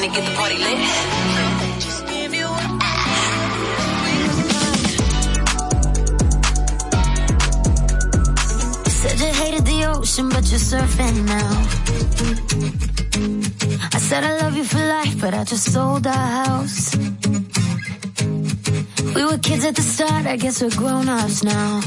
and get the party lit. Said you hated the ocean, but you're surfing now. I said I love you for life, but I just sold our house. We were kids at the start, I guess we're grown-ups now.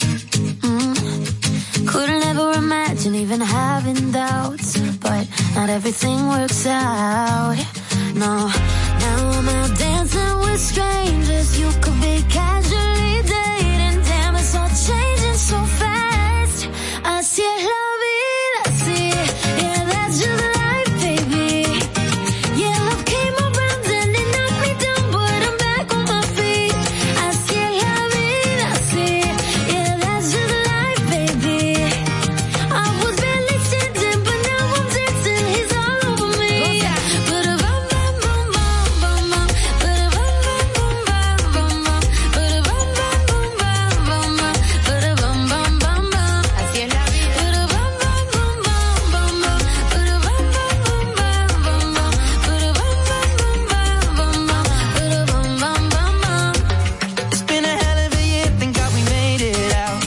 Couldn't ever imagine even having doubts, but not everything works out. No, now I'm out dancing with strangers. You could be casually dating. Damn, it's all changing so fast. Así es la vida, sí. Yeah, that's just life, baby. Yeah, love came around and it knocked me down, but I'm back on my feet. Así es la vida, sí. Yeah, that's just life, baby. I was barely standing, but now I'm dancing. He's all over me. Ba-da-bum, bum, bum, bum, bum, ba-da-bum, bum, bum, bum, ba-da-bum, bum, bum, bum, ba-da-bum, bum, bum, bum. Así es la vida. Ba-da-bum, bum, bum, bum, bum, ba-da-bum, bum, bum, bum, bum, ba-da-bum, bum, bum, bum, ba-da-bum, bum, bum, bum. It's been a hell of a year, thank God we made it out.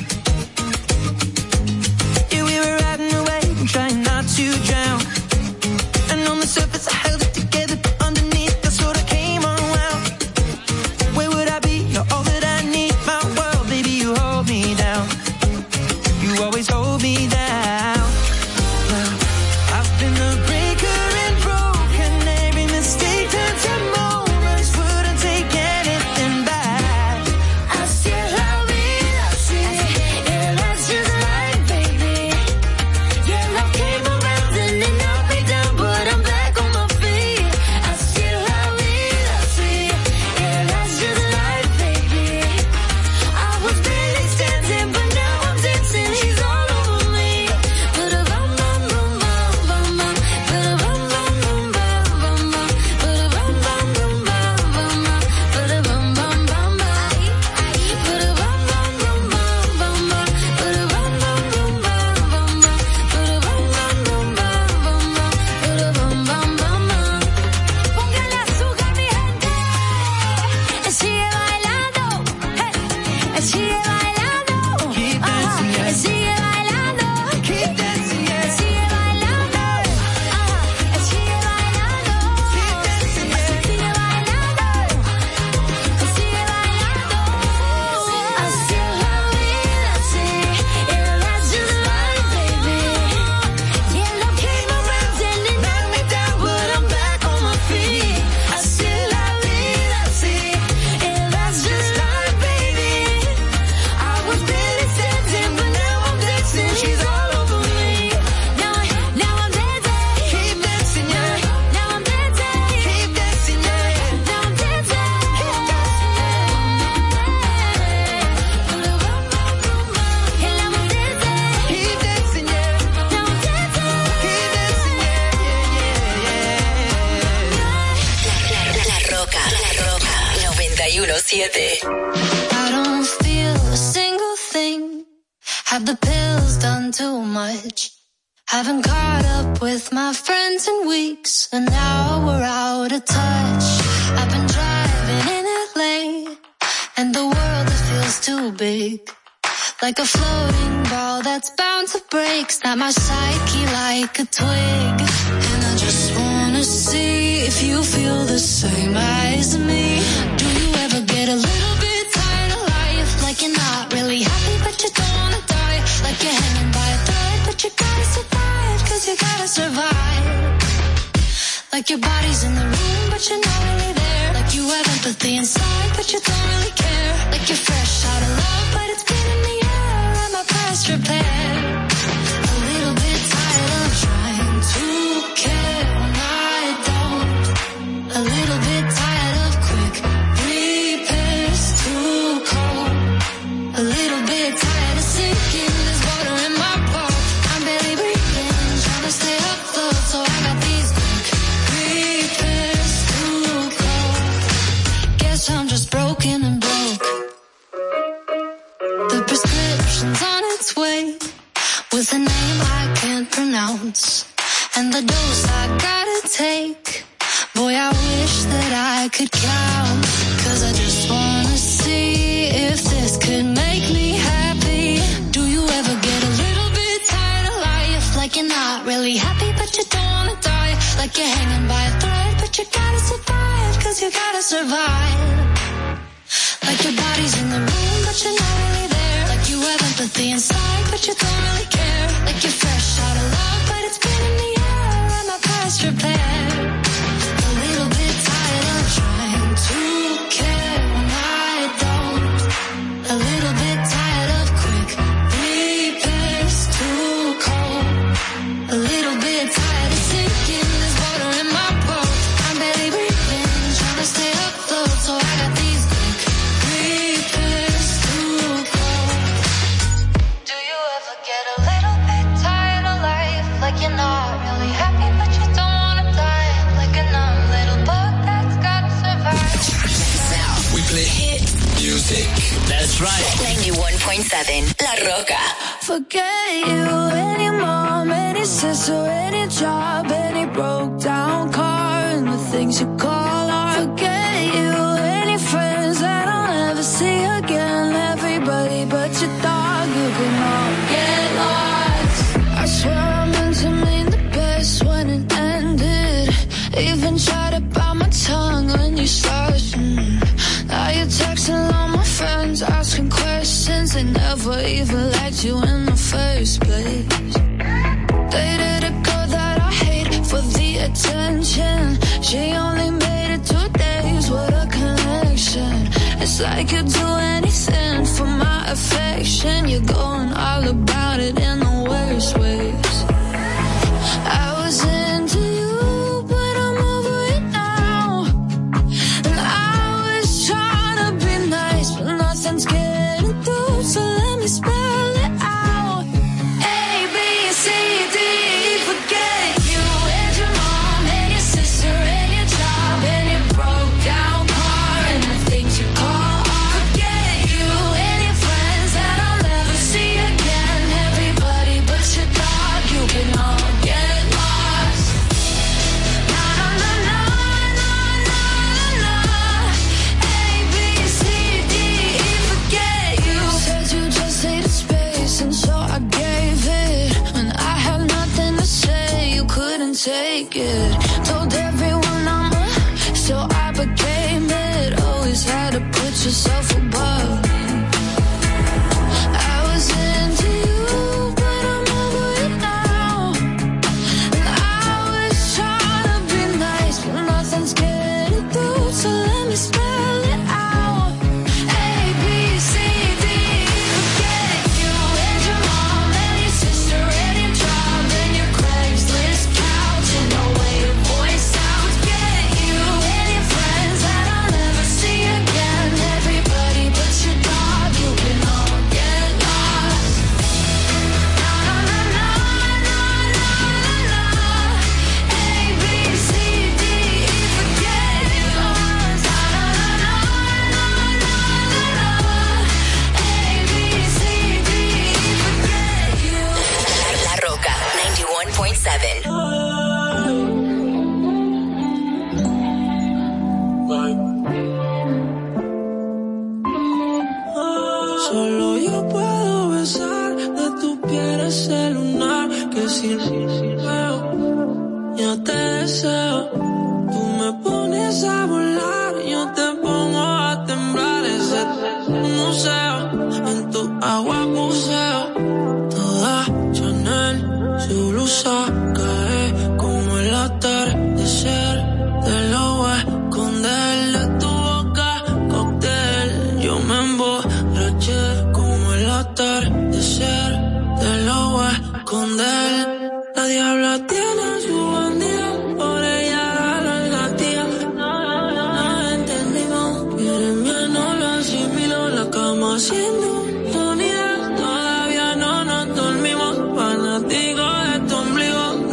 Yeah, we were riding away and trying not to drown. And on the surface I held it together, but underneath I sort of came unwound. Where would I be? You're all that I need, my world, baby, you hold me down. You always hold me down. Well, I've been a breaker and broken. Every mistake turned to moments, wouldn't take anything back. Así es la vida, sí. Yeah, that's just life, baby. Yeah, love came around and it knocked me down, but I'm back on my feet. Así es la vida, sí. Yeah, that's just life, baby. I was barely standing, but now I'm dancing. He's all over me. Ba-da-bum, bum, bum, bum, bum, bum. Ba-da-bum, bum, bum, bum, bum, bum. Ba-da-bum, bum, bum, bum, bum, bum. Ba-da-bum, bum, bum, bum. Ba-da-bum, bum, bum, bum, bum, bum. Ba-da-bum, bum, bum, bum, bum, bum. Ba-da-bum, bum, bum, bum, bum, bum. Ba-da-bum, bum, bum, bum. Póngale azúcar, mi gente. Sigue bailando. Hey. Sigue bailando. Keep dancing, yeah. Sigue bailando. Keep dancing, yeah. Sigue bailando. Sigue bailando. Keep dancing, yeah. Sigue bailando. Sigue bailando. Así es la vida, sí. Yeah, that's just life, baby. Yeah, love came around and it knocked me down, but I'm back on my feet. Así es la vida, sí. Yeah, that's just life, baby. I was barely standing, but now I'm dancing. She's all over me. Now I'm dancing. Keep dancing, yeah. Now I'm dancing. Keep dancing, yeah. Now I'm dancing. Keep dancing, yeah. Now I'm dancing. Keep dancing, yeah. La Roca 91.7. I don't feel a single thing. Have the pills done too much? Haven't caught up with my friends in weeks, and now we're out of touch. I've been driving in LA, and the world it feels too big. Like a floating ball that's bound to break. Snap my psyche like a twig. And I just wanna see if you feel the same as me. Do you ever get a little bit tired of life? Like you're not really happy but you don't wanna die. Like you're hanging by a thread but you gotta survive, cause you gotta survive. Like your body's in the room but you're not really there. Like you have empathy inside but you don't really care. Like you're fresh out of love but it's been in the air. Am I past repair? A little bit tired of trying to care when I don't. A little bit tired of quick repairs too cold. A little bit tired of sinking. There's water in my boat. I'm barely breathing, trying to stay afloat. So I got these quick repairs too cold. Guess I'm just broken and broke. The prescription's on its way, with a name I can't pronounce, and the dose I gotta take. Boy, wish that I could count, 'cause I just wanna see if this could make me happy. Do you ever get a little bit tired of life, like you're not really happy but you don't wanna die, like you're hanging by a thread but you gotta survive, 'cause you gotta survive. Like your body's in the room but you're not really there, like you have empathy inside but you don't really care, like you're fresh out of love but it's been in the air and my past repaired. A little bit tired of trying to care when I don't, a little bit tired of quick repairs, too cold, a little bit tired of sinking, there's water in my boat, I'm barely breathing, trying to stay afloat, so I got these quick repairs, too cold. Do you ever get a little bit tired of life, like you're not really happy but you don't wanna die, like a numb little bug that's gotta survive? Now we play hit music. That's right. 91.7 La Roca. Forget you, any mom, any sister, any job, any broke down car, and the things you call art. Forget you, any friends that I'll never see again, everybody but your dog, you can all get lost. I swear I meant to mean the best when it ended, even tried to bite my tongue when you started. Now you're texting all my friends, asking questions, they never even liked you in the first place. Dated a girl that I hate for the attention, she only made it 2 days, what a connection. It's like you'd do anything for my affection, you're going all about it in the worst ways. I was into you, but I'm over it now, and I was trying to be nice, but nothing's getting through, so let me spell it out. A, B, C, D, E, forget you, and your mom, and your sister, and your job, and your broke down car, and the things you call art. Forget you, and your friends that I'll never see again, everybody but your dog, you can all get lost. Na na na na na na na. A, B, C, D, E, forget you. Said you just needed space, and so I gave it. When I had nothing to say, you couldn't take it. Told everyone I'm a, so I became it. Always had to put yourself above me. I was into you, but I'm over it now, and I was trying to be nice, but nothing's getting through, so let me spell it out. A, B, C, D, E, forget you, and your mom, and your sister, and your job, and your Craigslist couch, and the way your voice sounds. Get you, and your friends that I'll never see again, everybody but your dog, you can all get lost. Na na na na na na na. A, B, C, D, E, forget you. Na na na na na na na. A, B, C, D, E, forget you. La Roca 91.7. Solo yo puedo besar de tu piel ese lunar que sin veo, yo te deseo. Tú me pones a volar, yo te pongo a temblar, ese museo, en tu agua buceo. Toda Chanel, su blusa cae como el atardecer, te lo voy a esconder de tu boca, cóctel, yo me emborraché como el atardecer, te lo voy a esconder. La diabla tiene su bandida, por ella la latina. No entendimos, quiere mía, no lo asimilo, la cama haciendo unidad, todavía no nos dormimos, fanático de tu ombligo.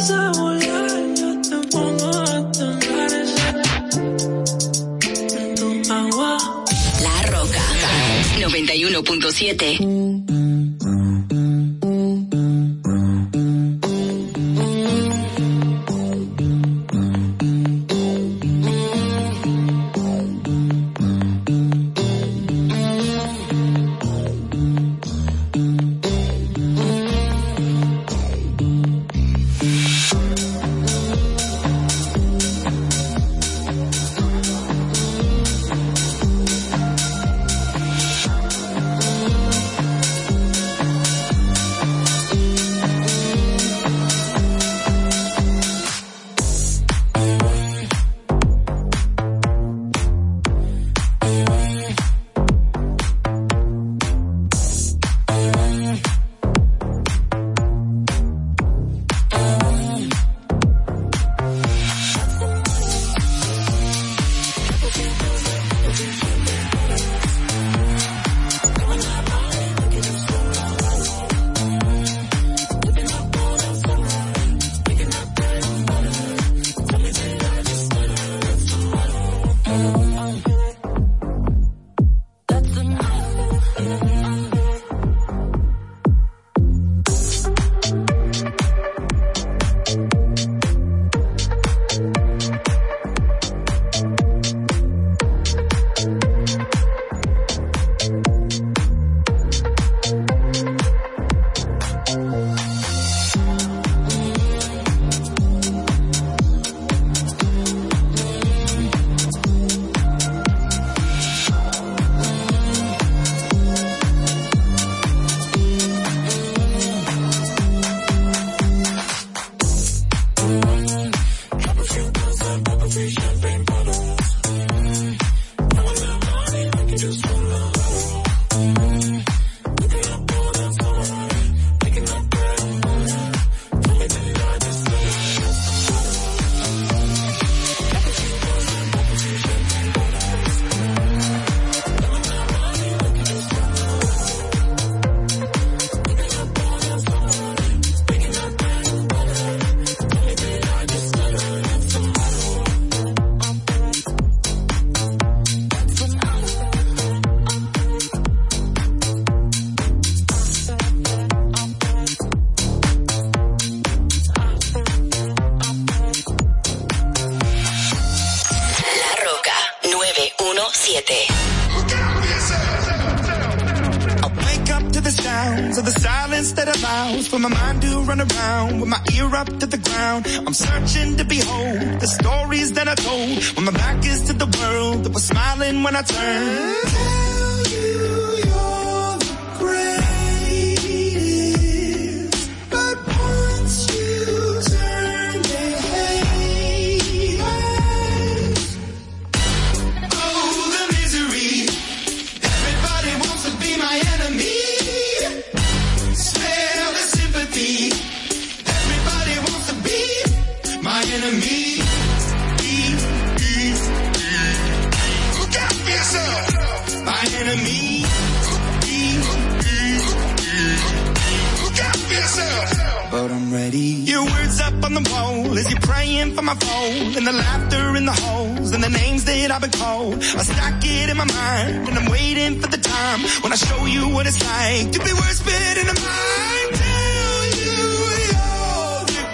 empiezas a volar, yo te pongo a temblar en tu agua. La Roca 91.7. For my mind to run around with my ear up to the ground. I'm searching to behold the stories that I told when my back is to the world that was smiling when I turned. Tell you you're the greatest, but once you turn they hate us. Oh, the misery. Everybody wants to be my enemy. Everybody wants to be my enemy. Look out for yourself. My enemy. Look out for yourself. But I'm ready. Your words up on the wall as you're praying for my phone, and the laughter in the halls and the names that I've been called. I stack it in my mind and I'm waiting for the time when I show you what it's like to be worse fit in a mind. Tell you you're the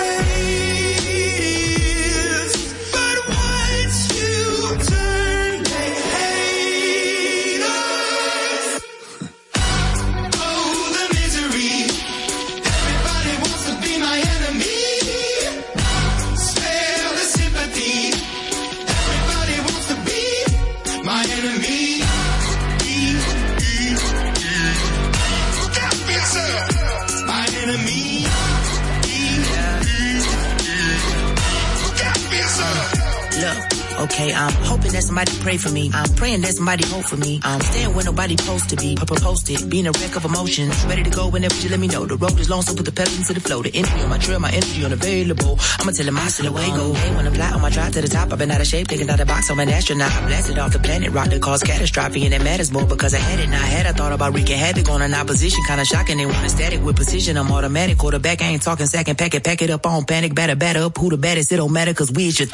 greatest, but once you turn they hate us. Oh, the misery. Everybody wants to be my enemy. Spare the sympathy. Everybody wants to be my enemy. Look out for yourself. Okay, I'm hoping that somebody pray for me. I'm praying that somebody hope for me. I'm staying where nobody supposed to be. Posted, being a wreck of emotions. Ready to go whenever you let me know. The road is long, so put the pedal into the flow. The energy on my trail, my energy unavailable. I'ma tell him I still away go. Hey, when I'm fly on my drive to the top, I've been out of shape, taking out the box, I'm an astronaut. I blasted off the planet, rock that caused catastrophe, and it matters more because I had it. Now I had, I thought about wreaking havoc on an opposition, kinda shocking. They want a static with precision. I'm automatic, quarterback. I ain't talking second, pack it up on panic, batter up. Who the baddest? It don't matter, cause we is your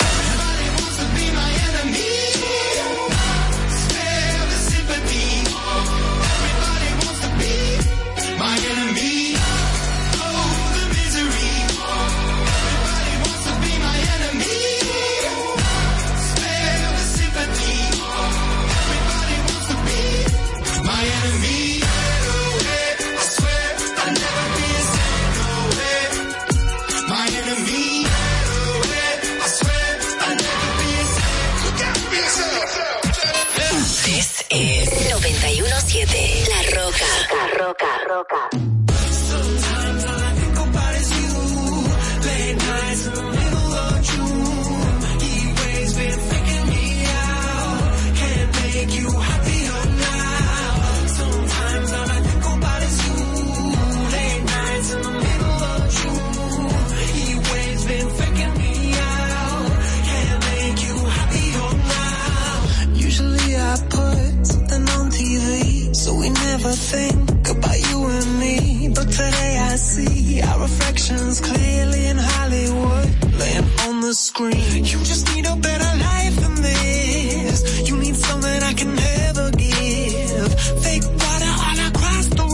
Roca. Sometimes all I think about is you. Late nights in the middle of June. Heat waves been freaking me out. Can't make you happier now. Sometimes all I think about is you. Late nights in the middle of June. Heat waves been freaking me out. Can't make you happier now. Usually I put something on TV, so we never think about you and me, but today I see our reflections clearly in Hollywood, laying on the screen. You just need a better life than this. You need something I can never give. Fake water all across the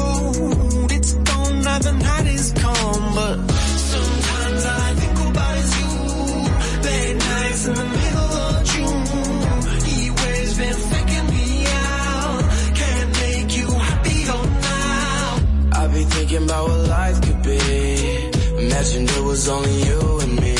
road. It's gone now, the night is come, but sometimes all I think about is you. Late nights in the middle of June. Heat waves been faking me out. Can't make you happier now. I be thinking about what life could be. Imagined it was only you and me.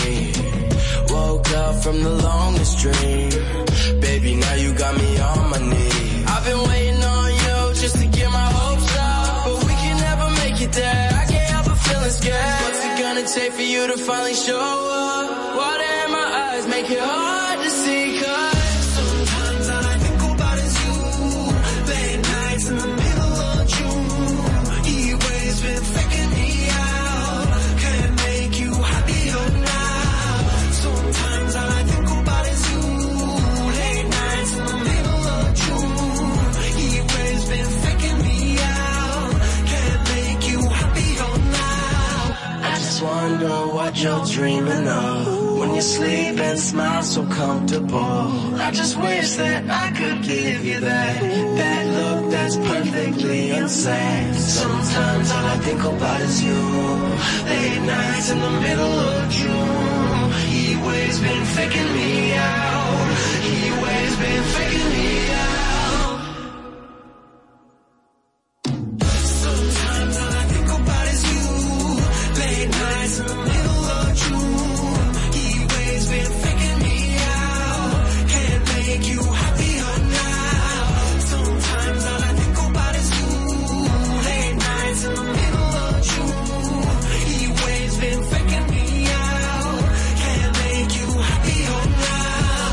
Woke up from the longest dream. Baby, now you got me on my knees. I've been waiting on you just to get my hopes up, but we can never make it there. I can't help but feeling scared. What's it gonna take for you to finally show up? Water in my eyes make it hard to see, cause sometimes all I think about is you. Late nights in the middle of June. Heat waves been faking me out. Can't make you happier now. Sometimes all I think about is you. Late nights in the middle of June. Heat waves been faking me out. Can't make you happier now. I just wonder what you're dreaming of when you sleep and smile so comfortable. I just wish that I could give you that look that's perfectly insane. Sometimes all I think about is you. Late nights in the middle of June. Heat waves been faking me out. Heat waves been faking me out. Sometimes all I think about is you. Late nights in the middle of June. Heat waves been faking me out. Can't make you happier now. Sometimes all I think about is you. Late nights in the middle of June. Heat waves been faking me out. Can't make you happier now.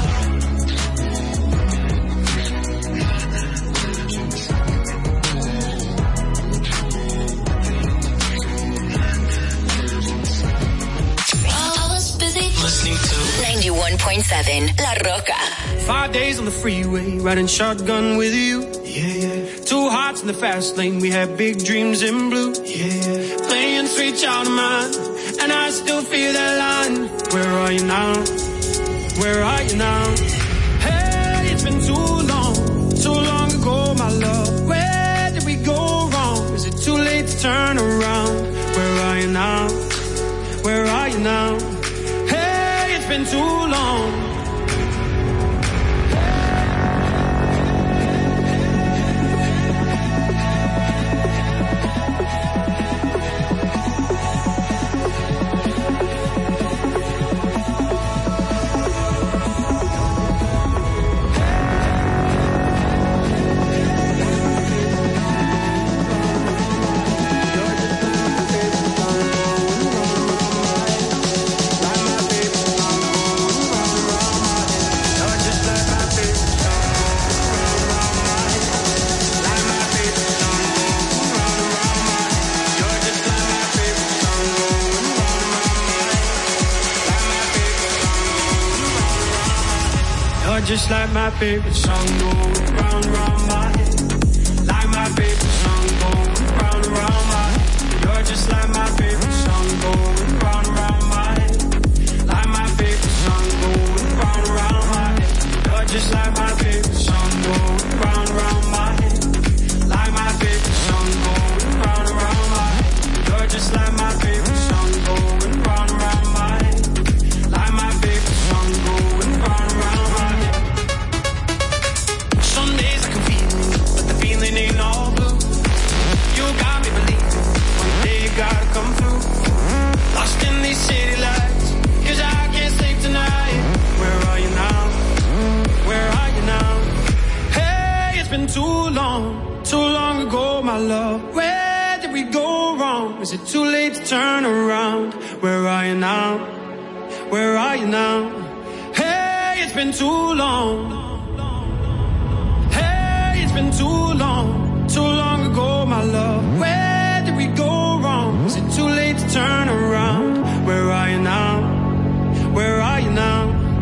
I was busy Listening to 91.7 La Roca. 5 days on the freeway, riding shotgun with you. Yeah. 2 hearts in the fast lane, we had big dreams in blue. Yeah. Playing sweet child of mine, and I still feel that line. Where are you now? Where are you now? Hey, it's been too long ago, my love. Where did we go wrong? Is it too late to turn around? Where are you now? Where are you now? Hey, it's been too long. just like my favorite song going round and round my head. Like my favorite song going round and round my head. You're just like my favorite song going round and round my head. Like my favorite song going round and round my head. You're just like my favorite song going round and round my head. Like my favorite song going round and round my head. You're just like my favorite song going round and round my head. Like my favorite song going round and round my head. Some days I can feel it, but the feeling ain't all blue. You got me believing one day you gotta come through. Lost in these city lights, 'cause I can't sleep tonight. Where are you now? Where are you now? Hey, it's been too long ago, my love. Where did we go wrong? Is it too late to turn around? Where are you now? Where are you now? Hey, it's been too long. Hey, it's been too long ago, my love. Where did we go wrong? Is it too late to turn around? Where are you now? Where are you now?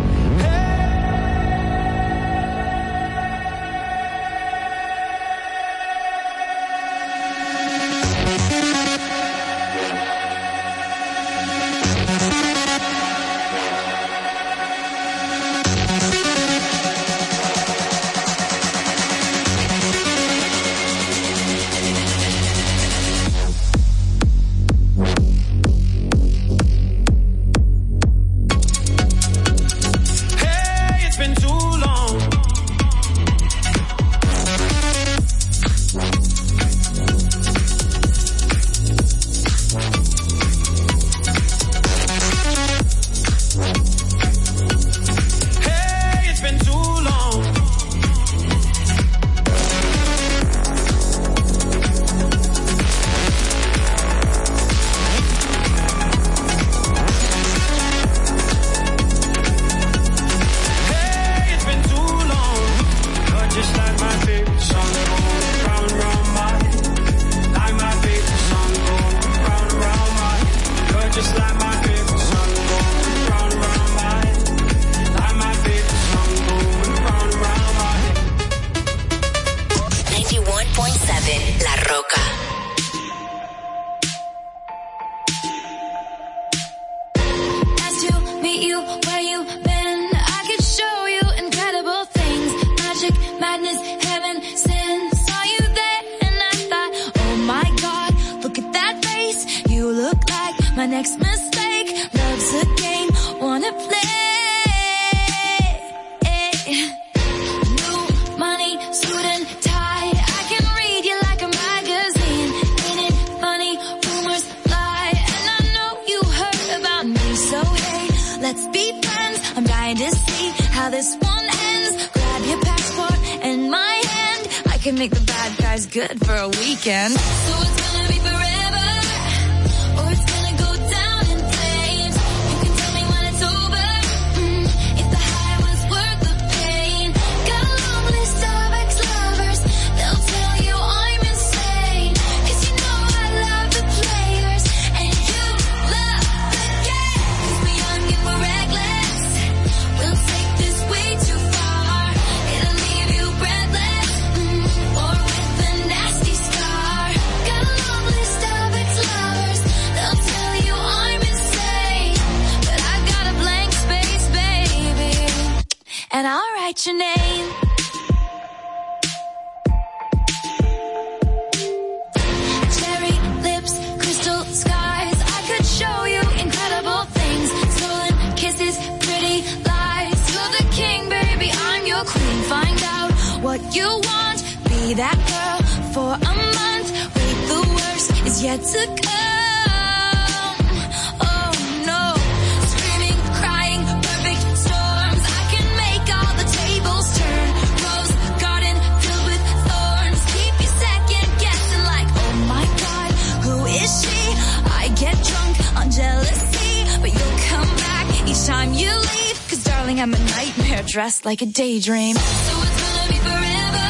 Dressed like a daydream. So it's gonna be forever,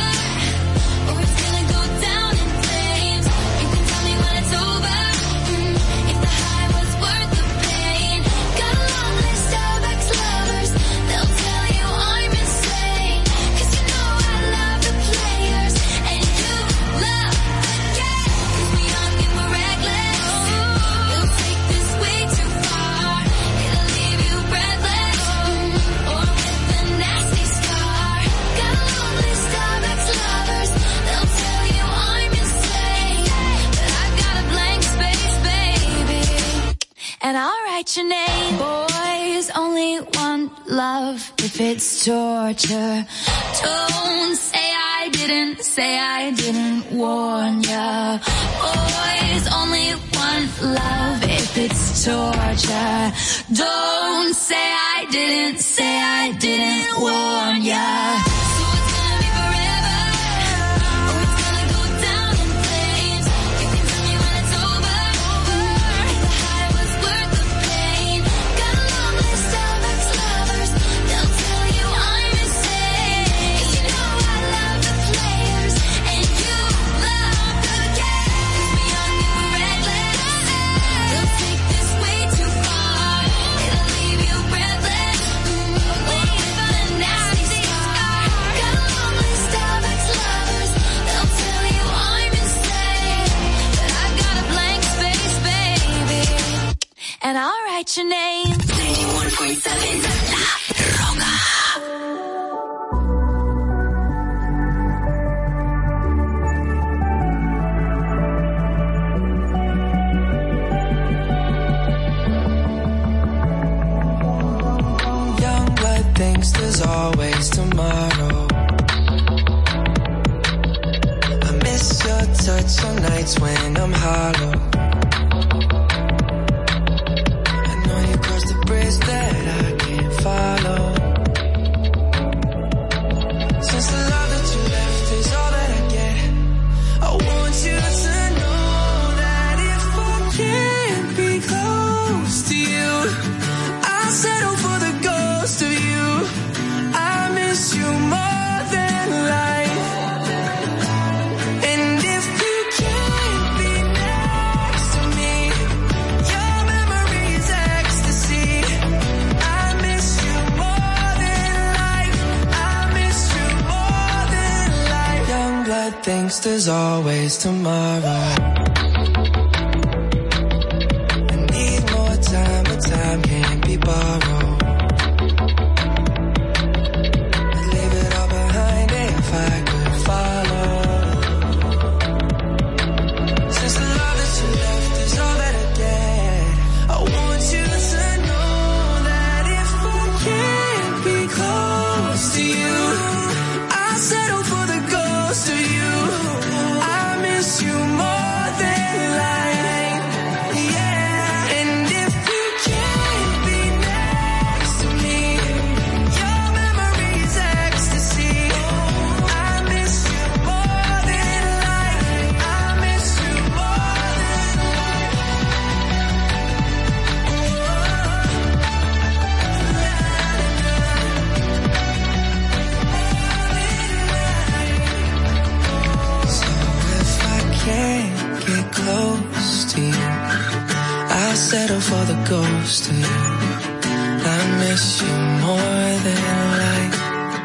or it's gonna go down in flames. You can tell me when it's over, if the high was worth the pain. Got a long list of ex-lovers, they'll tell you I'm insane. and I'll write your name. Boys only want love if it's torture. Don't say I didn't warn ya. Boys only want love if it's torture. Don't say I didn't warn ya. And I'll write your name. 91.7 La Roca. Young blood thinks there's always tomorrow. I miss your touch on nights when I'm hollow. Bridge that I can't follow. Since the love that you left is all that I get, I want you to know that if I can't be close to you, I'll settle for the ghost of you. I miss you more than life. And if you can't be next to me, your memory's ecstasy. Thinks there's always tomorrow. I need more time, but time can't be borrowed. I'd leave it all behind if I could follow. Since the love that you left is all that I get, I want you to know that if I can't be close to you, I'll settle for the ghost of you. You more than life, yeah. And if you can't be next to me, your memory's ecstasy. I miss you more than life. I miss you more than So if I can't get close to you, I'll settle for the ghost of you. I miss you more than life.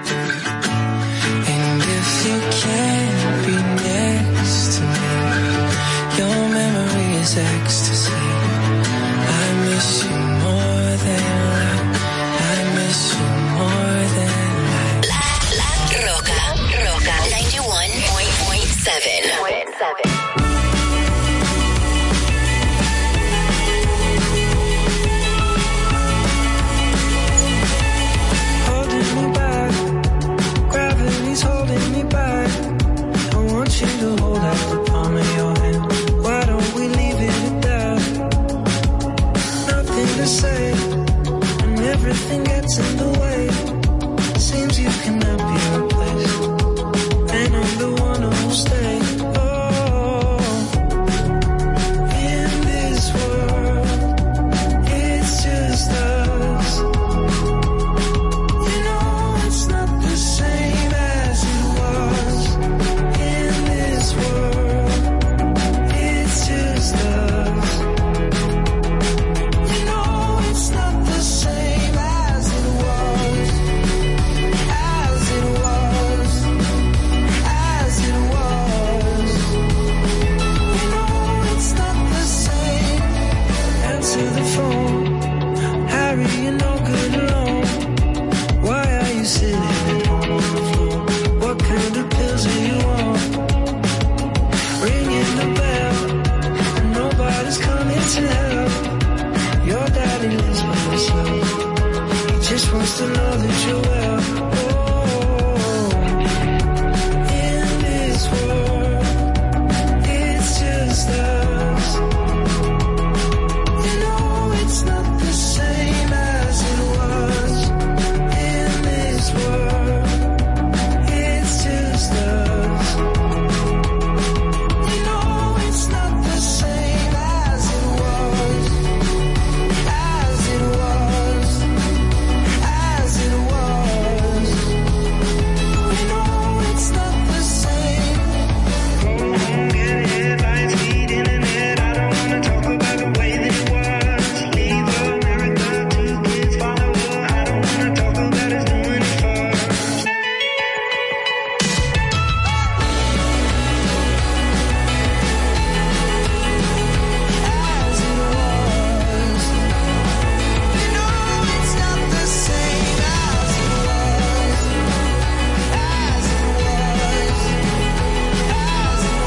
And if you can't be next to me, your memory is ecstasy. I miss you more than life. I miss you more than life. La Roca 91.7. Gravity's holding me back. I want you to hold out the palm of your hand. Why don't we leave it at that? Nothing to say, and everything gets in the way. Seems you cannot be replaced, and I'm the one who'll stay. Oh, in this world, it's just us. You know it's not the same as it was. In this world, it's just us. You know it's not the same as it was. As it was. As it was. You know it's not the same. Answer the phone. Harry, you're no good alone. Why are you sitting at home on the floor? What kind of pills are you on? Ringing the bell, and nobody's coming to help. You're loneliness by myself. He just wants to know that you're well. In this world, it's just us. You know it's not the same as it was. In this world, it's just us. You know it's not the same as it was. As it was. As it was. You know it's not the same. Get headlights, feet in the net. I don't wanna talk about the way that it was. Leave America, 2 kids follow her. I don't wanna talk about us doing it first. As it was. You know it's not the same as it was. As it was. As it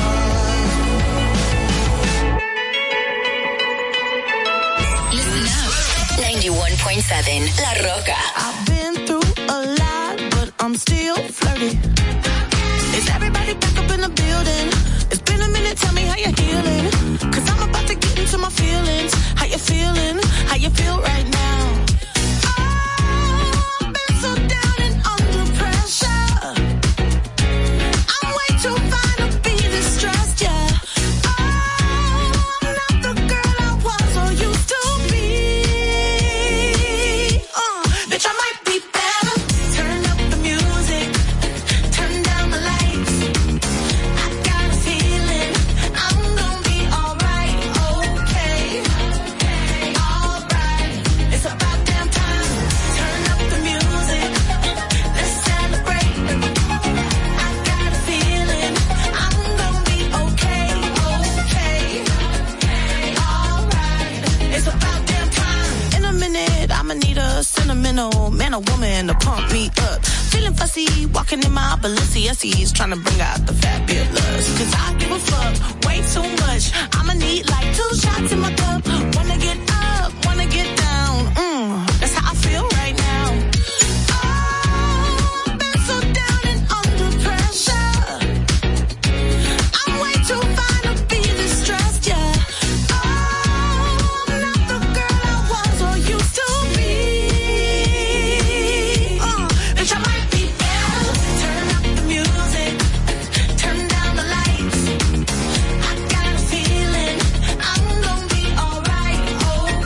was. Listen up. 91.7 La Roca. I've been through a lot, but I'm still flirty. Is everybody back up in the building? It's been a minute, tell me how you're healing. Cause I'm about to get into my feelings. How you feeling? How you feel right now? Oh, I've been so down and under pressure. I'm way too fine to be distressed, yeah. Oh, I'm not the girl I was or used to be. Bitch, I might be better. Turn up the music, turn down the lights. I got a feeling I'm gonna be alright, okay, alright. It's about damn time. Turn up the music, let's celebrate. I got a feeling I'm gonna be okay, alright. It's about damn time. In a minute, I'ma need a sentimental man or woman to pump me up. Feeling fussy, walking in my Balenciennes, trying to bring out the fabulous. Cause I give a fuck way too much. I'ma need like 2 shots in my cup. Wanna get up, wanna get down. That's how I feel right now. Oh, I've been so down and under pressure. I'm way too fine to be distressed, yeah. Oh, I'm not the girl I was or used to be. Bitch, I might be better. Turn up the music, turn down the lights. I got a feeling I'm gonna be alright, okay,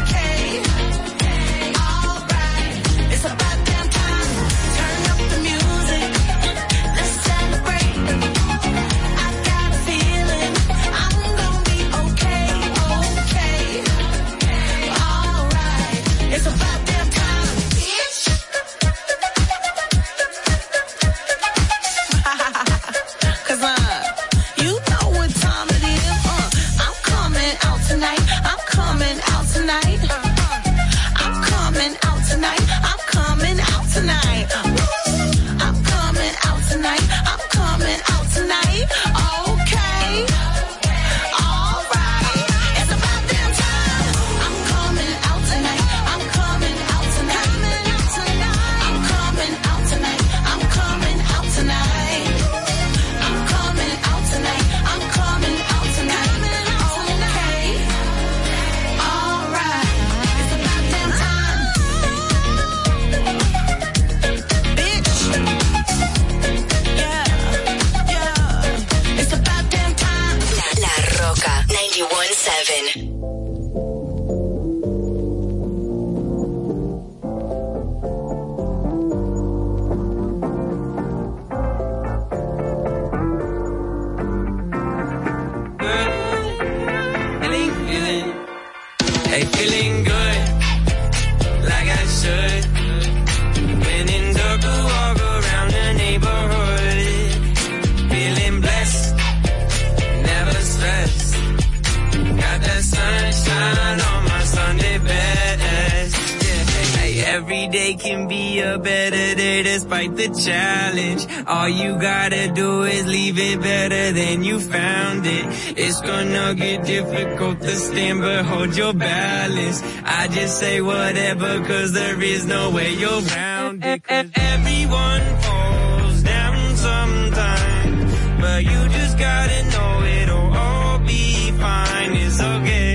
Every day can be a better day despite the challenge. All you gotta do is leave it better than you found it. It's gonna get difficult to stand, but hold your balance. I just say whatever, cause there is no way you're around it. Cause everyone falls down sometime, but you just gotta know it'll all be fine. It's okay.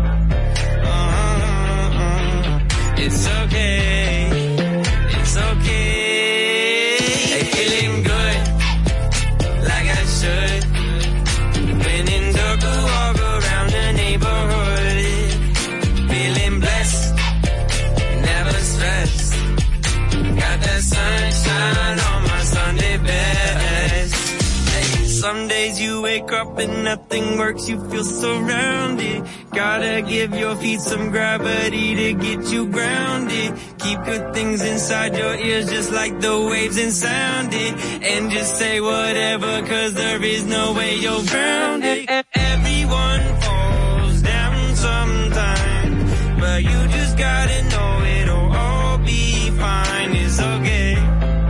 It's okay. It's okay. Hey, feeling good, like I should. When in dark, walk around the neighborhood. Feeling blessed, never stressed. Got that sunshine on my Sunday best. Hey, some days you wake up and nothing works, you feel surrounded. Gotta give your feet some gravity to get you grounded. Keep good things inside your ears just like the waves and sound it. And just say whatever, cause there is no way you're grounded. Everyone falls down sometime, but you just gotta know it'll all be fine. It's okay.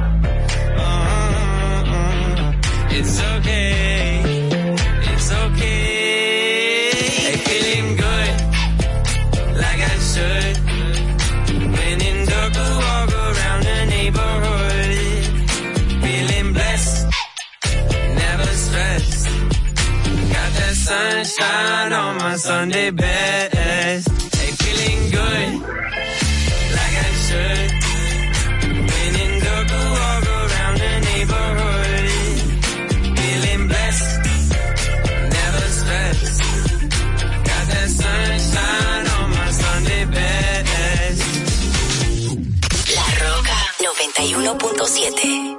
It's okay. It's okay. Hey, feeling good, like I should. When in dark, walk around the neighborhood. Feeling blessed, never stressed. Got that sunshine on my Sunday best. Hey, feeling good, like I should. When in dark, walk around the neighborhood. Feeling blessed, never stressed. Got that sunshine on my Sunday best. La Roca 91.7.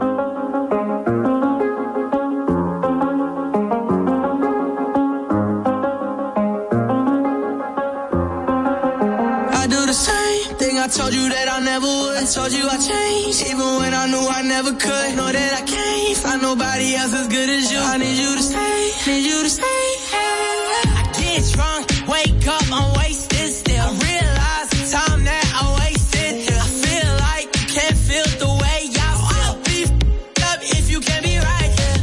I told you that I never would. I told you I changed, even when I knew I never could. Know that I can't find nobody else as good as you. I need you to stay, need you to stay. I get drunk, wake up, I'm wasted still. I realize the time that I wasted. I feel like you can't feel the way I feel. I'll be f***ed up if you can't be right here.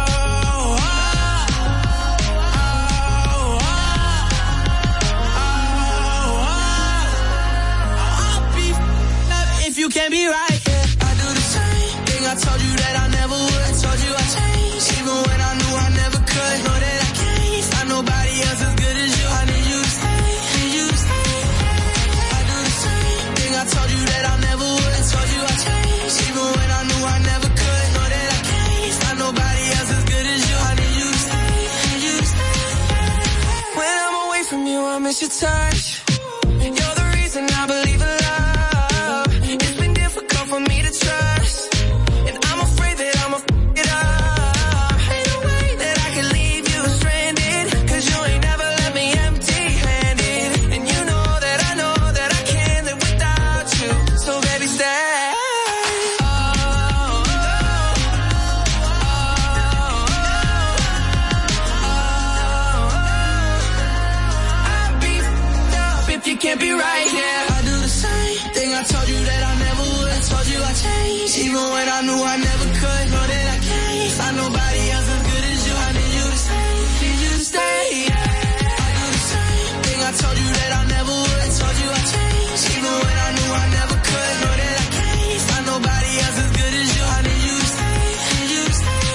You can't be right, yeah. I do the same thing. I told you that I never would. I told you I changed, even when I knew I never could. Know that I can't find nobody else as good as you. I need you to stay, need you to stay. I do the same thing. I told you that I never would. I told you I changed, even when I knew I never could. Know that I can't find nobody else as good as you. I need you to stay, need you to stay. When I'm away from you, I miss your touch. You're the reason I believe in love. For me to trust, and I'm afraid that I'ma f*** it up. Ain't no way that I can leave you stranded, cause you ain't never left me empty-handed. And you know that I can't live without you. So baby, stay. I'd be f***ed up if you can't be right, yeah. I do the same thing. I told you that I never would. Told you I changed, even when I knew I never could. Know that I can't find nobody else as good as you. I need you to stay, need you to stay. I do the same thing. I told you that I never would. I told you I changed, even when I knew I never could. Know that I can't find nobody else as good as you. I need you to stay, need you to stay.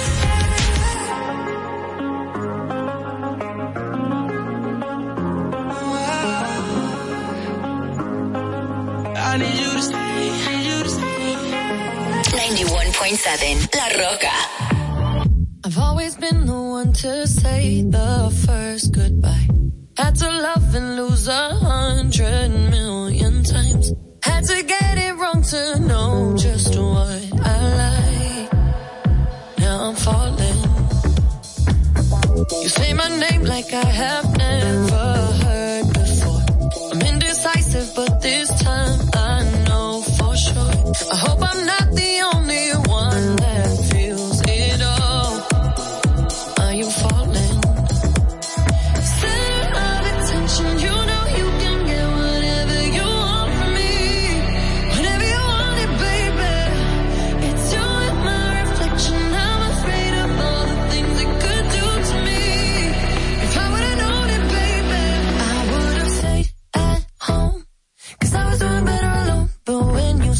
I need you to stay. 91.7 La Roca. I've always been the one to say the first goodbye. Had to love and lose 100 million times. Had to get it wrong to know just what I like. Now I'm falling. You say my name like I have never heard before. I'm indecisive, but this time I know for sure. I hope I'm not the only one that feels it all. Are you falling? Center of attention, you know you can get whatever you want from me. Whenever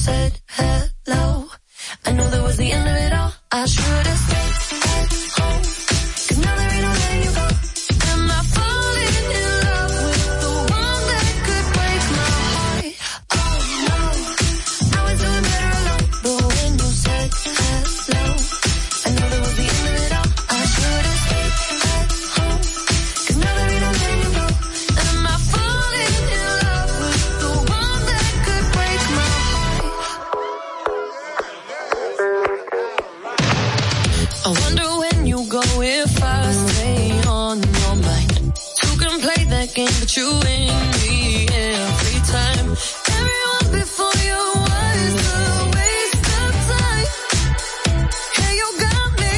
said hello, I know that was the end of it all. I should have stayed at home, 'cause now there ain't no letting you go. Am I falling in love with the one that could break my heart? Oh no, I was doing better alone, but when you said hello, I know that was the end of it all. I should have stayed at home, 'cause now there ain't no letting you go. Am I falling in love with the one that could break my heart? I wonder when you go if I stay on your mind. You can play that game, but you win me every time. Everyone before you was a waste of time. Hey, you got me.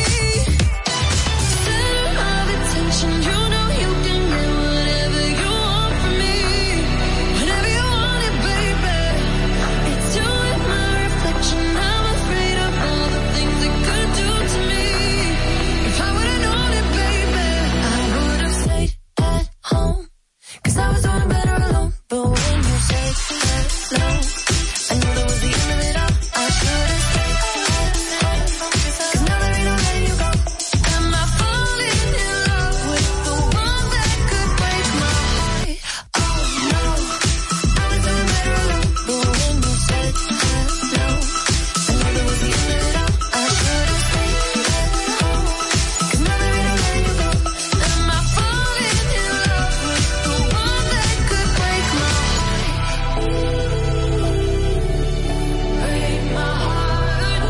Center of attention, you know you can get whatever you want from me. Whenever you want it, baby. It's you and my reflection. I'm afraid of all the things it could do to me. If I would've known it, baby, I would've stayed at home, 'cause I was doing better alone. But when you said hello, I knew that was the end of it all. I should've stayed at home, 'cause now there ain't no letting you go. Am I falling in love with the one that could break my heart? Oh no, I was doing better alone. But when you said hello, I knew that was the end of it all. I should've stayed at home, 'cause now there ain't no letting you go. Am I falling in love with the one that could break my heart? Break my heart.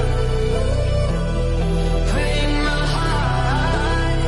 Break my heart.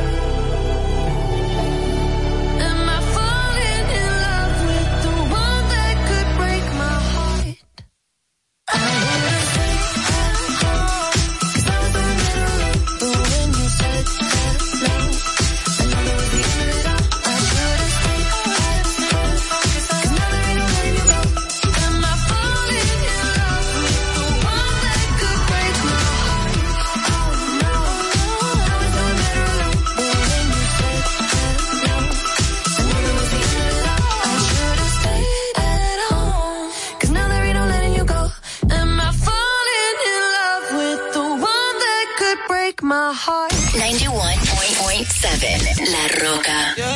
Am I falling in love with the one that could break my heart? I would've stayed at home, 'cause I was doing better alone. But when you said hello, I know that was the end of it all. I should've stayed at home, 'cause now there ain't no letting you go. Am I falling in love with the one that could break my heart? Oh no, I was doing better alone. But when you said hello, I knew that was the end of it all. I should've stayed at home, 'cause now there ain't no letting you go. Am I falling in love with the one that could break my heart? 91.7 La Roca.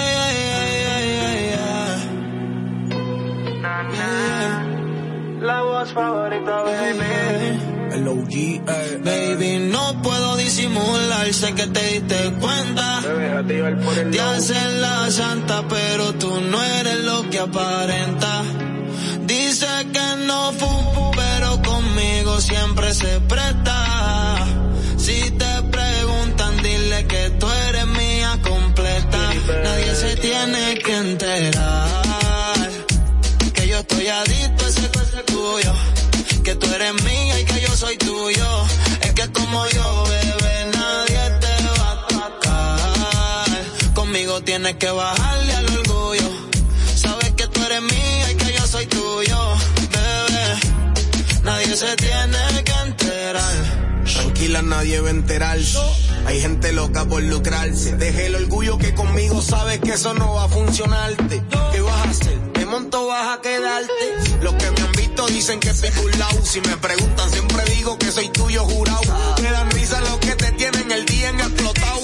La voz favorita, baby. El OG, Baby, no puedo disimular, sé que te diste cuenta. Te hacen la santa, pero tú no eres lo que aparenta. Dice que no fue, pero conmigo siempre se presta. Si te preguntan, dile que tú eres mía completa. Nadie se tiene que enterar que yo estoy adicto a ese cuerpo tuyo, que tú eres mía y que yo soy tuyo. Es que como yo, bebé, nadie te va a tocar. Conmigo tienes que bajarle al orgullo. Sabes que tú eres mía y que yo soy tuyo, bebé. Nadie se tiene que enterar. tranquila, nadie va a enterarse. Hay gente loca por lucrarse. Deje el orgullo que conmigo sabes que eso no va a funcionarte. ¿Qué vas a hacer? ¿De monto vas a quedarte? Los que me han visto dicen que soy burlao. Si me preguntan siempre digo que soy tuyo jurado. Me dan risa los que te tienen el día en explotado.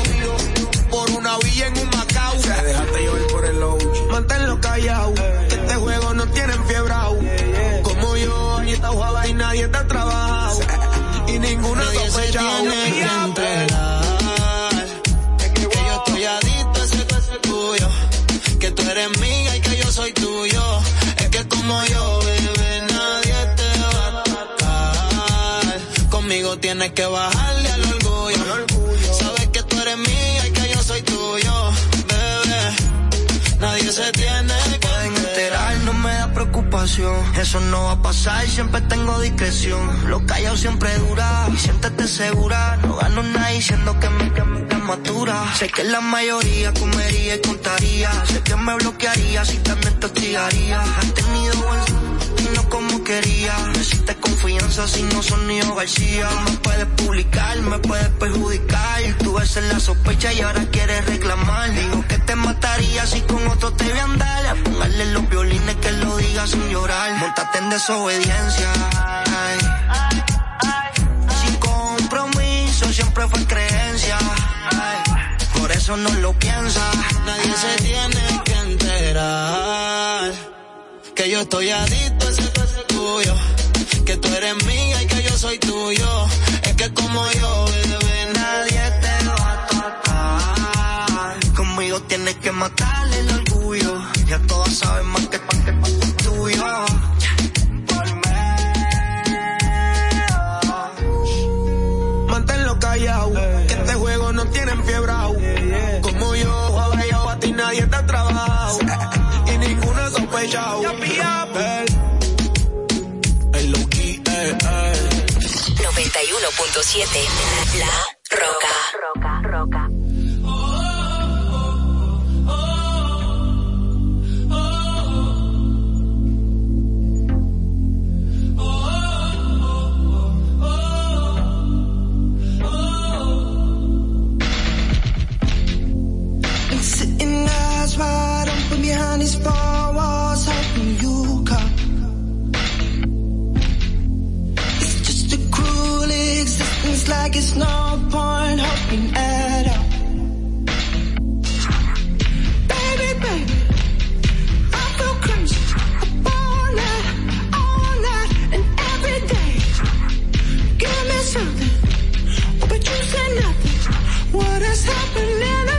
Por una villa en un Macao. Déjate llevar por el OG. Manténlo callado. Que este juego no tiene enfiebrado. Como yo, ahí está jugada y nadie te ha trabajado. Y ninguna sospecha. Tiene que enterar que yo estoy adicto a ese cuerpo tuyo, que tú eres mía y que yo soy tuyo. Es que como yo, bebé, nadie te va a tocar. Conmigo tienes que bajarle al orgullo. Sabes que tú eres mía y que yo soy tuyo, bebé. Nadie se tiene que enterar, no me da preocupación. Eso no va a pasar, siempre tengo discreción. Lo callado siempre dura y siéntete segura. No gano nada diciendo que me matura. Sé que la mayoría comería y contaría. Sé que me bloquearía si también te hostigaría. Has tenido buen y no como quería. Necesitas confianza si no son ni García. Me puedes publicar, me puedes perjudicar. Tú ves en la sospecha y ahora quieres reclamar. Digo que te mataría si con otro te voy a andar. A ponerle los violines que lo diga sin llorar. montaste en desobediencia. Ay. Sin compromiso siempre fue creencia. Ay. Por eso no lo piensa. Nadie se tiene que enterar que yo estoy adicto a ese beso tuyo, que tú eres mía y que yo soy tuyo. Es que como yo, bebé, nadie te va a tocar. Conmigo tienes que matarle el orgullo. Ya todas saben más que tuyo. Manténlo callado, que este juego no tiene enfiebrado. Como yo, ahora yo a ti nadie te ha trabajado. Y ninguno ha sospechado. El Loki, 91.7 La Roca. Sitting eyes wide open behind these four walls, hoping you come. It's just a cruel existence, like it's no point hoping at all. Baby, baby, I feel crazy all night, and every day. Give me something, but you say nothing. What is happening to me?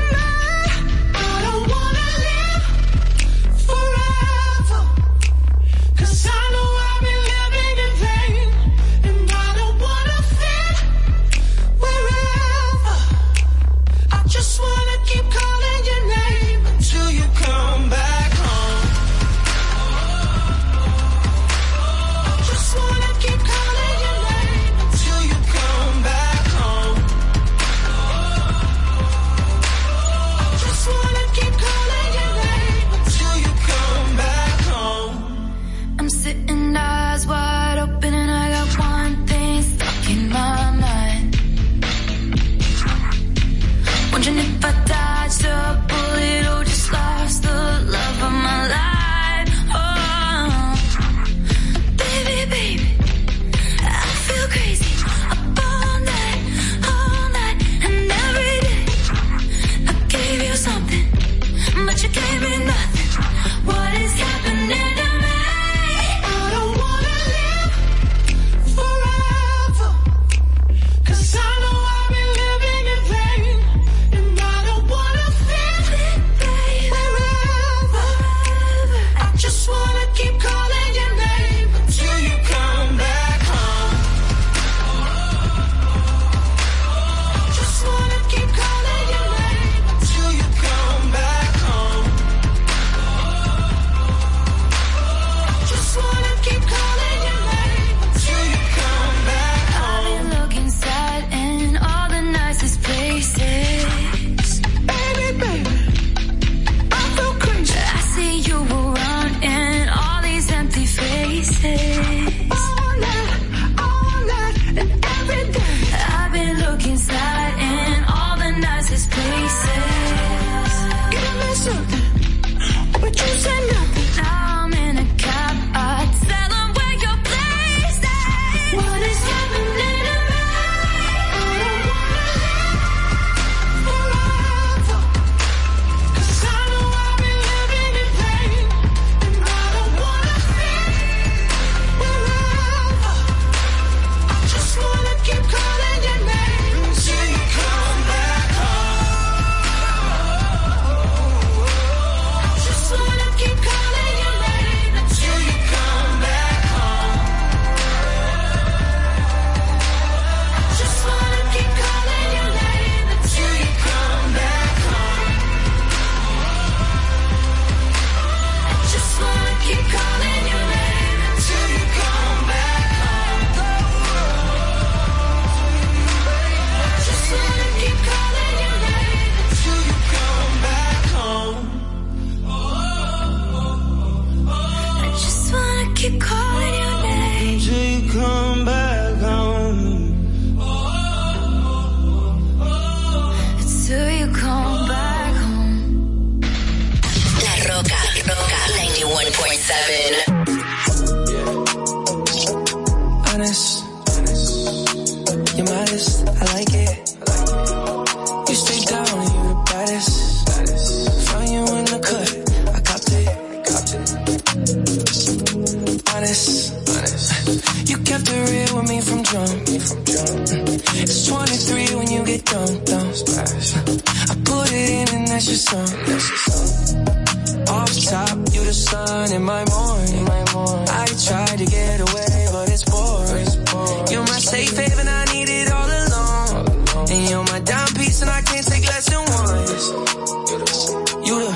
sun. Off top, you the sun in my morning. I tried to get away, but it's boring. You're my safe haven, I need it all along. And you're my dime piece, and I can't take less than one. You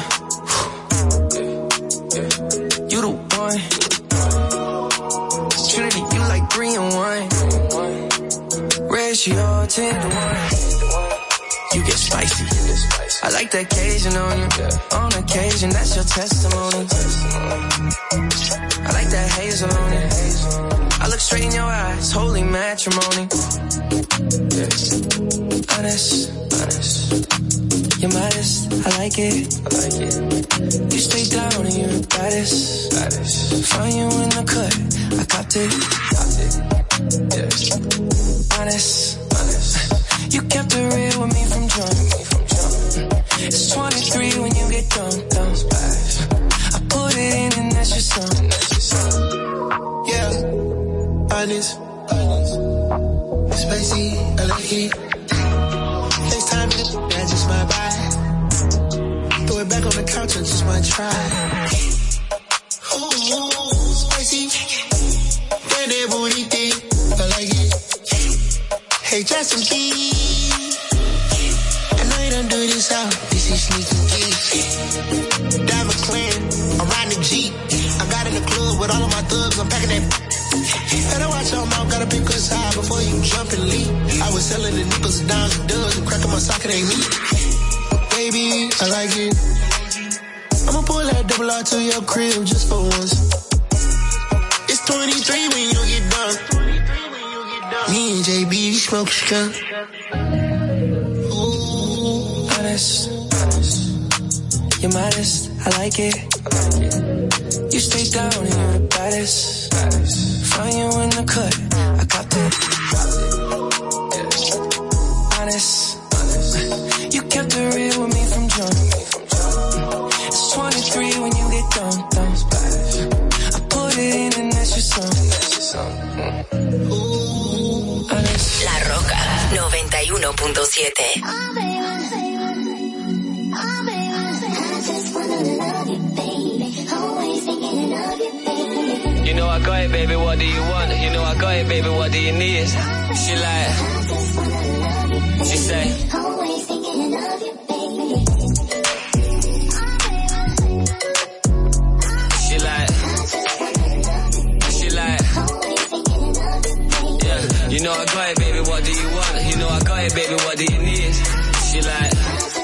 the one. Trinity, you like 3 in 1. Ratio 10 to 1. You get spicy. I like the occasion on you. On occasion, that's your testimony. I like that hazel on it. I look straight in your eyes, holy matrimony. Honest. You're modest, I like it. You stay down and you're the baddest. Find you in the cut, I copped it. Honest. You kept it real with me from jump. It's 23 when you get done. I put it in and that's your song. Yeah, honest. Spicy, I like it. FaceTime, that's just my vibe. Throw it back on the couch and just might try. Ooh, spicy. Get that booty thick, I like it. Hey, Justin B. I know you don't do this out. This is sneaky geek. Dive a clan, I'm riding the Jeep. I got in the club with all of my thugs, I'm packing that. Better watch your mouth, gotta pick us high before you jump and leap. I was selling the nickels, dimes, and dubs, and cracking my socket ain't me. Baby, I like it. I'ma pull that double R to your crib just for once. It's 23 when you get done. Me and JB smoke skunk. Ooh, honest. You're modest, I like it. You stay down and you're the baddest. Find you in the cut, I copped it. Honest. You kept it real with me from jump. It's 23 when you get done. I put it in and that's your song. Honest. La Roca 91.7. You know I got it, baby, what do you want? You know I got it, baby, what do you need? She like, she say, she like, yeah. You know I got it, baby, what do you want? You know I got it, baby, what do you need? She like,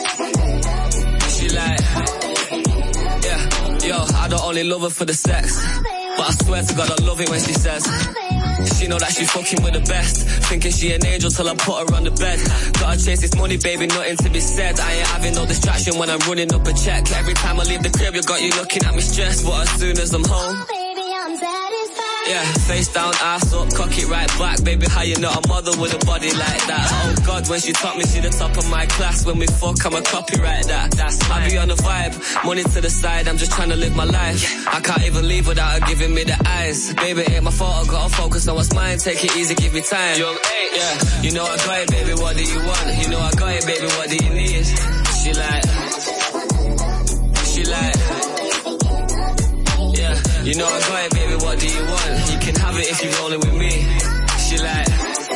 yeah. Yo, I don't only love her for the sex, but I swear to God I love it when she says she know that she fucking with the best. Thinking she an angel till I put her on the bed. Gotta chase this money, baby, nothing to be said. I ain't having no distraction when I'm running up a check. Every time I leave the crib, you got you looking at me stressed. But as soon as I'm home, yeah, face down, ass up, cock it right back. Baby, how you not a mother with a body like that? Oh God, when she taught me, she the top of my class. When we fuck, I'ma copyright that. I be on the vibe, money to the side, I'm just trying to live my life. I can't even leave without her giving me the eyes. Baby, ain't my fault, I gotta focus on what's mine. Take it easy, give me time. Yeah, you know I got it, baby, what do you want? You know I got it, baby, what do you need? She like, you know I got it, baby, what do you want? You can have it if you're rolling with me. She like,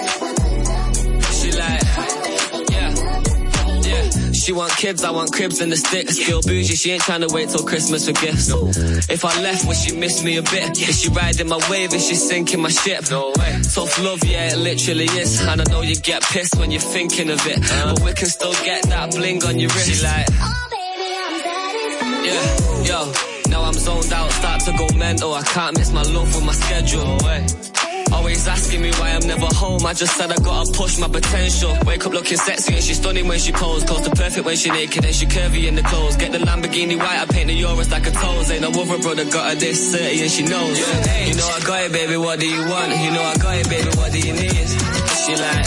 yeah. She want kids, I want cribs and the sticks. Still bougie, she ain't trying to wait till Christmas for gifts. If I left, would she miss me a bit? Is she riding my wave? Is she sinking my ship? No way. Tough love, yeah, it literally is. And I know you get pissed when you're thinking of it, but we can still get that bling on your wrist. She like, yeah, yo. Now I'm zoned out, start to go mental. I can't mix my love with my schedule. Always asking me why I'm never home. I just said I gotta push my potential. Wake up looking sexy and she's stunning when she pose. Close to perfect when she naked and she curvy in the clothes. Get the Lamborghini white, I paint the Euros like a toes. Ain't no other brother got her this 30 and she knows. You know I got it, baby, what do you want? You know I got it, baby, what do you need? She like,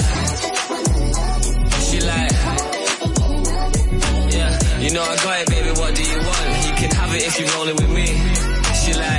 yeah. You know I got it, baby, what do you want? You can have it if you're rolling with me. She like,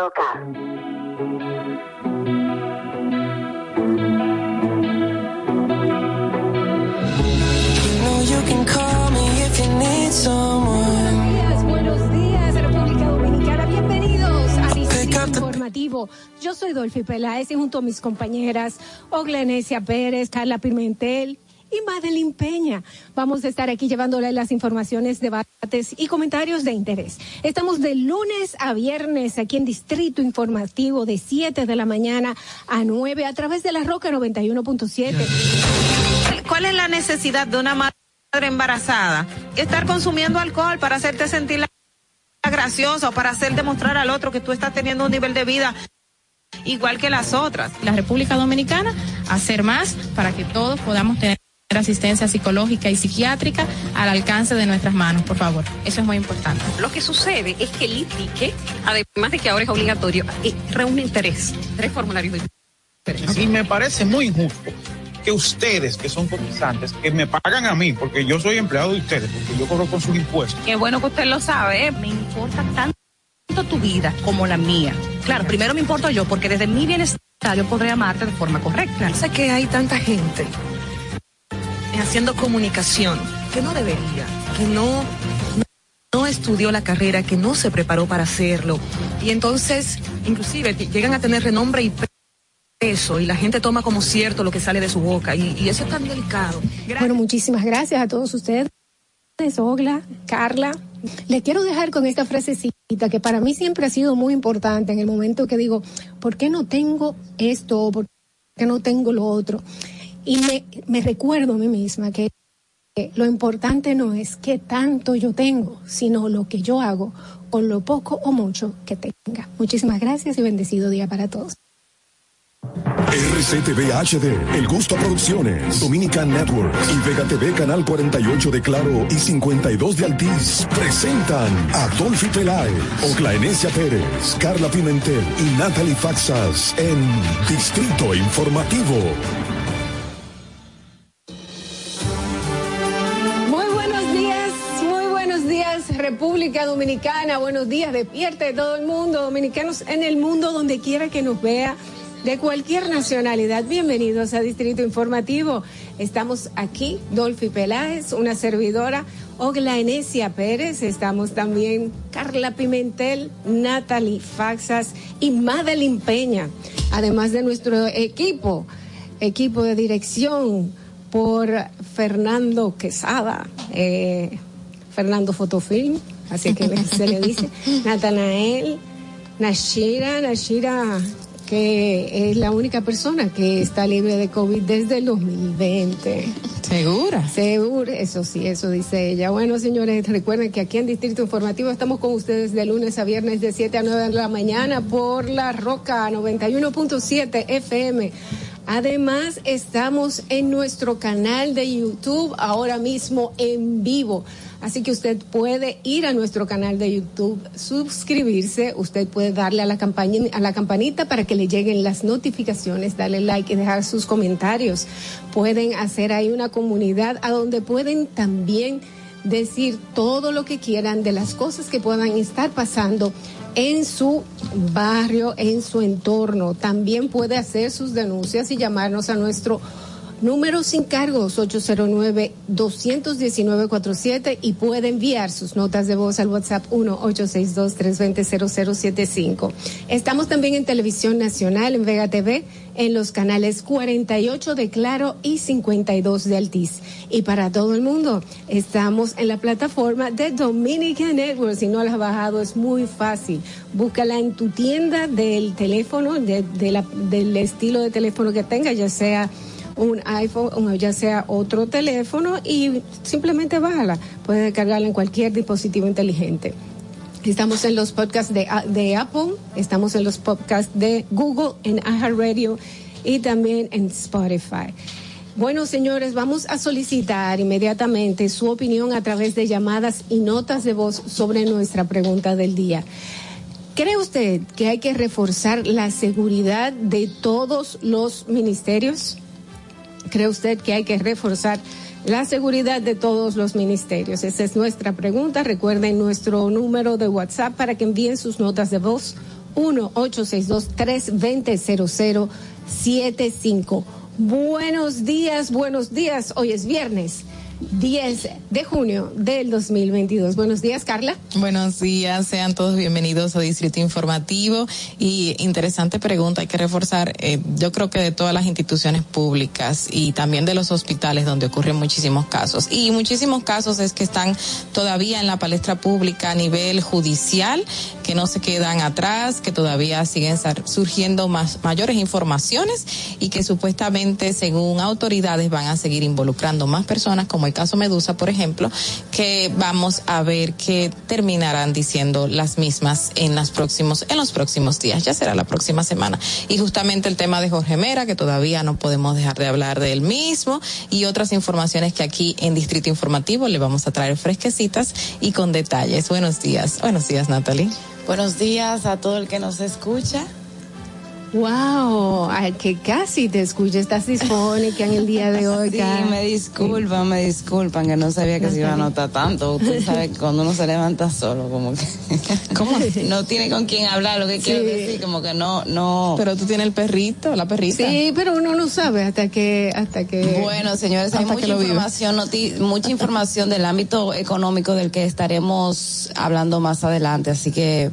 Roca. Buenos días, República Dominicana. Bienvenidos a Distrito Informativo. Yo soy Dolphy Peláez y junto a mis compañeras Oglenesia Pérez, Carla Pimentel y Madeline Peña vamos a estar aquí llevándole las informaciones, debates y comentarios de interés. Estamos de lunes a viernes aquí en Distrito Informativo de 7 de la mañana a 9 a través de La Roca 91.7. ¿Cuál es la necesidad de una madre embarazada? Estar consumiendo alcohol para hacerte sentir graciosa o para hacer demostrar al otro que tú estás teniendo un nivel de vida igual que las otras. La República Dominicana, hacer más para que todos podamos tener asistencia psicológica y psiquiátrica al alcance de nuestras manos, por favor. Eso es muy importante. Lo que sucede es que el ITIQUE, además de que ahora es obligatorio, reúne interés, 3 formularios de interés. Y me parece muy injusto que ustedes, que son cotizantes, que me pagan a mí, porque yo soy empleado de ustedes, porque yo cobro con sus impuestos. Qué bueno que usted lo sabe, me importa tanto tu vida como la mía. Claro, primero me importo yo, porque desde mi bienestar yo podré amarte de forma correcta. Sé que hay tanta gente haciendo comunicación que no debería, que no estudió la carrera, que no se preparó para hacerlo. Y entonces, inclusive, llegan a tener renombre y peso, y la gente toma como cierto lo que sale de su boca, y eso es tan delicado. Bueno, muchísimas gracias a todos ustedes, Ogla, Carla. Les quiero dejar con esta frasecita que para mí siempre ha sido muy importante en el momento que digo, ¿por qué no tengo esto? ¿Por qué no tengo lo otro? Y me recuerdo a mí misma que lo importante no es qué tanto yo tengo, sino lo que yo hago con lo poco o mucho que tenga. Muchísimas gracias y bendecido día para todos. RCTV HD, El Gusto Producciones, Dominican Network y Vega TV Canal 48 de Claro y 52 de Altiz presentan a Dolphy Peláez, Oglaenesia Pérez, Carla Pimentel y Natalie Faxas en Distrito Informativo. República Dominicana, buenos días, despierte todo el mundo, dominicanos en el mundo, donde quiera que nos vea, de cualquier nacionalidad. Bienvenidos a Distrito Informativo. Estamos aquí, Dolphy Peláez, una servidora, Oglaenesia Pérez, estamos también Carla Pimentel, Natalie Faxas y Madeline Peña, además de nuestro equipo de dirección por Fernando Quesada, Fernando Fotofilm, así que se le dice, Natanael, Nashira, que es la única persona que está libre de COVID desde el 2020. ¿Segura? Segura, eso sí, eso dice ella. Bueno, señores, recuerden que aquí en Distrito Informativo estamos con ustedes de lunes a viernes de 7 a 9 de la mañana por La Roca 91.7 FM. Además, estamos en nuestro canal de YouTube ahora mismo en vivo. Así que usted puede ir a nuestro canal de YouTube, suscribirse, usted puede darle a la campanita para que le lleguen las notificaciones, darle like y dejar sus comentarios. Pueden hacer ahí una comunidad a donde pueden también decir todo lo que quieran de las cosas que puedan estar pasando en su barrio, en su entorno. También puede hacer sus denuncias y llamarnos a nuestro número sin cargos 809-219-47 y puede enviar sus notas de voz al WhatsApp 1-862-320-0075. Estamos también en Televisión Nacional, en Vega TV, en los canales 48 de Claro y 52 de Altiz. Y para todo el mundo, estamos en la plataforma de Dominican Network. Si no la has bajado, es muy fácil. Búscala en tu tienda del teléfono, del estilo de teléfono que tenga, ya sea un iPhone o ya sea otro teléfono, y simplemente bájala. Puedes descargarla en cualquier dispositivo inteligente. Estamos en los podcasts de Apple, estamos en los podcasts de Google, en iHeartRadio y también en Spotify. Bueno, señores, vamos a solicitar inmediatamente su opinión a través de llamadas y notas de voz sobre nuestra pregunta del día. ¿Cree usted que hay que reforzar la seguridad de todos los ministerios? ¿Cree usted que hay que reforzar la seguridad de todos los ministerios? Esa es nuestra pregunta. Recuerden nuestro número de WhatsApp para que envíen sus notas de voz, 1-862-320-0075. Buenos días. Hoy es viernes 10 de junio del 2022. Buenos días, Carla. Buenos días, sean todos bienvenidos a Distrito Informativo. Y interesante pregunta, hay que reforzar, yo creo que de todas las instituciones públicas y también de los hospitales donde ocurren muchísimos casos. Y muchísimos casos es que están todavía en la palestra pública a nivel judicial, que no se quedan atrás, que todavía siguen surgiendo mayores informaciones y que supuestamente, según autoridades, van a seguir involucrando más personas, como el caso Medusa, por ejemplo, que vamos a ver que terminarán diciendo las mismas en los próximos días, ya será la próxima semana. Y justamente el tema de Jorge Mera, que todavía no podemos dejar de hablar de él mismo, y otras informaciones que aquí en Distrito Informativo le vamos a traer fresquecitas y con detalles. Buenos días, Natalie. Buenos días a todo el que nos escucha. Wow, que casi te escucho, estás disfónica en el día de hoy. Sí, me disculpan, que no sabía que se iba a notar tanto. Usted sabe que cuando uno se levanta solo, como que ¿cómo? No tiene con quién hablar, lo que quiero decir, como que no. Pero tú tienes el perrito, la perrita. Sí, pero uno no sabe hasta que. Bueno, señores, hay mucha información del ámbito económico del que estaremos hablando más adelante, así que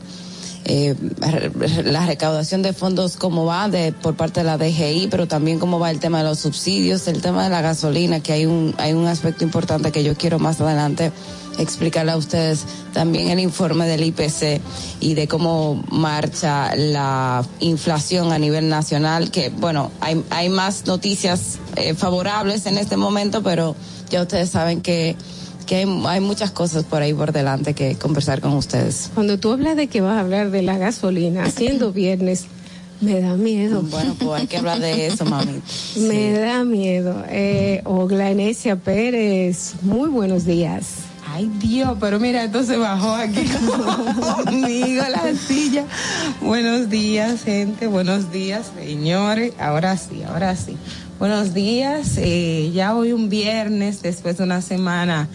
la recaudación de fondos, cómo va por parte de la DGI, pero también cómo va el tema de los subsidios, el tema de la gasolina, que hay un aspecto importante que yo quiero más adelante explicarle a ustedes, también el informe del IPC y de cómo marcha la inflación a nivel nacional, que bueno, hay más noticias favorables en este momento, pero ya ustedes saben que hay muchas cosas por ahí por delante que conversar con ustedes. Cuando tú hablas de que vas a hablar de la gasolina, siendo viernes, me da miedo. Bueno, pues hay que hablar de eso, mami. Me da miedo. Ogla Enesia Pérez, muy buenos días. Ay, Dios, pero mira, esto se bajó aquí conmigo la silla. Buenos días, gente, buenos días, señores. Ahora sí. Buenos días, ya hoy un viernes, después de una semana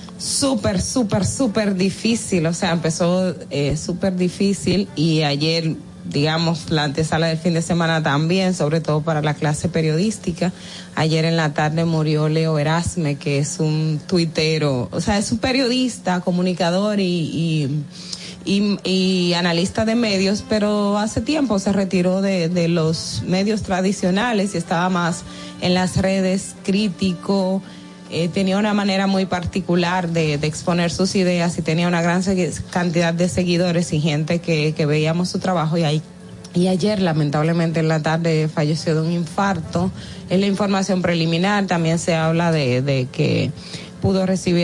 súper difícil, o sea, empezó súper difícil, y ayer, digamos, la antesala del fin de semana también, sobre todo para la clase periodística. Ayer en la tarde murió Leo Erasme, que es un tuitero, o sea, es un periodista, comunicador y analista de medios, pero hace tiempo se retiró de los medios tradicionales y estaba más en las redes, crítico. Tenía una manera muy particular de exponer sus ideas y tenía una gran cantidad de seguidores y gente que veíamos su trabajo, y ayer lamentablemente en la tarde falleció de un infarto. En la información preliminar también se habla de que pudo recibir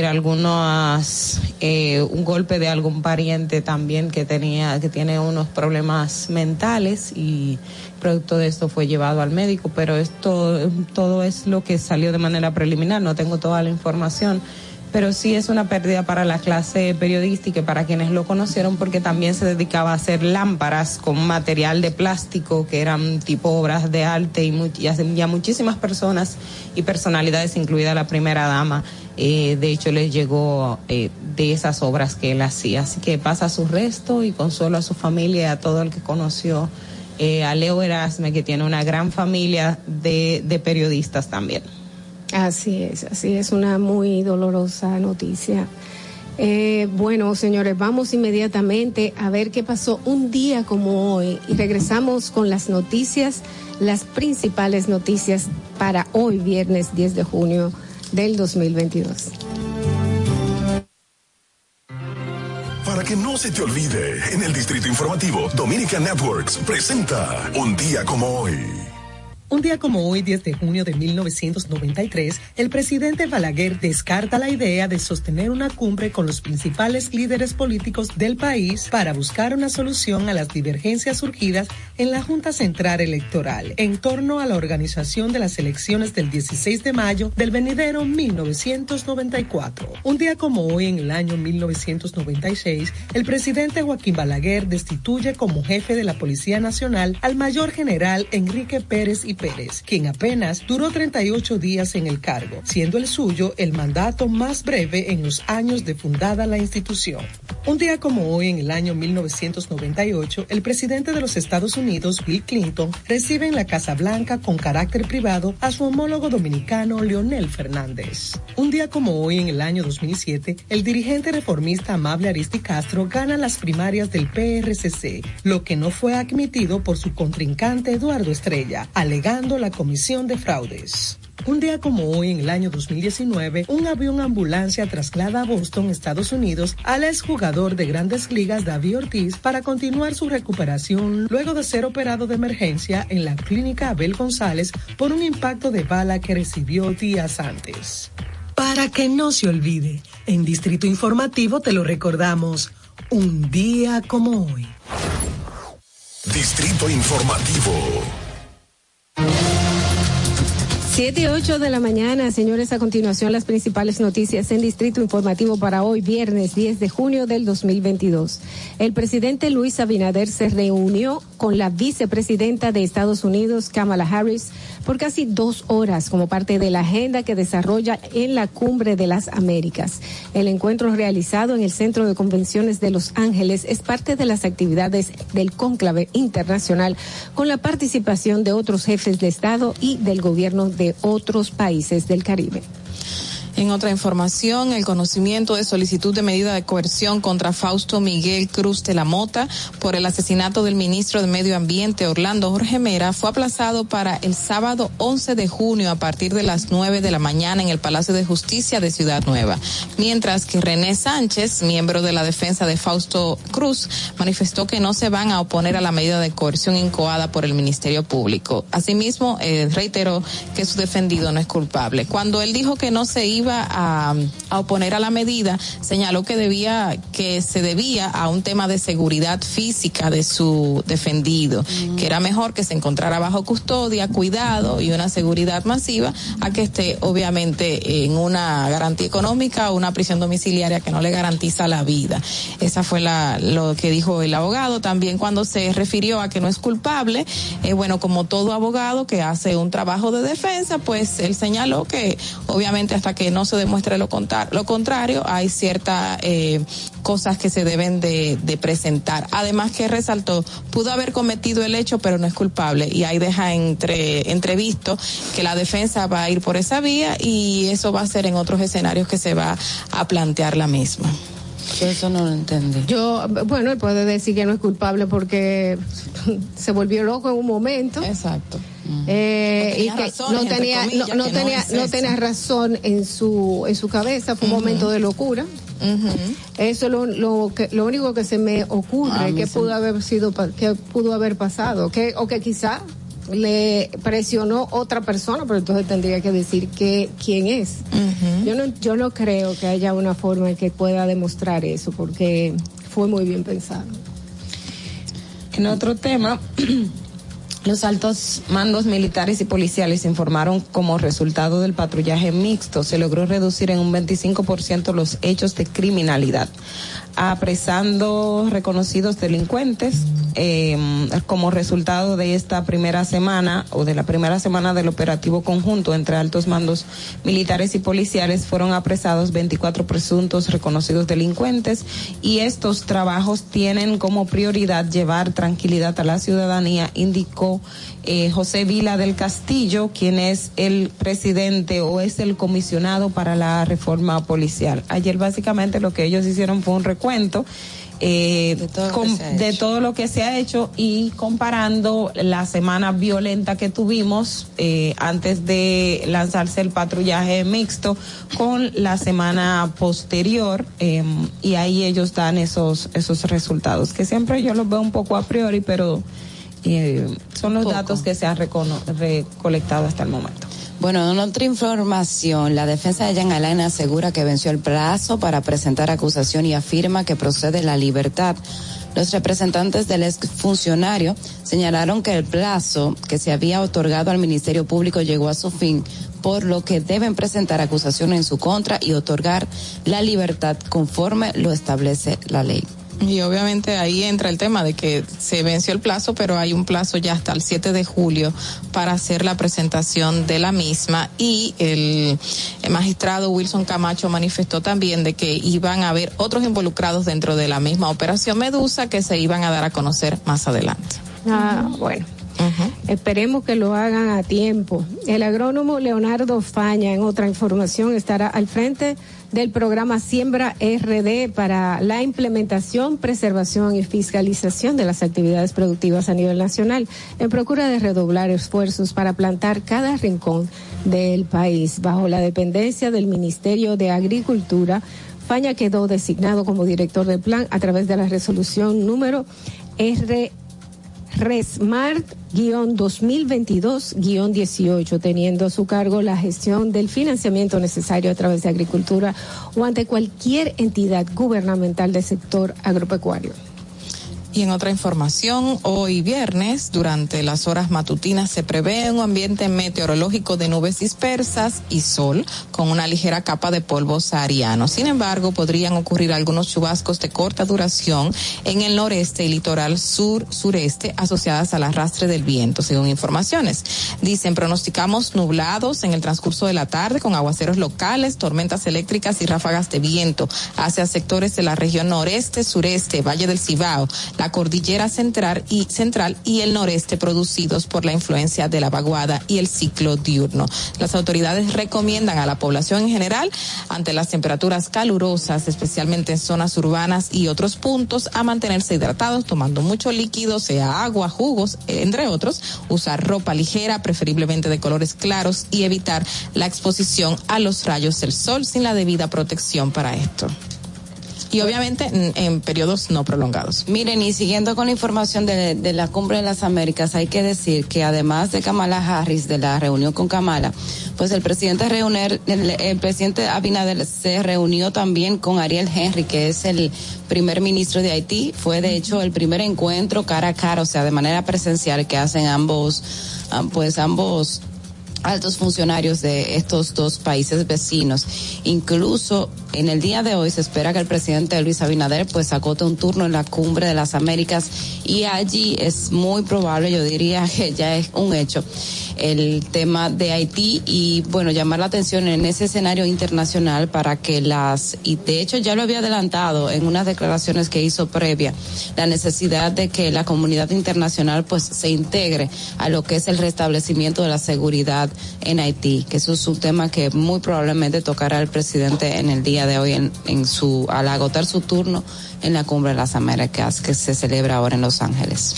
un golpe de algún pariente también que tiene unos problemas mentales, y producto de esto fue llevado al médico, pero todo es lo que salió de manera preliminar, no tengo toda la información, pero sí es una pérdida para la clase periodística y para quienes lo conocieron, porque también se dedicaba a hacer lámparas con material de plástico que eran tipo obras de arte, y a muchísimas personas y personalidades, incluida la primera dama, de hecho les llegó de esas obras que él hacía. Así que pasa su resto y consuelo a su familia y a todo el que conoció a Leo Erasme, que tiene una gran familia de periodistas también. Así es una muy dolorosa noticia. Bueno, señores, vamos inmediatamente a ver qué pasó un día como hoy, y regresamos con las noticias, las principales noticias para hoy, viernes 10 de junio del 2022. Para que no se te olvide, en el Distrito Informativo, Dominica Networks presenta Un día como hoy. Un día como hoy, 10 de junio de 1993, el presidente Balaguer descarta la idea de sostener una cumbre con los principales líderes políticos del país para buscar una solución a las divergencias surgidas en la Junta Central Electoral en torno a la organización de las elecciones del 16 de mayo del venidero 1994. Un día como hoy, en el año 1996, el presidente Joaquín Balaguer destituye como jefe de la Policía Nacional al mayor general Enrique Pérez y Abel Pérez, quien apenas duró 38 días en el cargo, siendo el suyo el mandato más breve en los años de fundada la institución. Un día como hoy, en el año 1998, el presidente de los Estados Unidos, Bill Clinton, recibe en la Casa Blanca con carácter privado a su homólogo dominicano Leonel Fernández. Un día como hoy, en el año 2007, el dirigente reformista Amable Aristi Castro gana las primarias del PRCC, lo que no fue admitido por su contrincante Eduardo Estrella, alegando la comisión de fraudes. Un día como hoy, en el año 2019, un avión ambulancia traslada a Boston, Estados Unidos, al exjugador de Grandes Ligas David Ortiz para continuar su recuperación luego de ser operado de emergencia en la clínica Abel González por un impacto de bala que recibió días antes. Para que no se olvide, en Distrito Informativo te lo recordamos, un día como hoy. Distrito Informativo. 7:08 de la mañana, señores, a continuación las principales noticias en Distrito Informativo para hoy, viernes 10 de junio del 2022. El presidente Luis Abinader se reunió con la vicepresidenta de Estados Unidos, Kamala Harris, por casi 2 horas como parte de la agenda que desarrolla en la Cumbre de las Américas. El encuentro realizado en el Centro de Convenciones de Los Ángeles es parte de las actividades del cónclave internacional con la participación de otros jefes de Estado y del gobierno de otros países del Caribe. En otra información, el conocimiento de solicitud de medida de coerción contra Fausto Miguel Cruz de la Mota por el asesinato del ministro de Medio Ambiente Orlando Jorge Mera fue aplazado para el sábado 11 de junio a partir de las 9 de la mañana en el Palacio de Justicia de Ciudad Nueva, mientras que René Sánchez, miembro de la defensa de Fausto Cruz, manifestó que no se van a oponer a la medida de coerción incoada por el Ministerio Público. Asimismo, reiteró que su defendido no es culpable. Cuando él dijo que no se iba a oponer a la medida, señaló que se debía a un tema de seguridad física de su defendido, que era mejor que se encontrara bajo custodia, cuidado y una seguridad masiva a que esté obviamente en una garantía económica o una prisión domiciliaria que no le garantiza la vida. Esa fue lo que dijo el abogado. También cuando se refirió a que no es culpable, bueno, como todo abogado que hace un trabajo de defensa, pues él señaló que obviamente hasta que no se demuestre lo contrario, hay ciertas cosas que se deben de presentar. Además que resaltó, pudo haber cometido el hecho, pero no es culpable, y ahí deja entrevisto que la defensa va a ir por esa vía y eso va a ser en otros escenarios que se va a plantear la misma. Yo eso no lo entendí. Bueno, él puede decir que no es culpable porque se volvió loco en un momento. Exacto. Y que no tenía razón en su cabeza, fue un momento de locura. Eso es lo único que se me ocurre que pudo haber pasado, o que quizá le presionó otra persona, pero entonces tendría que decir quién es. Yo no creo que haya una forma en que pueda demostrar eso, porque fue muy bien pensado. En otro tema, los altos mandos militares y policiales informaron como resultado del patrullaje mixto se logró reducir en un 25% los hechos de criminalidad, apresando reconocidos delincuentes. Como resultado de esta primera semana o de la primera semana del operativo conjunto entre altos mandos militares y policiales, fueron apresados 24 presuntos reconocidos delincuentes, y estos trabajos tienen como prioridad llevar tranquilidad a la ciudadanía, indicó José Vila del Castillo, quien es el presidente o es el comisionado para la reforma policial. Ayer básicamente lo que ellos hicieron fue un recuento de todo lo que se ha hecho y comparando la semana violenta que tuvimos antes de lanzarse el patrullaje mixto con la semana posterior, y ahí ellos dan esos resultados que siempre yo los veo un poco a priori, pero son los datos que se han recolectado hasta el momento. Bueno, en otra información, la defensa de Jean Alain asegura que venció el plazo para presentar acusación y afirma que procede la libertad. Los representantes del exfuncionario señalaron que el plazo que se había otorgado al Ministerio Público llegó a su fin, por lo que deben presentar acusación en su contra y otorgar la libertad conforme lo establece la ley. Y obviamente ahí entra el tema de que se venció el plazo, pero hay un plazo ya hasta el 7 de julio para hacer la presentación de la misma, y el magistrado Wilson Camacho manifestó también de que iban a haber otros involucrados dentro de la misma operación Medusa que se iban a dar a conocer más adelante. Bueno. Esperemos que lo hagan a tiempo. El agrónomo Leonardo Faña, en otra información, estará al frente del programa Siembra RD para la implementación, preservación y fiscalización de las actividades productivas a nivel nacional, en procura de redoblar esfuerzos para plantar cada rincón del país. Bajo la dependencia del Ministerio de Agricultura, Faña quedó designado como director del plan a través de la resolución número RESMART-2022-18, teniendo a su cargo la gestión del financiamiento necesario a través de agricultura o ante cualquier entidad gubernamental del sector agropecuario. Y en otra información, hoy viernes, durante las horas matutinas, se prevé un ambiente meteorológico de nubes dispersas y sol, con una ligera capa de polvo sahariano. Sin embargo, podrían ocurrir algunos chubascos de corta duración en el noreste y litoral sureste, asociadas al arrastre del viento, según informaciones. Dicen, pronosticamos nublados en el transcurso de la tarde, con aguaceros locales, tormentas eléctricas y ráfagas de viento hacia sectores de la región noreste, sureste, Valle del Cibao, la cordillera central y el noreste, producidos por la influencia de la vaguada y el ciclo diurno. Las autoridades recomiendan a la población en general, ante las temperaturas calurosas, especialmente en zonas urbanas y otros puntos, a mantenerse hidratados, tomando mucho líquido, sea agua, jugos, entre otros, usar ropa ligera, preferiblemente de colores claros, y evitar la exposición a los rayos del sol sin la debida protección para esto. Y obviamente en periodos no prolongados. Miren, y siguiendo con la información de la Cumbre de las Américas, hay que decir que además de Kamala Harris, de la reunión con Kamala, pues el presidente Abinader se reunió también con Ariel Henry, que es el primer ministro de Haití. Fue de hecho el primer encuentro cara a cara, o sea, de manera presencial, que hacen ambos altos funcionarios de estos dos países vecinos. Incluso en el día de hoy se espera que el presidente Luis Abinader pues acote un turno en la Cumbre de las Américas, y allí es muy probable, yo diría que ya es un hecho, el tema de Haití, y bueno, llamar la atención en ese escenario internacional para que y de hecho ya lo había adelantado en unas declaraciones que hizo previa, la necesidad de que la comunidad internacional pues se integre a lo que es el restablecimiento de la seguridad en Haití, que eso es un tema que muy probablemente tocará el presidente en el día de hoy al agotar su turno en la Cumbre de las Américas, que se celebra ahora en Los Ángeles.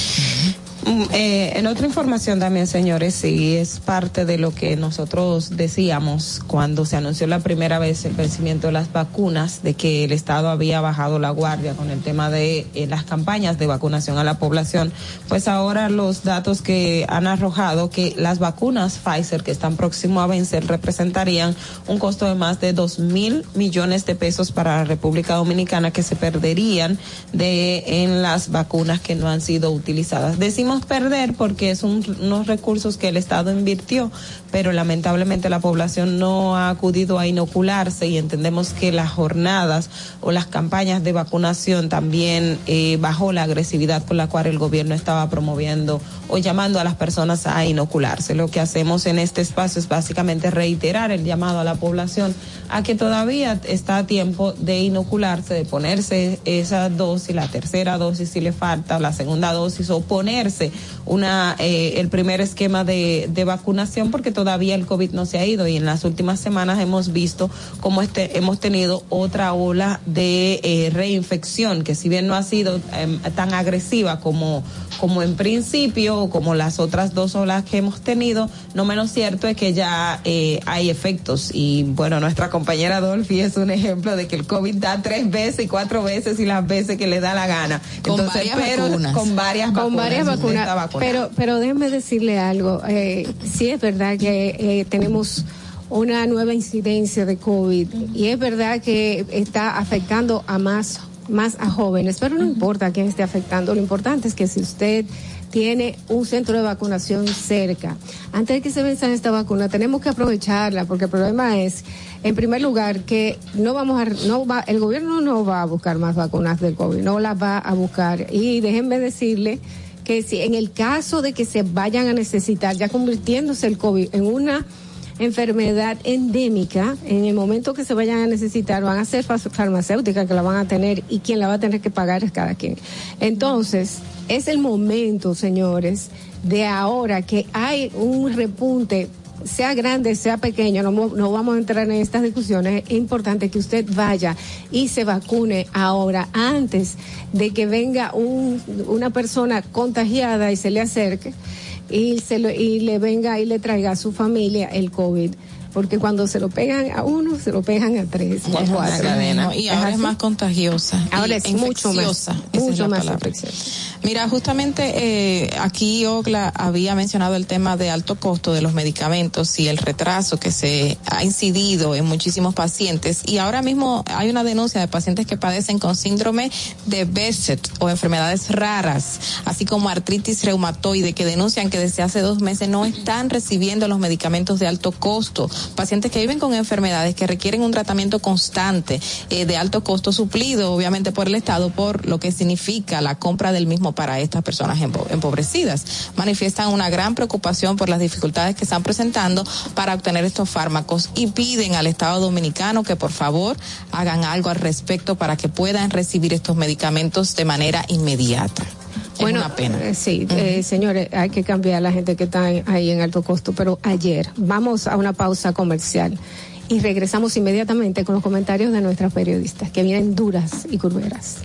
En otra información también, señores, sí es parte de lo que nosotros decíamos cuando se anunció la primera vez el vencimiento de las vacunas, de que el Estado había bajado la guardia con el tema de las campañas de vacunación a la población. Pues ahora los datos que han arrojado que las vacunas Pfizer que están próximo a vencer representarían un costo de más de 2.000 millones de pesos para la República Dominicana, que se perderían en las vacunas que no han sido utilizadas. Decimos perder porque son unos recursos que el Estado invirtió, pero lamentablemente la población no ha acudido a inocularse, y entendemos que las jornadas o las campañas de vacunación también bajó la agresividad con la cual el gobierno estaba promoviendo o llamando a las personas a inocularse. Lo que hacemos en este espacio es básicamente reiterar el llamado a la población a que todavía está a tiempo de inocularse, de ponerse esa dosis, la tercera dosis si le falta, la segunda dosis, o ponerse el primer esquema de vacunación, porque todavía el COVID no se ha ido, y en las últimas semanas hemos visto cómo hemos tenido otra ola de reinfección, que si bien no ha sido tan agresiva como en principio, o como las otras dos olas que hemos tenido, no menos cierto es que ya hay efectos. Y bueno, nuestra compañera Dolphy es un ejemplo de que el COVID da 3 veces y 4 veces y las veces que le da la gana. Con varias vacunas. Pero déjeme decirle algo. Sí es verdad que tenemos una nueva incidencia de COVID, y es verdad que está afectando a más a jóvenes, pero no importa quién esté afectando, lo importante es que si usted tiene un centro de vacunación cerca. Antes de que se venzan esta vacuna, tenemos que aprovecharla, porque el problema es, en primer lugar, que el gobierno no va a buscar más vacunas del COVID, no las va a buscar. Y déjenme decirle que si en el caso de que se vayan a necesitar, ya convirtiéndose el COVID en una enfermedad endémica, en el momento que se vayan a necesitar, van a ser farmacéuticas que la van a tener, y quien la va a tener que pagar es cada quien. Entonces, es el momento, señores, de ahora que hay un repunte, sea grande, sea pequeño, no vamos a entrar en estas discusiones. Es importante que usted vaya y se vacune ahora, antes de que venga una persona contagiada y se le acerque y le venga y le traiga a su familia el COVID. Porque cuando se lo pegan a uno, se lo pegan a tres, a cuatro. Cadena. Y ahora es más contagiosa. Ahora es mucho más infecciosa. Mira, justamente aquí Ogla había mencionado el tema de alto costo de los medicamentos y el retraso que se ha incidido en muchísimos pacientes. Y ahora mismo hay una denuncia de pacientes que padecen con síndrome de Behçet o enfermedades raras, así como artritis reumatoide, que denuncian que desde hace 2 meses no están recibiendo los medicamentos de alto costo. Pacientes que viven con enfermedades que requieren un tratamiento constante de alto costo, suplido obviamente por el Estado, por lo que significa la compra del mismo para estas personas empobrecidas. Manifiestan una gran preocupación por las dificultades que están presentando para obtener estos fármacos y piden al Estado Dominicano que por favor hagan algo al respecto para que puedan recibir estos medicamentos de manera inmediata. Bueno, es una pena. Sí, señores, hay que cambiar a la gente que está ahí en alto costo, pero ayer vamos a una pausa comercial y regresamos inmediatamente con los comentarios de nuestras periodistas, que vienen duras y curveras.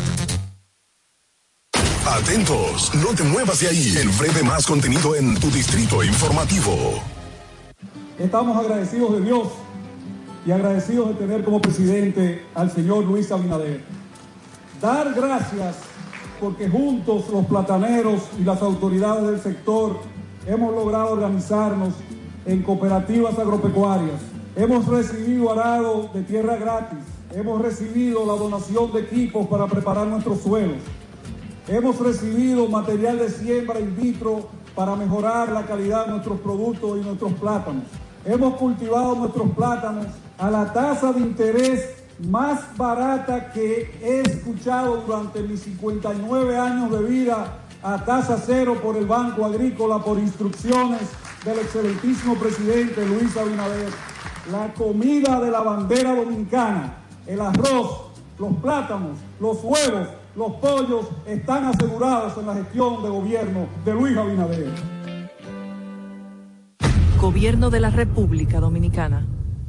Atentos, no te muevas de ahí. El breve más contenido en tu distrito informativo. Estamos agradecidos de Dios y agradecidos de tener como presidente al señor Luis Abinader. Dar gracias porque juntos los plataneros y las autoridades del sector hemos logrado organizarnos en cooperativas agropecuarias. Hemos recibido arado de tierra gratis, hemos recibido la donación de equipos para preparar nuestros suelos, hemos recibido material de siembra in vitro para mejorar la calidad de nuestros productos y nuestros plátanos. Hemos cultivado nuestros plátanos a la tasa de interés más barata que he escuchado durante mis 59 años de vida, a tasa cero por el Banco Agrícola, por instrucciones del excelentísimo presidente Luis Abinader. La comida de la bandera dominicana, el arroz, los plátanos, los huevos, los pollos están asegurados en la gestión de gobierno de Luis Abinader. Gobierno de la República Dominicana.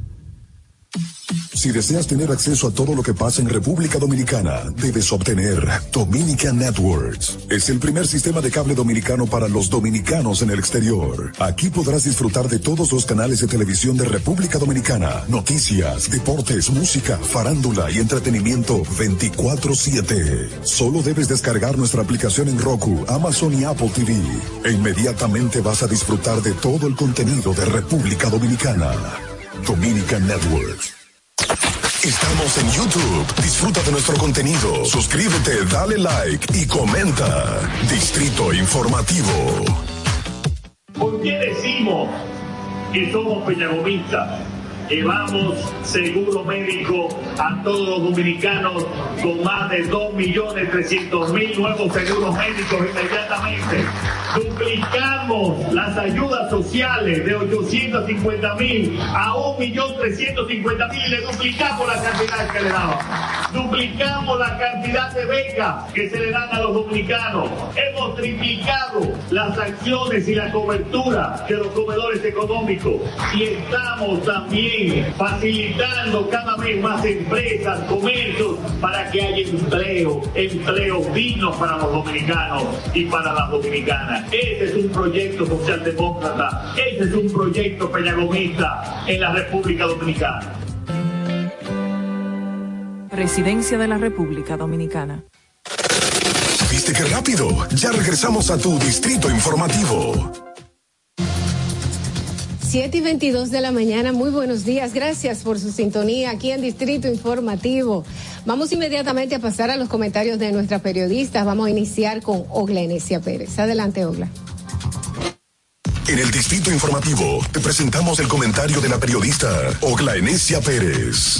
Si deseas tener acceso a todo lo que pasa en República Dominicana, debes obtener Dominican Networks. Es el primer sistema de cable dominicano para los dominicanos en el exterior. Aquí podrás disfrutar de todos los canales de televisión de República Dominicana, noticias, deportes, música, farándula y entretenimiento 24/7. Solo debes descargar nuestra aplicación en Roku, Amazon y Apple TV. E inmediatamente vas a disfrutar de todo el contenido de República Dominicana. Dominican Networks. Estamos en YouTube. Disfruta de nuestro contenido. Suscríbete, dale like y comenta. Distrito Informativo. ¿Por qué decimos que somos peñagomistas? Llevamos seguro médico a todos los dominicanos con más de 2.300.000 nuevos seguros médicos inmediatamente. Duplicamos las ayudas sociales de 850.000 a 1.350.000 y le duplicamos la cantidad que le daban. Duplicamos la cantidad de becas que se le dan a los dominicanos. Hemos triplicado las acciones y la cobertura de los comedores económicos y estamos también facilitando cada vez más empresas, comercios, para que haya empleos dignos para los dominicanos y para las dominicanas. Ese es un proyecto socialdemócrata, ese es un proyecto peñagomista en la República Dominicana. Presidencia de la República Dominicana. ¿Viste qué rápido? Ya regresamos a tu Distrito Informativo. 7:22 de la mañana, muy buenos días, gracias por su sintonía aquí en Distrito Informativo. Vamos inmediatamente a pasar a los comentarios de nuestras periodistas. Vamos a iniciar con Ogla Enesia Pérez. Adelante, Ogla. En el Distrito Informativo te presentamos el comentario de la periodista Ogla Enesia Pérez.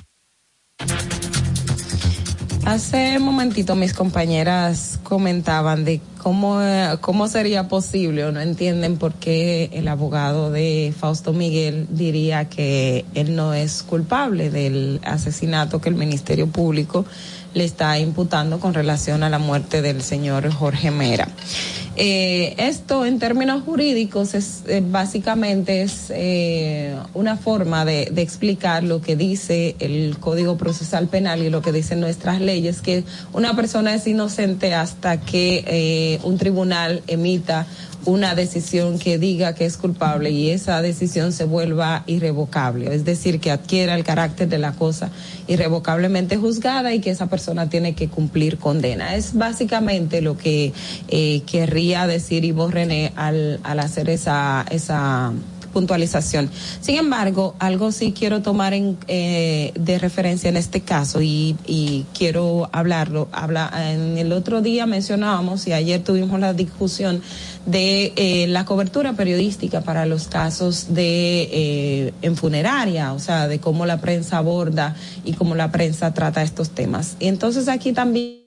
Hace un momentito mis compañeras comentaban de cómo sería posible, o no entienden por qué el abogado de Fausto Miguel diría que él no es culpable del asesinato que el Ministerio Público le está imputando con relación a la muerte del señor Jorge Mera. Esto en términos jurídicos es básicamente una forma de explicar lo que dice el Código Procesal Penal y lo que dicen nuestras leyes, que una persona es inocente hasta que un tribunal emita una decisión que diga que es culpable y esa decisión se vuelva irrevocable, es decir, que adquiera el carácter de la cosa irrevocablemente juzgada y que esa persona tiene que cumplir condena. Es básicamente lo que querría decir Ivo René al hacer esa puntualización. Sin embargo, algo sí quiero tomar de referencia en este caso y quiero hablarlo. En el otro día mencionábamos y ayer tuvimos la discusión de la cobertura periodística para los casos en funeraria, o sea, de cómo la prensa aborda y cómo la prensa trata estos temas. Y entonces aquí también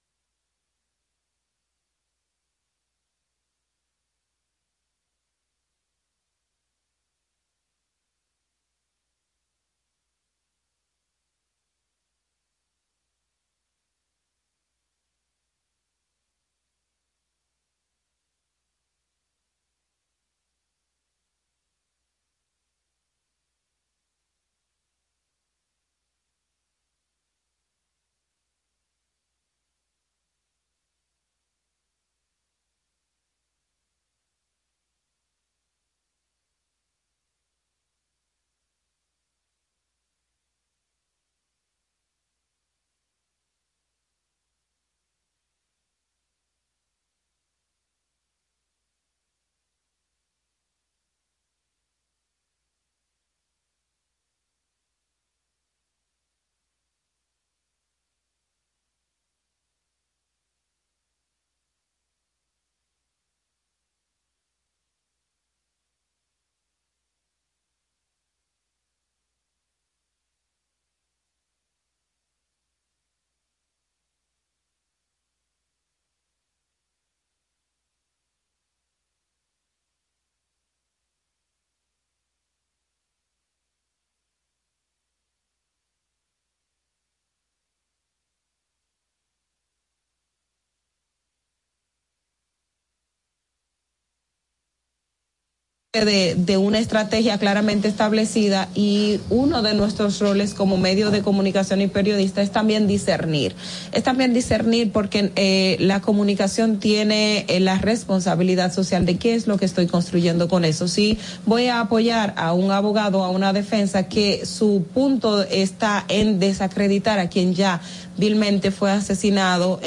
de una estrategia claramente establecida, y uno de nuestros roles como medio de comunicación y periodista es también discernir. Es también discernir porque la comunicación tiene la responsabilidad social de qué es lo que estoy construyendo con eso. Si voy a apoyar a un abogado, a una defensa que su punto está en desacreditar a quien ya vilmente fue asesinado,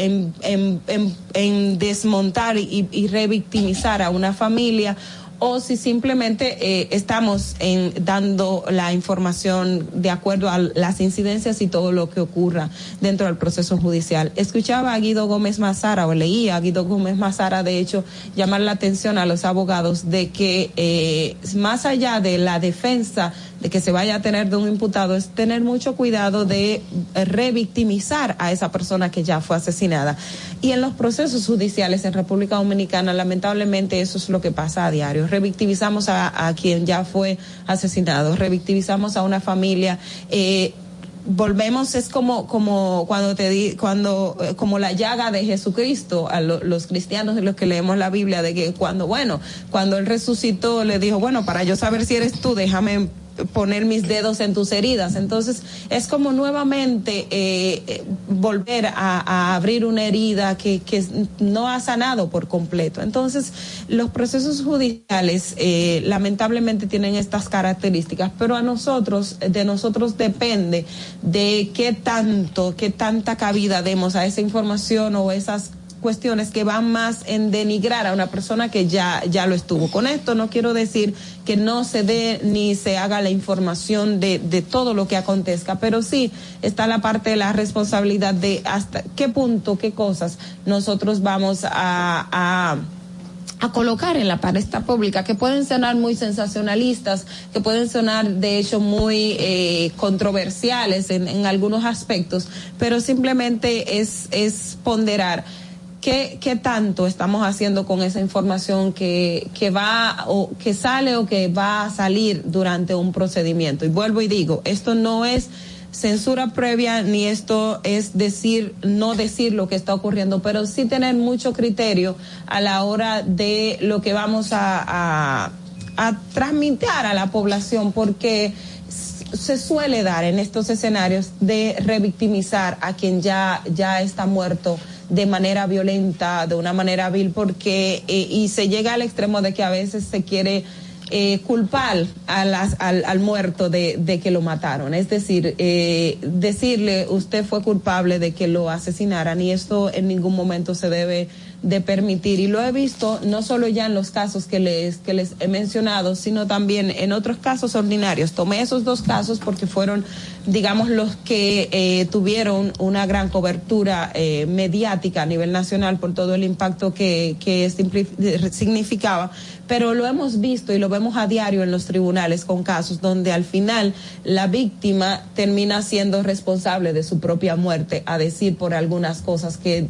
en desmontar y revictimizar a una familia, o si simplemente estamos dando la información de acuerdo a las incidencias y todo lo que ocurra dentro del proceso judicial. Escuchaba a Guido Gómez Mazara, o leía a Guido Gómez Mazara, de hecho, llamar la atención a los abogados de que más allá de la defensa de que se vaya a tener de un imputado, es tener mucho cuidado de revictimizar a esa persona que ya fue asesinada. Y en los procesos judiciales en República Dominicana, lamentablemente, eso es lo que pasa a diario. Revictimizamos a quien ya fue asesinado, revictimizamos a una familia. Volvemos, es como como la llaga de Jesucristo a los cristianos de los que leemos la Biblia, de que cuando él resucitó, le dijo, bueno, para yo saber si eres tú, déjame poner mis dedos en tus heridas. Entonces es como nuevamente volver a abrir una herida que no ha sanado por completo. Entonces los procesos judiciales lamentablemente tienen estas características, pero de nosotros depende de qué tanta cabida demos a esa información o esas cuestiones que van más en denigrar a una persona que ya lo estuvo. Con esto no quiero decir que no se dé ni se haga la información de todo lo que acontezca, pero sí está la parte de la responsabilidad de hasta qué punto, qué cosas nosotros vamos a colocar en la palestra pública, que pueden sonar muy sensacionalistas, que pueden sonar de hecho muy controversiales en algunos aspectos, pero simplemente es ponderar qué tanto estamos haciendo con esa información que va o que sale o que va a salir durante un procedimiento. Y vuelvo y digo, esto no es censura previa, ni esto es no decir lo que está ocurriendo, pero sí tener mucho criterio a la hora de lo que vamos a transmitir a la población, porque se suele dar en estos escenarios de revictimizar a quien ya está muerto de manera violenta, de una manera vil, porque y se llega al extremo de que a veces se quiere culpar al muerto de que lo mataron, es decir, decirle usted fue culpable de que lo asesinaran, y esto en ningún momento se debe de permitir, y lo he visto no solo ya en los casos que les he mencionado, sino también en otros casos ordinarios. Tomé esos dos casos porque fueron, digamos, los que tuvieron una gran cobertura mediática a nivel nacional por todo el impacto que significaba, pero lo hemos visto y lo vemos a diario en los tribunales con casos donde al final la víctima termina siendo responsable de su propia muerte, a decir por algunas cosas que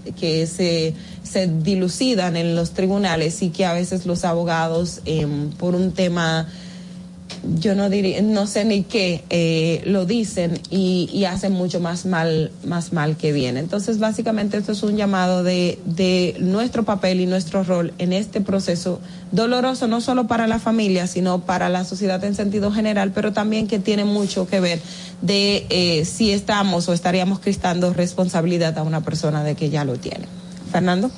se dilucidan en los tribunales, y que a veces los abogados por un tema, yo no sé ni qué, lo dicen y hacen mucho más mal que bien. Entonces básicamente esto es un llamado de nuestro papel y nuestro rol en este proceso doloroso, no solo para la familia, sino para la sociedad en sentido general, pero también que tiene mucho que ver de si estamos o estaríamos cristando responsabilidad a una persona de que ya lo tiene. Fernando.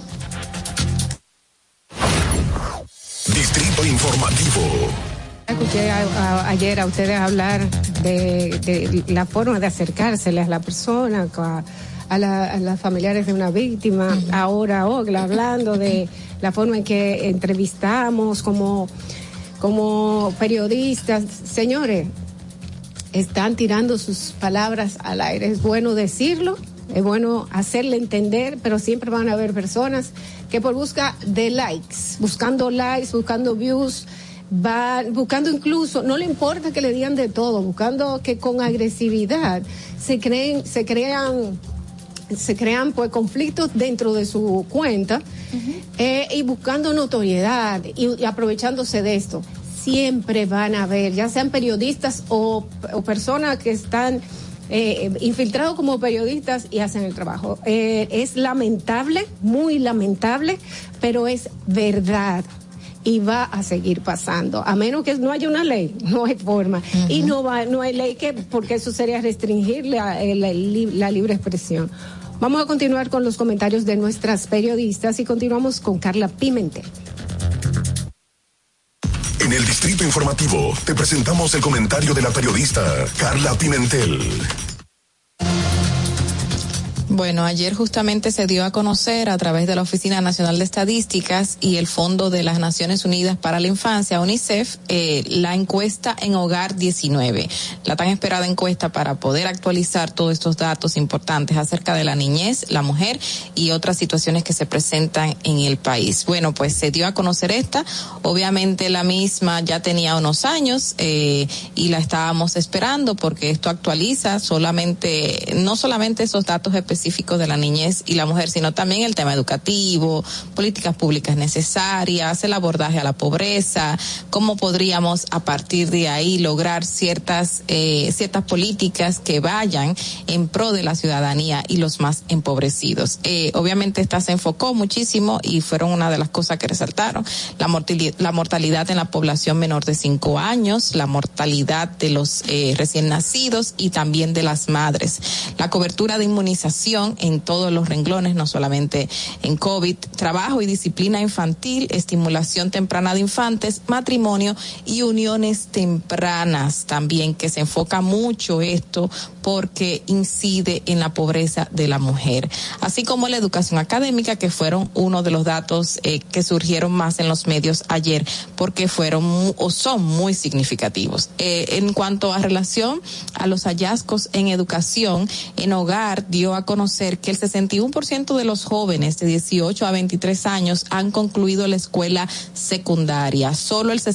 Distrito Informativo. Escuché ayer a ustedes hablar de la forma de acercárseles a la persona, a las familiares de una víctima. Ahora Ogla hablando de la forma en que entrevistamos como periodistas. Señores, están tirando sus palabras al aire. Es bueno decirlo, es bueno hacerle entender, pero siempre van a haber personas que por busca de buscando views, van buscando, incluso no le importa que le digan de todo, buscando que con agresividad se crean pues conflictos dentro de su cuenta, y buscando notoriedad y aprovechándose de esto. Siempre van a haber, ya sean periodistas o personas que están infiltrados como periodistas y hacen el trabajo. Es lamentable, muy lamentable, pero es verdad. Y va a seguir pasando, a menos que no haya una ley, no hay forma. Y no hay ley porque eso sería restringir la libre expresión. Vamos a continuar con los comentarios de nuestras periodistas y continuamos con Carla Pimentel. En el Distrito Informativo te presentamos el comentario de la periodista Carla Pimentel. Bueno, ayer justamente se dio a conocer a través de la Oficina Nacional de Estadísticas y el Fondo de las Naciones Unidas para la Infancia, UNICEF, la encuesta en Hogar 19, la tan esperada encuesta para poder actualizar todos estos datos importantes acerca de la niñez, la mujer y otras situaciones que se presentan en el país. Bueno, pues se dio a conocer esta, obviamente la misma ya tenía unos años y la estábamos esperando porque esto actualiza no solamente esos datos específicos de la niñez y la mujer, sino también el tema educativo, políticas públicas necesarias, el abordaje a la pobreza, cómo podríamos a partir de ahí lograr ciertas políticas que vayan en pro de la ciudadanía y los más empobrecidos. Obviamente esta se enfocó muchísimo y fueron una de las cosas que resaltaron: la mortalidad en la población menor de 5 años, la mortalidad de los recién nacidos y también de las madres, la cobertura de inmunización prevención en todos los renglones, no solamente en COVID, trabajo y disciplina infantil, estimulación temprana de infantes, matrimonio y uniones tempranas también, que se enfoca mucho esto porque incide en la pobreza de la mujer, así como la educación académica, que fueron uno de los datos que surgieron más en los medios ayer, porque fueron o son muy significativos. En cuanto a relación a los hallazgos en educación, en hogar dio a conocer que el 61% de los jóvenes de 18 a 23 años han concluido la escuela secundaria, solo el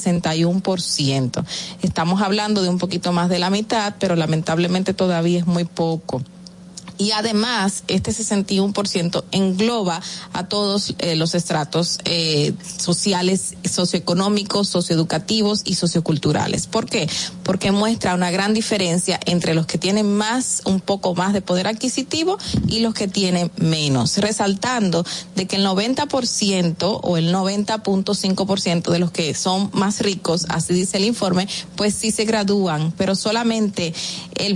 61%. Estamos hablando de un poquito más de la mitad, pero lamentablemente todavía es muy poco. Y además, este 61% engloba a todos los estratos sociales, socioeconómicos, socioeducativos y socioculturales. ¿Por qué? Porque muestra una gran diferencia entre los que tienen más, un poco más de poder adquisitivo y los que tienen menos, resaltando de que el 90% o el 90.5% de los que son más ricos, así dice el informe, pues sí se gradúan, pero solamente el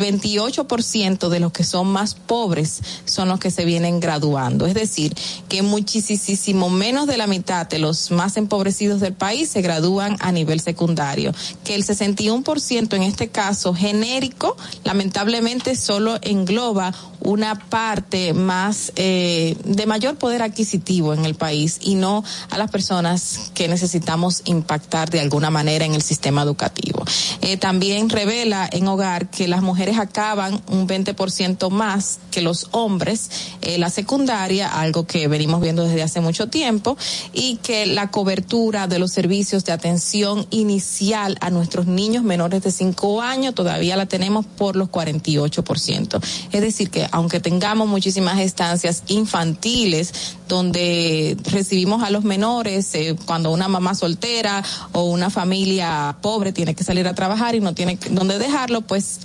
28% de los que son más pobres son los que se vienen graduando. Es decir, que muchísimo menos de la mitad de los más empobrecidos del país se gradúan a nivel secundario. Que el 61% en este caso genérico, lamentablemente solo engloba una parte más de mayor poder adquisitivo en el país y no a las personas que necesitamos impactar de alguna manera en el sistema educativo. También revela en hogar que las mujeres acaban un 20% más que los hombres la secundaria, algo que venimos viendo desde hace mucho tiempo, y que la cobertura de los servicios de atención inicial a nuestros niños menores de 5 años todavía la tenemos por los 48%. Es decir, que aunque tengamos muchísimas estancias infantiles donde recibimos a los menores cuando una mamá soltera o una familia pobre tiene que salir a trabajar y no tiene dónde dejarlo, pues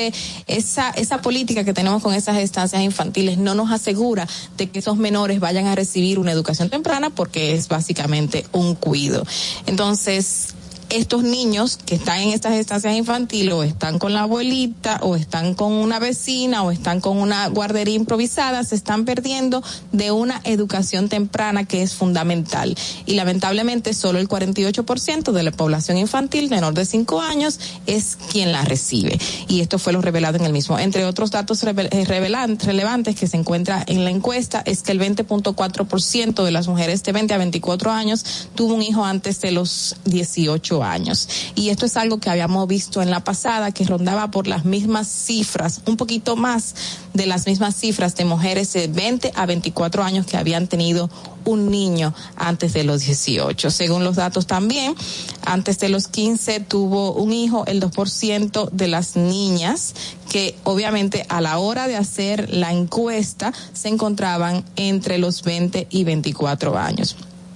esa política que tenemos con esas estancias infantiles no nos asegura de que esos menores vayan a recibir una educación temprana, porque es básicamente un cuido. Entonces, estos niños que están en estas estancias infantiles o están con la abuelita o están con una vecina o están con una guardería improvisada, se están perdiendo de una educación temprana que es fundamental. Y lamentablemente solo el 48% de la población infantil menor de 5 años es quien la recibe. Y esto fue lo revelado en el mismo. Entre otros datos relevantes que se encuentra en la encuesta es que el 20.4% de las mujeres de 20 a 24 años tuvo un hijo antes de los 18 años. Y esto es algo que habíamos visto en la pasada, que rondaba por las mismas cifras, un poquito más de las mismas cifras de mujeres de 20 a 24 años que habían tenido un niño antes de los 18. Según los datos también, antes de los 15 tuvo un hijo el 2% de las niñas, que obviamente a la hora de hacer la encuesta se encontraban entre los 20 y 24 años.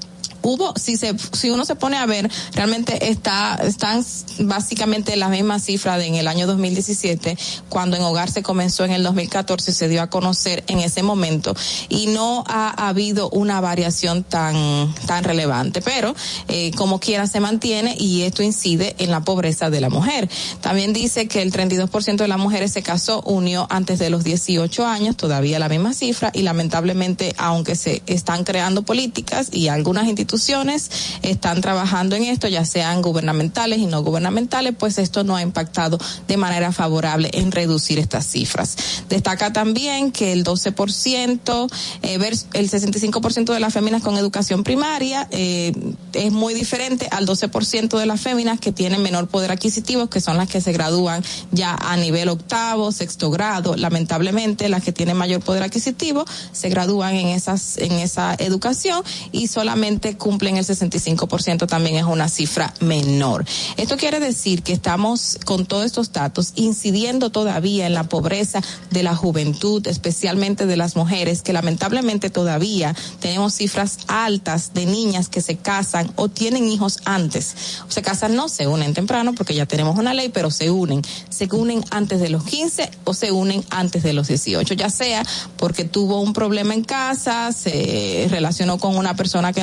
Si uno se pone a ver, realmente están básicamente las mismas cifras en el año 2017, cuando en hogar se comenzó en el 2014, se dio a conocer en ese momento, y no ha habido una variación tan relevante, pero como quiera se mantiene, y esto incide en la pobreza de la mujer. También dice que el 32% de las mujeres se casó, unió antes de los 18 años, todavía la misma cifra, y lamentablemente, aunque se están creando políticas y algunas instituciones están trabajando en esto, ya sean gubernamentales y no gubernamentales, pues esto no ha impactado de manera favorable en reducir estas cifras. Destaca también que el 12%, el 65% de las féminas con educación primaria es muy diferente al 12% de las féminas que tienen menor poder adquisitivo, que son las que se gradúan ya a nivel octavo, sexto grado. Lamentablemente, las que tienen mayor poder adquisitivo se gradúan en esa educación, y solamente cumplen el 65%, también es una cifra menor. Esto quiere decir que estamos con todos estos datos incidiendo todavía en la pobreza de la juventud, especialmente de las mujeres, que lamentablemente todavía tenemos cifras altas de niñas que se casan o tienen hijos antes. Se casan, no, se unen temprano porque ya tenemos una ley, pero se unen antes de los 15 o se unen antes de los 18, ya sea porque tuvo un problema en casa, se relacionó con una persona que no tenía,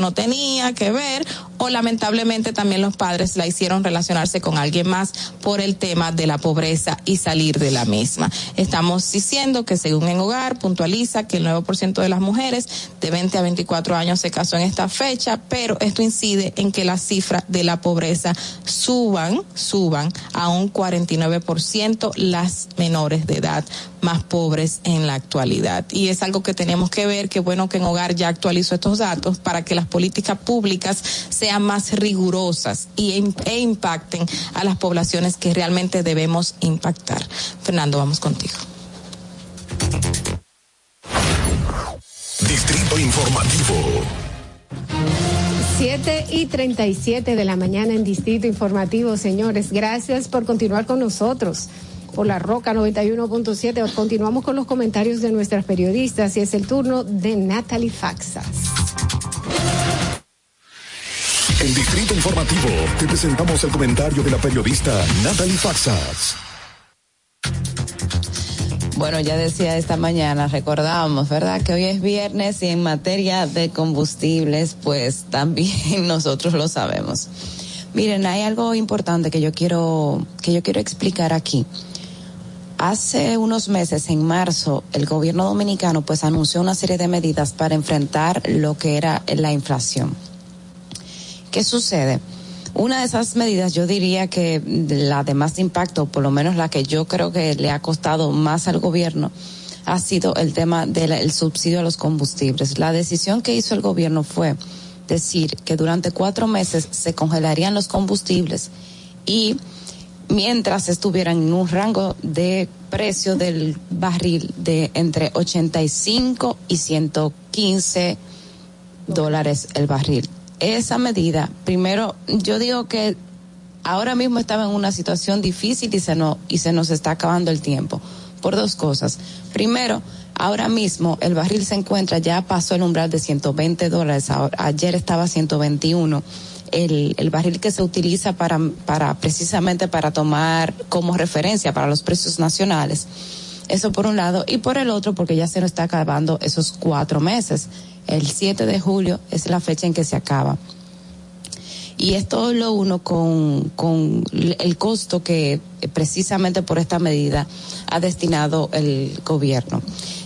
tenía que ver, o lamentablemente también los padres la hicieron relacionarse con alguien más por el tema de la pobreza y salir de la misma. Estamos diciendo que según En Hogar puntualiza que el 9% de las mujeres de 20 a 24 años se casó en esta fecha, pero esto incide en que las cifras de la pobreza suban a un 49% las menores de edad más pobres en la actualidad. Y es algo que tenemos que ver, que bueno que En Hogar ya actualizó estos datos para que las políticas públicas sean más rigurosas e impacten a las poblaciones que realmente debemos impactar. Fernando, vamos contigo. Distrito Informativo. 7:37 de la mañana en Distrito Informativo, señores. Gracias por continuar con nosotros. Por la Roca 91.7. Continuamos con los comentarios de nuestras periodistas y es el turno de Natalie Faxas. En Distrito Informativo te presentamos el comentario de la periodista Natalie Faxas. Bueno, ya decía esta mañana, recordábamos, ¿verdad?, que hoy es viernes y en materia de combustibles, pues también nosotros lo sabemos. Miren, hay algo importante que yo quiero explicar aquí. Hace unos meses, en marzo, el gobierno dominicano pues anunció una serie de medidas para enfrentar lo que era la inflación. ¿Qué sucede? Una de esas medidas, yo diría que la de más impacto, por lo menos la que yo creo que le ha costado más al gobierno, ha sido el tema del subsidio a los combustibles. La decisión que hizo el gobierno fue decir que durante 4 meses se congelarían los combustibles y mientras estuvieran en un rango de precio del barril de entre 85 y 115 dólares el barril. Esa medida, primero, yo digo que ahora mismo estaba en una situación difícil y se nos está acabando el tiempo, por 2 cosas. Primero, ahora mismo el barril se encuentra, ya pasó el umbral de 120 dólares, ayer estaba a 121. El barril que se utiliza precisamente para tomar como referencia para los precios nacionales. Eso por un lado, y por el otro porque ya se nos está acabando esos 4 meses. El 7 de julio es la fecha en que se acaba. Y esto lo uno con el costo que precisamente por esta medida ha destinado el gobierno.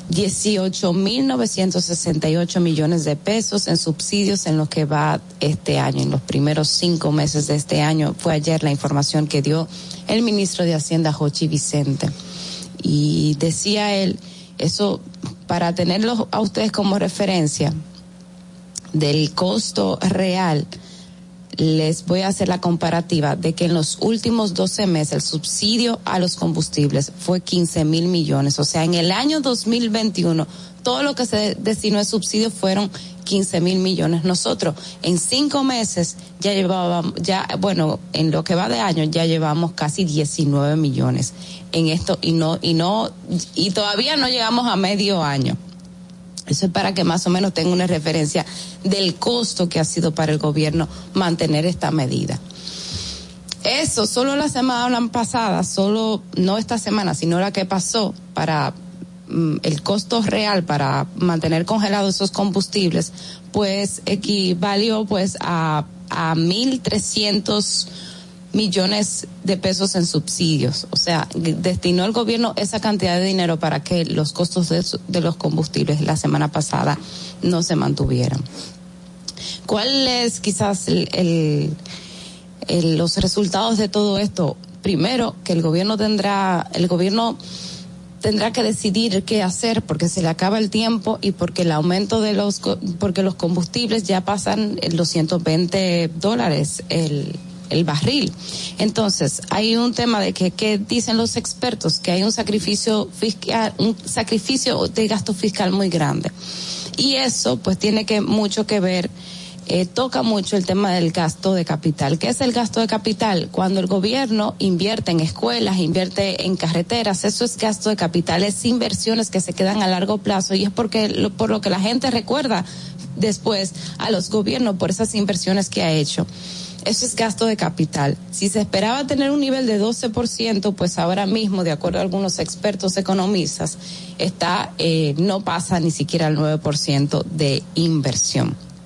18.968 millones de pesos en subsidios en lo que va este año, en los primeros 5 meses de este año. Fue ayer la información que dio el ministro de Hacienda, Jochi Vicente. Y decía él, eso para tenerlos a ustedes como referencia del costo real, les voy a hacer la comparativa de que en los últimos 12 meses el subsidio a los combustibles fue 15,000 millones. O sea, en el año 2021, todo lo que se destinó de subsidio fueron 15,000 millones. Nosotros en 5 meses ya llevábamos, en lo que va de año ya llevamos casi 19 millones en esto y todavía no llegamos a medio año. Eso es para que más o menos tenga una referencia del costo que ha sido para el gobierno mantener esta medida. Eso, solo la semana pasada, no esta semana, sino la que pasó, para el costo real para mantener congelados esos combustibles, pues equivalió pues a 1.300 millones de pesos en subsidios. O sea, destinó el gobierno esa cantidad de dinero para que los costos de los combustibles la semana pasada no se mantuvieran. ¿Cuál es quizás los resultados de todo esto? Primero, que el gobierno tendrá que decidir qué hacer porque se le acaba el tiempo y porque el aumento porque los combustibles ya pasan los 120 dólares el barril. Entonces, hay un tema de que dicen los expertos, que hay un sacrificio de gasto fiscal muy grande. Y eso pues tiene mucho que ver, toca mucho el tema del gasto de capital. ¿Qué es el gasto de capital? Cuando el gobierno invierte en escuelas, invierte en carreteras, eso es gasto de capital, es inversiones que se quedan a largo plazo y es por lo que la gente recuerda después a los gobiernos por esas inversiones que ha hecho. Eso es gasto de capital. Si se esperaba tener un nivel de 12%, pues ahora mismo, de acuerdo a algunos expertos economistas, no pasa ni siquiera el 9% de inversión.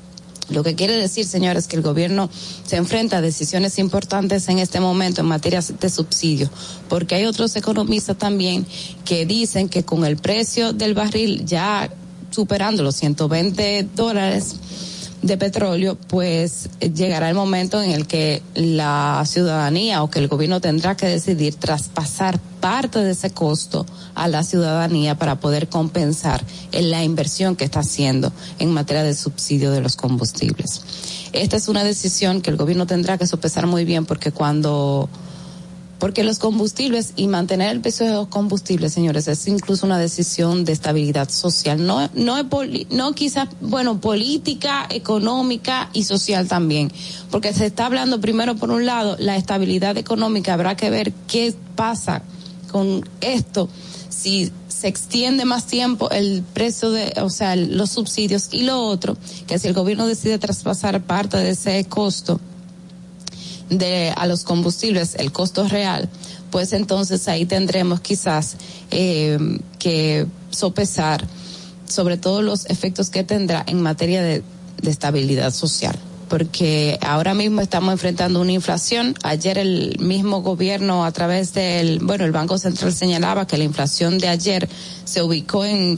Lo que quiere decir, señores, que el gobierno se enfrenta a decisiones importantes en este momento en materia de subsidios, porque hay otros economistas también que dicen que con el precio del barril ya superando los $120 de petróleo, pues llegará el momento en el que la ciudadanía o que el gobierno tendrá que decidir traspasar parte de ese costo a la ciudadanía para poder compensar en la inversión que está haciendo en materia de subsidio de los combustibles. Esta es una decisión que el gobierno tendrá que sopesar muy bien, porque los combustibles y mantener el precio de los combustibles, señores, es incluso una decisión de estabilidad social. No quizás, política, económica y social también. Porque se está hablando primero, por un lado, la estabilidad económica. Habrá que ver qué pasa con esto, si se extiende más tiempo el precio los subsidios, y lo otro, que si el gobierno decide traspasar parte de ese costo a los combustibles, el costo real, pues entonces ahí tendremos quizás que sopesar sobre todo los efectos que tendrá en materia de estabilidad social, porque ahora mismo estamos enfrentando una inflación. Ayer el mismo gobierno, a través el Banco Central señalaba que la inflación de ayer se ubicó en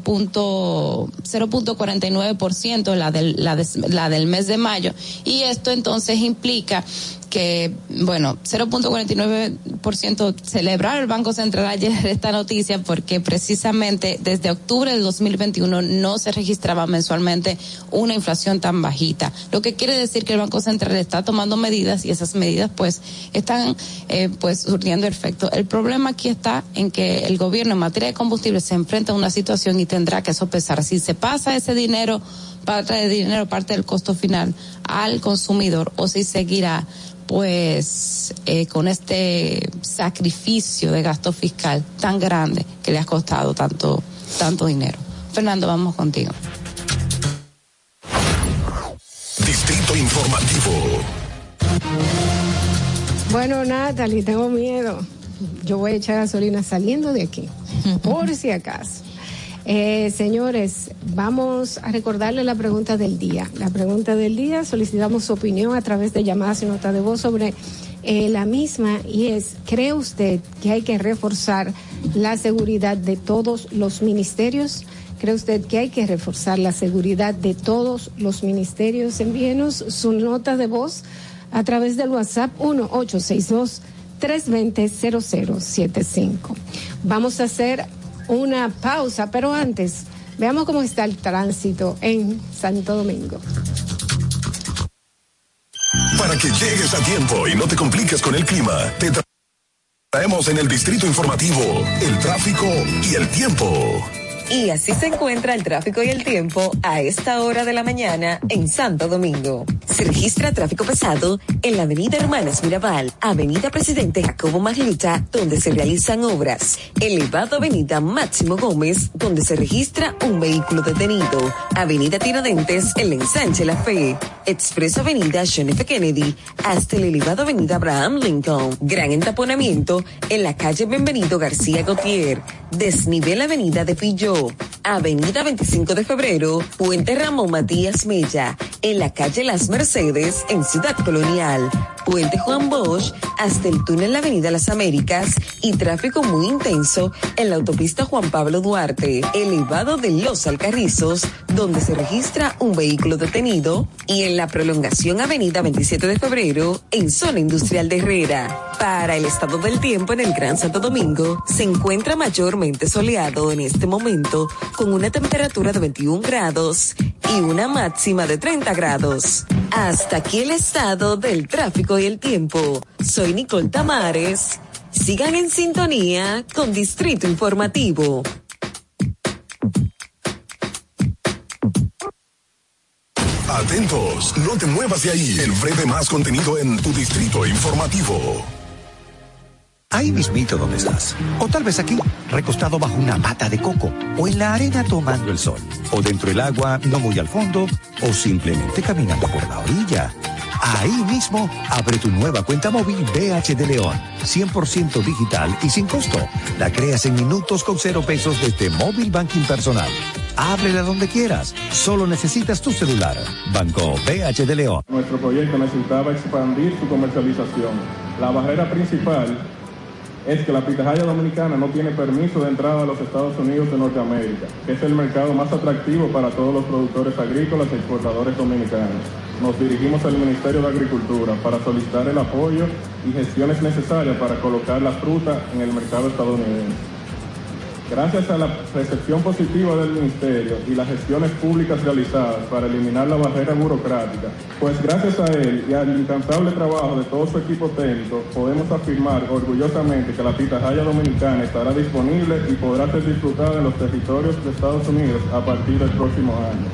0.49%, la del mes de mayo, y esto entonces implica que, 0.49% celebrar el Banco Central ayer esta noticia, porque precisamente desde octubre del 2021 no se registraba mensualmente una inflación tan bajita, lo que quiere decir que el Banco Central está tomando medidas, y esas medidas están surtiendo efecto. El problema aquí está en que el gobierno en materia de combustible se enfrenta a una situación y tendrá que sopesar si se pasa ese dinero, parte del costo final al consumidor, o si seguirá con este sacrificio de gasto fiscal tan grande que le ha costado tanto dinero. Fernando, vamos contigo. Distrito Informativo. Bueno, Natalie, tengo miedo. Yo voy a echar gasolina saliendo de aquí, por si acaso. Señores, vamos a recordarle la pregunta del día. La pregunta del día, solicitamos su opinión a través de llamadas y notas de voz sobre la misma, y es: ¿cree usted que hay que reforzar la seguridad de todos los ministerios? ¿Cree usted que hay que reforzar la seguridad de todos los ministerios? Envíenos su nota de voz a través del WhatsApp 1-862-320-0075. Vamos a hacer una pausa, pero antes, veamos cómo está el tránsito en Santo Domingo. Para que llegues a tiempo y no te compliques con el clima, te traemos en el Distrito Informativo el tráfico y el tiempo. Y así se encuentra el tráfico y el tiempo a esta hora de la mañana en Santo Domingo. Se registra tráfico pesado en la avenida Hermanas Mirabal, avenida Presidente Jacobo Magluta, donde se realizan obras, elevado avenida Máximo Gómez, donde se registra un vehículo detenido, avenida Tiradentes, el ensanche La Fe, expreso avenida John F. Kennedy, hasta el elevado avenida Abraham Lincoln, gran entaponamiento en la calle Benvenido García Gautier, desnivel avenida de Pilló, avenida 25 de Febrero, Puente Ramón Matías Mella, en la calle Las Mercedes, en Ciudad Colonial, Puente Juan Bosch, hasta el túnel avenida Las Américas, y tráfico muy intenso en la autopista Juan Pablo Duarte, elevado de Los Alcarrizos, donde se registra un vehículo detenido, y en la prolongación avenida 27 de Febrero, en zona industrial de Herrera. Para el estado del tiempo en el Gran Santo Domingo, se encuentra mayormente soleado en este momento, con una temperatura de 21 grados y una máxima de 30 grados. Hasta aquí el estado del tráfico y el tiempo. Soy Nicole Tamares. Sigan en sintonía con Distrito Informativo. Atentos, no te muevas de ahí. El breve más contenido en tu Distrito Informativo. Ahí mismito donde estás. O tal vez aquí, recostado bajo una mata de coco. O en la arena tomando el sol. O dentro del agua, no muy al fondo. O simplemente caminando por la orilla. Ahí mismo, abre tu nueva cuenta móvil BH de León. 100% digital y sin costo. La creas en minutos con 0 pesos desde Móvil Banking Personal. Ábrela donde quieras. Solo necesitas tu celular. Banco BH de León. Nuestro proyecto necesitaba expandir su comercialización. La barrera principal es que la pitahaya dominicana no tiene permiso de entrada a los Estados Unidos de Norteamérica, que es el mercado más atractivo para todos los productores agrícolas y exportadores dominicanos. Nos dirigimos al Ministerio de Agricultura para solicitar el apoyo y gestiones necesarias para colocar la fruta en el mercado estadounidense. Gracias a la recepción positiva del Ministerio y las gestiones públicas realizadas para eliminar la barrera burocrática, pues gracias a él y al incansable trabajo de todo su equipo técnico, podemos afirmar orgullosamente que la pitahaya dominicana estará disponible y podrá ser disfrutada en los territorios de Estados Unidos a partir del próximo año.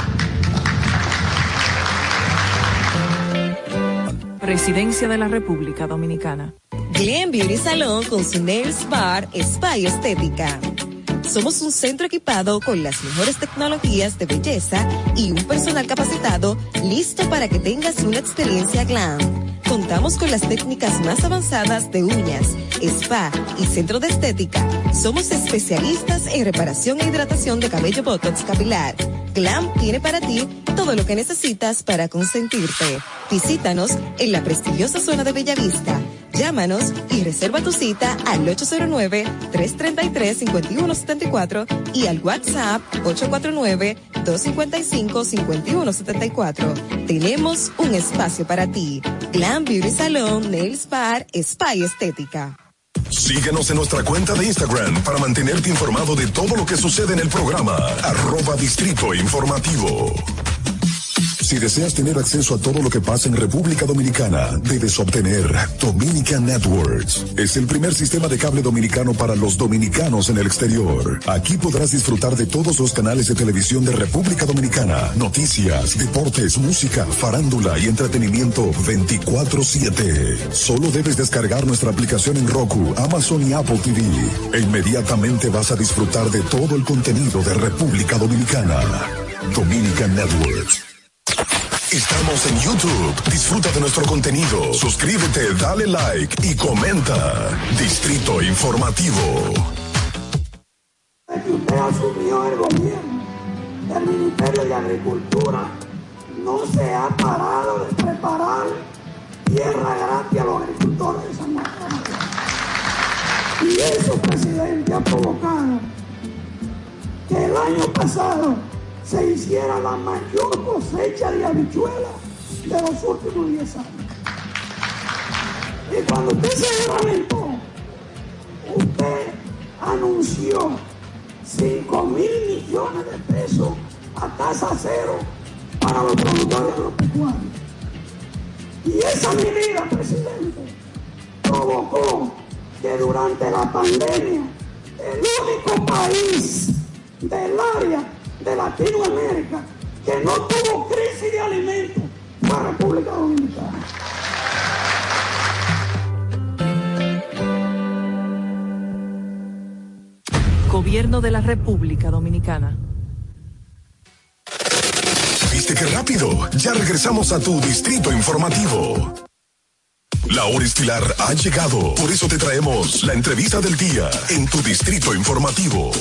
Presidencia de la República Dominicana. Glen Beauty Salon con su Nails Bar Spa y Estética. Somos un centro equipado con las mejores tecnologías de belleza y un personal capacitado listo para que tengas una experiencia glam. Contamos con las técnicas más avanzadas de uñas, spa y centro de estética. Somos especialistas en reparación e hidratación de cabello botox capilar. Glam tiene para ti todo lo que necesitas para consentirte. Visítanos en la prestigiosa zona de Bellavista. Llámanos y reserva tu cita al 809-333-5174 y al WhatsApp 849-255-5174. Tenemos un espacio para ti. Glam Beauty Salon, Nails Bar, Spa y Estética. Síguenos en nuestra cuenta de Instagram para mantenerte informado de todo lo que sucede en el programa. @Distrito Informativo. Si deseas tener acceso a todo lo que pasa en República Dominicana, debes obtener Dominican Networks. Es el primer sistema de cable dominicano para los dominicanos en el exterior. Aquí podrás disfrutar de todos los canales de televisión de República Dominicana, noticias, deportes, música, farándula y entretenimiento 24/7. Solo debes descargar nuestra aplicación en Roku, Amazon y Apple TV. E inmediatamente vas a disfrutar de todo el contenido de República Dominicana. Dominican Networks. Estamos en YouTube. Disfruta de nuestro contenido. Suscríbete, dale like y comenta. Distrito Informativo. Desde que usted asumió el gobierno del Ministerio de Agricultura, no se ha parado de preparar tierra gratis a los agricultores de San Marcos. Y eso, presidente, ha provocado que el año pasado se hiciera la mayor cosecha de habichuelas de los últimos 10 años. Y cuando usted se levantó, usted anunció 5.000 millones de pesos a tasa cero para los productores agropecuarios. Y esa medida, presidente, provocó que durante la pandemia el único país del área de Latinoamérica que no tuvo crisis de alimentos fue República Dominicana. Gobierno de la República Dominicana. ¿Viste qué rápido? Ya regresamos a tu Distrito Informativo. La hora estilar ha llegado, por eso te traemos la entrevista del día en tu Distrito Informativo.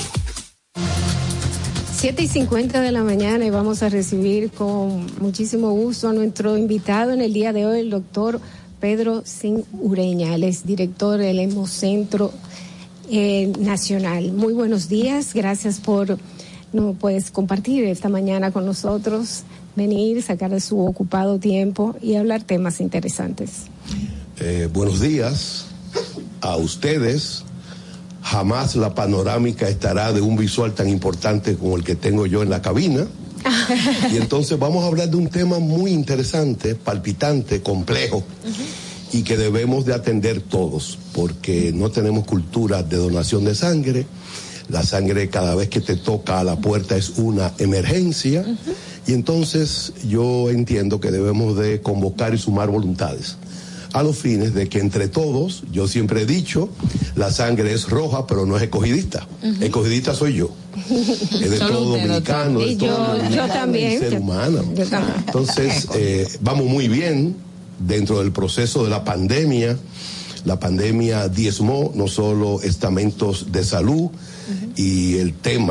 7:50 de la mañana y vamos a recibir con muchísimo gusto a nuestro invitado en el día de hoy, el doctor Pedro Sin Ureña. Él es director del Hemocentro Nacional. Muy buenos días, gracias por compartir esta mañana con nosotros, venir, sacar de su ocupado tiempo y hablar temas interesantes. Buenos días a ustedes. Jamás la panorámica estará de un visual tan importante como el que tengo yo en la cabina. Y entonces vamos a hablar de un tema muy interesante, palpitante, complejo, y que debemos de atender todos, porque no tenemos cultura de donación de sangre. La sangre cada vez que te toca a la puerta es una emergencia. Y entonces yo entiendo que debemos de convocar y sumar voluntades a los fines de que entre todos, yo siempre he dicho, la sangre es roja, pero no es escogidista. Escogidista soy yo. Es de todo dominicano, de todo yo también. Ser humano. Entonces, vamos muy bien dentro del proceso de la pandemia. La pandemia diezmó no solo estamentos de salud y el tema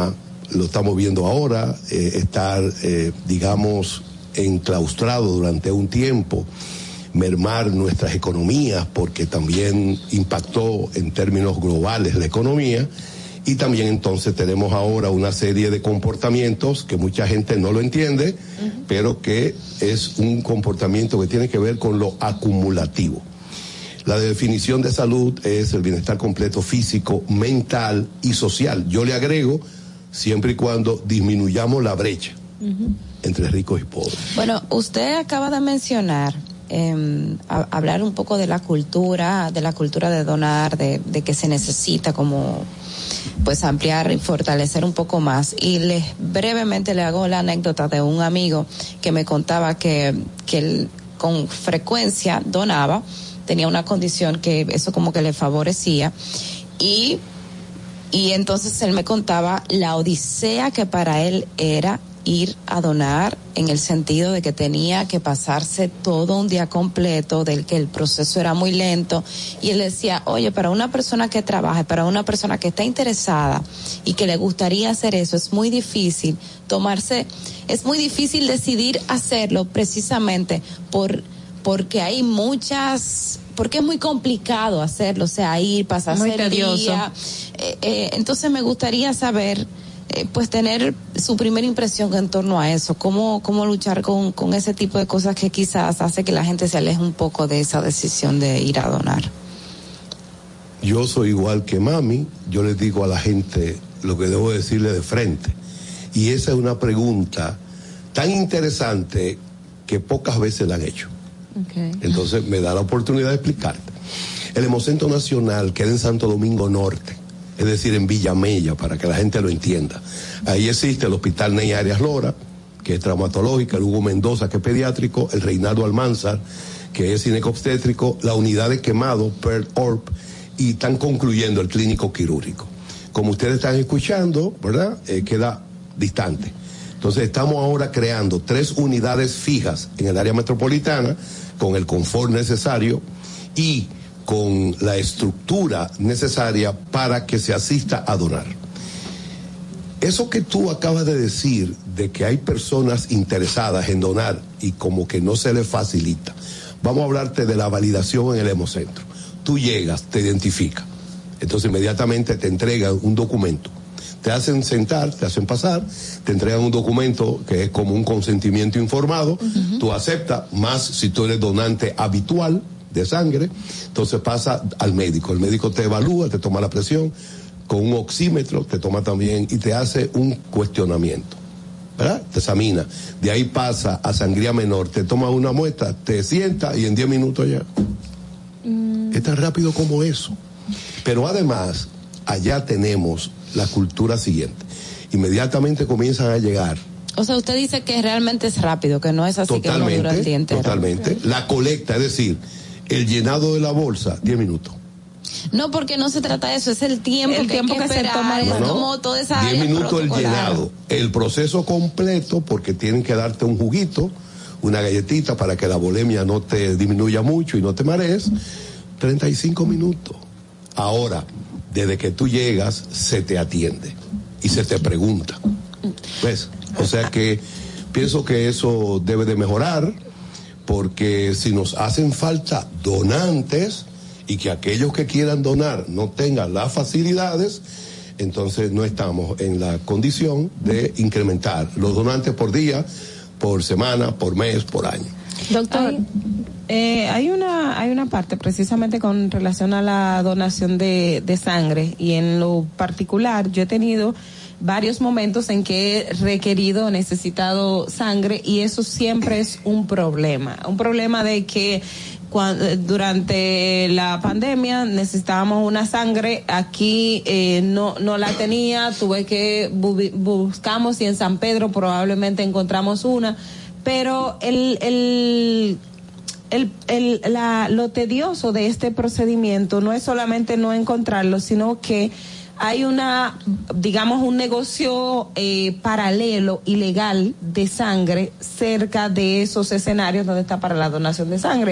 lo estamos viendo ahora, estar, digamos, enclaustrado durante un tiempo, mermar nuestras economías, porque también impactó en términos globales la economía, y también entonces tenemos ahora una serie de comportamientos que mucha gente no lo entiende, pero que es un comportamiento que tiene que ver con lo acumulativo. La definición de salud es el bienestar completo físico, mental y social. Yo le agrego, siempre y cuando disminuyamos la brecha entre ricos y pobres. Bueno, usted acaba de mencionar, hablar un poco de la cultura de donar, de que se necesita como pues ampliar y fortalecer un poco más. Y brevemente le hago la anécdota de un amigo que me contaba que él con frecuencia donaba, tenía una condición que eso como que le favorecía, y entonces él me contaba la odisea que para él era ir a donar, en el sentido de que tenía que pasarse todo un día completo, del que el proceso era muy lento, y él decía, oye, para una persona que trabaja, para una persona que está interesada y que le gustaría hacer eso, es muy difícil decidir hacerlo, precisamente porque hay porque es muy complicado hacerlo, o sea, ir, pasarse muy el tedioso. día. Entonces me gustaría saber, pues tener su primera impresión en torno a eso, cómo luchar con ese tipo de cosas que quizás hace que la gente se aleje un poco de esa decisión de ir a donar. Yo soy igual que Mami, yo les digo a la gente lo que debo decirle de frente, y esa es una pregunta tan interesante que pocas veces la han hecho. Okay. Entonces me da la oportunidad de explicarte. El Hemocentro Nacional queda en Santo Domingo Norte, es decir, en Villamella, para que la gente lo entienda. Ahí existe el Hospital Ney Arias Lora, que es traumatológica, el Hugo Mendoza, que es pediátrico, el Reinaldo Almanzar, que es ginecobstétrico, la unidad de quemado, Pearl Orb, y están concluyendo el clínico quirúrgico. Como ustedes están escuchando, ¿verdad? Queda distante. Entonces estamos ahora creando 3 unidades fijas en el área metropolitana, con el confort necesario y con la estructura necesaria para que se asista a donar. Eso que tú acabas de decir, de que hay personas interesadas en donar y como que no se les facilita, vamos a hablarte de la validación en el Hemocentro. Tú llegas, te identificas, entonces inmediatamente te entregan un documento. Te hacen sentar, te hacen pasar, te entregan un documento que es como un consentimiento informado, tú aceptas, más si tú eres donante habitual de sangre, entonces pasa al médico, el médico te evalúa, te toma la presión, con un oxímetro te toma también y te hace un cuestionamiento, ¿verdad? Te examina, de ahí pasa a sangría menor, te toma una muestra, te sienta y en 10 minutos ya. Es tan rápido como eso. Pero además, allá tenemos la cultura siguiente. Inmediatamente comienzan a llegar. O sea, usted dice que realmente es rápido, que no es así que uno dura el día entero. Totalmente. La colecta, es decir, el llenado de la bolsa, 10 minutos. No, porque no se trata de eso, es el tiempo que se toma, es como toda esa 10 minutos el protocolar. llenado. El proceso completo, porque tienen que darte un juguito, una galletita para que la bulimia no te disminuya mucho y no te marees, 35 minutos. Ahora, desde que tú llegas, se te atiende y se te pregunta. ¿Ves? O sea que pienso que eso debe de mejorar, porque si nos hacen falta donantes y que aquellos que quieran donar no tengan las facilidades, entonces no estamos en la condición de incrementar los donantes por día, por semana, por mes, por año. Doctor, hay una parte precisamente con relación a la donación de sangre, y en lo particular yo he tenido varios momentos en que he requerido, necesitado sangre, y eso siempre es un problema de que durante la pandemia necesitábamos una sangre, aquí no la tenía, tuve que buscamos, y en San Pedro probablemente encontramos una, pero lo tedioso de este procedimiento no es solamente no encontrarlo, sino que hay un negocio paralelo, ilegal, de sangre cerca de esos escenarios donde está para la donación de sangre.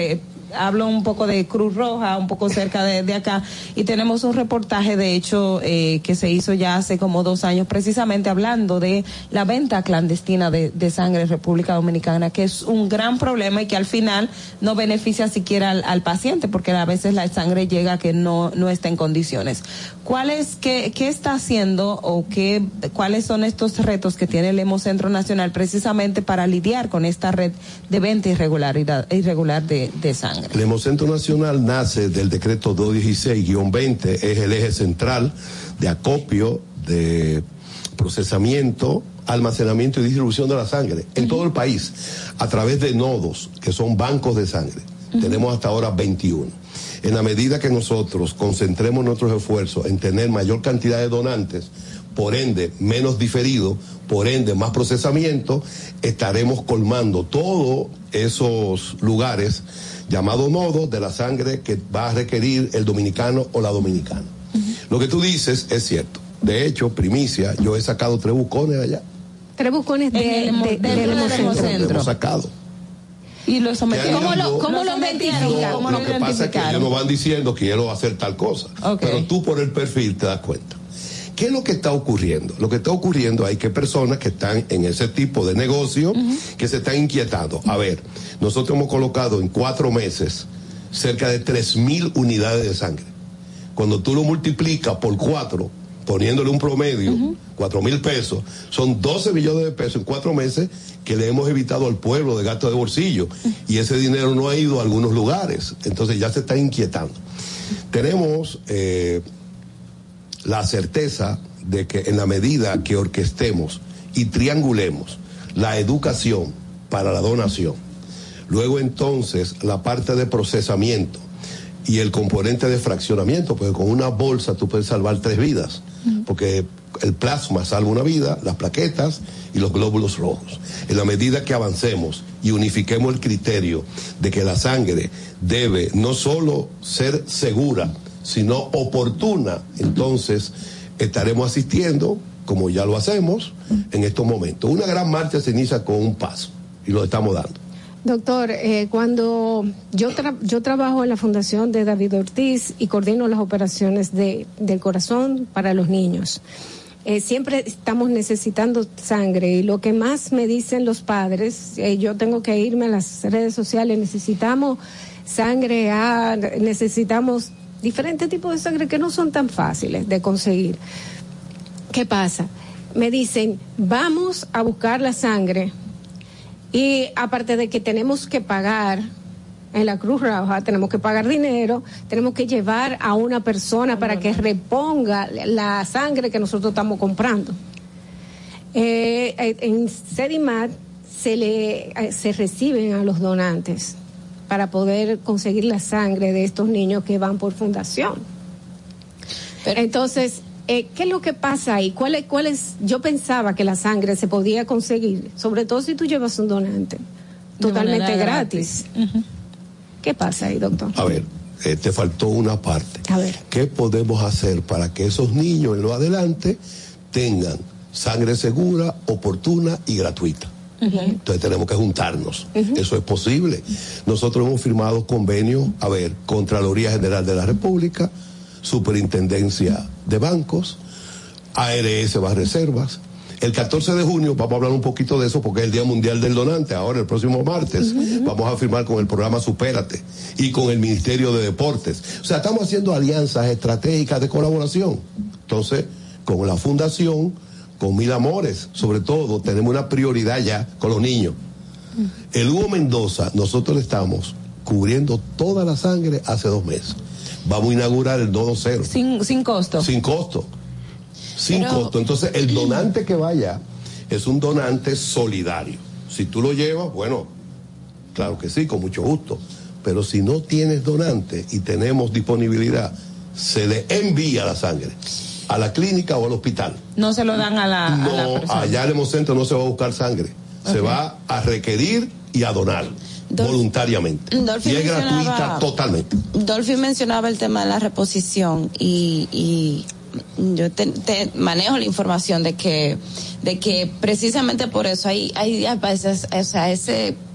hablo un poco de Cruz Roja, un poco cerca de acá, y tenemos un reportaje, de hecho, que se hizo ya hace como 2 años, precisamente hablando de la venta clandestina de sangre en República Dominicana, que es un gran problema y que al final no beneficia siquiera al paciente, porque a veces la sangre llega que no está en condiciones. ¿Qué está haciendo o cuáles son estos retos que tiene el Hemocentro Nacional precisamente para lidiar con esta red de venta irregular de sangre? El Hemocentro Nacional nace del decreto 216-20, es el eje central de acopio, de procesamiento, almacenamiento y distribución de la sangre en todo el país, a través de nodos, que son bancos de sangre. Tenemos hasta ahora 21. En la medida que nosotros concentremos nuestros esfuerzos en tener mayor cantidad de donantes, por ende menos diferido, por ende más procesamiento, estaremos colmando todos esos lugares llamados nodos de la sangre que va a requerir el dominicano o la dominicana. Lo que tú dices es cierto. De hecho, primicia, yo he sacado 3 bucones allá. 3 bucones del Hemocentro. Hemos sacado. Y lo sometieron. ¿Cómo lo identifican? Lo que pasa es que ellos nos van diciendo quiero hacer tal cosa, pero tú por el perfil te das cuenta. ¿Qué es lo que está ocurriendo? Lo que está ocurriendo hay que personas que están en ese tipo de negocio que se están inquietando. A ver, nosotros hemos colocado en 4 meses cerca de 3,000 unidades de sangre. Cuando tú lo multiplicas por 4, poniéndole un promedio, 4,000 pesos, son 12 millones de pesos en 4 meses que le hemos evitado al pueblo de gasto de bolsillo, y ese dinero no ha ido a algunos lugares, entonces ya se está inquietando. Tenemos la certeza de que en la medida que orquestemos y triangulemos la educación para la donación, luego entonces la parte de procesamiento y el componente de fraccionamiento, porque con una bolsa tú puedes salvar 3 vidas, porque el plasma salva una vida, las plaquetas y los glóbulos rojos. En la medida que avancemos y unifiquemos el criterio de que la sangre debe no solo ser segura, sino oportuna, entonces estaremos asistiendo, como ya lo hacemos en estos momentos. Una gran marcha se inicia con un paso y lo estamos dando. Doctor, cuando yo trabajo en la Fundación de David Ortiz y coordino las operaciones del corazón para los niños, siempre estamos necesitando sangre, y lo que más me dicen los padres, yo tengo que irme a las redes sociales, necesitamos sangre A, necesitamos diferentes tipos de sangre que no son tan fáciles de conseguir. ¿Qué pasa? Me dicen, vamos a buscar la sangre, y aparte de que tenemos que pagar en la Cruz Roja, tenemos que pagar dinero, tenemos que llevar a una persona para que reponga la sangre que nosotros estamos comprando. En Sedimat se reciben a los donantes para poder conseguir la sangre de estos niños que van por fundación. Entonces, ¿qué es lo que pasa ahí? ¿Cuál es? Yo pensaba que la sangre se podía conseguir, sobre todo si tú llevas un donante, totalmente gratis. ¿Qué pasa ahí, doctor? A ver, te faltó una parte. A ver. ¿Qué podemos hacer para que esos niños en lo adelante tengan sangre segura, oportuna y gratuita? Entonces tenemos que juntarnos. Eso es posible. Nosotros hemos firmado convenios, Contraloría General de la República, Superintendencia de Bancos, ARS Banreservas. El 14 de junio vamos a hablar un poquito de eso porque es el Día Mundial del Donante. Ahora, el próximo martes, vamos a firmar con el programa Supérate y con el Ministerio de Deportes. O sea, estamos haciendo alianzas estratégicas de colaboración. Entonces, con la Fundación, con Mil Amores, sobre todo, tenemos una prioridad ya con los niños. El Hugo Mendoza, nosotros le estamos cubriendo toda la sangre hace 2 meses. Vamos a inaugurar el nodo 0. Sin costo. Sin costo. Sin costo. Entonces, el donante que vaya es un donante solidario. Si tú lo llevas, bueno, claro que sí, con mucho gusto. Pero si no tienes donante y tenemos disponibilidad, se le envía la sangre a la clínica o al hospital. No se lo dan a la persona. Allá en el Hemocentro no se va a buscar sangre. Se va a requerir y a donar. Voluntariamente. Y es gratuita totalmente. Dolphy mencionaba el tema de la reposición y yo te manejo la información de que precisamente por eso hay a veces, o sea,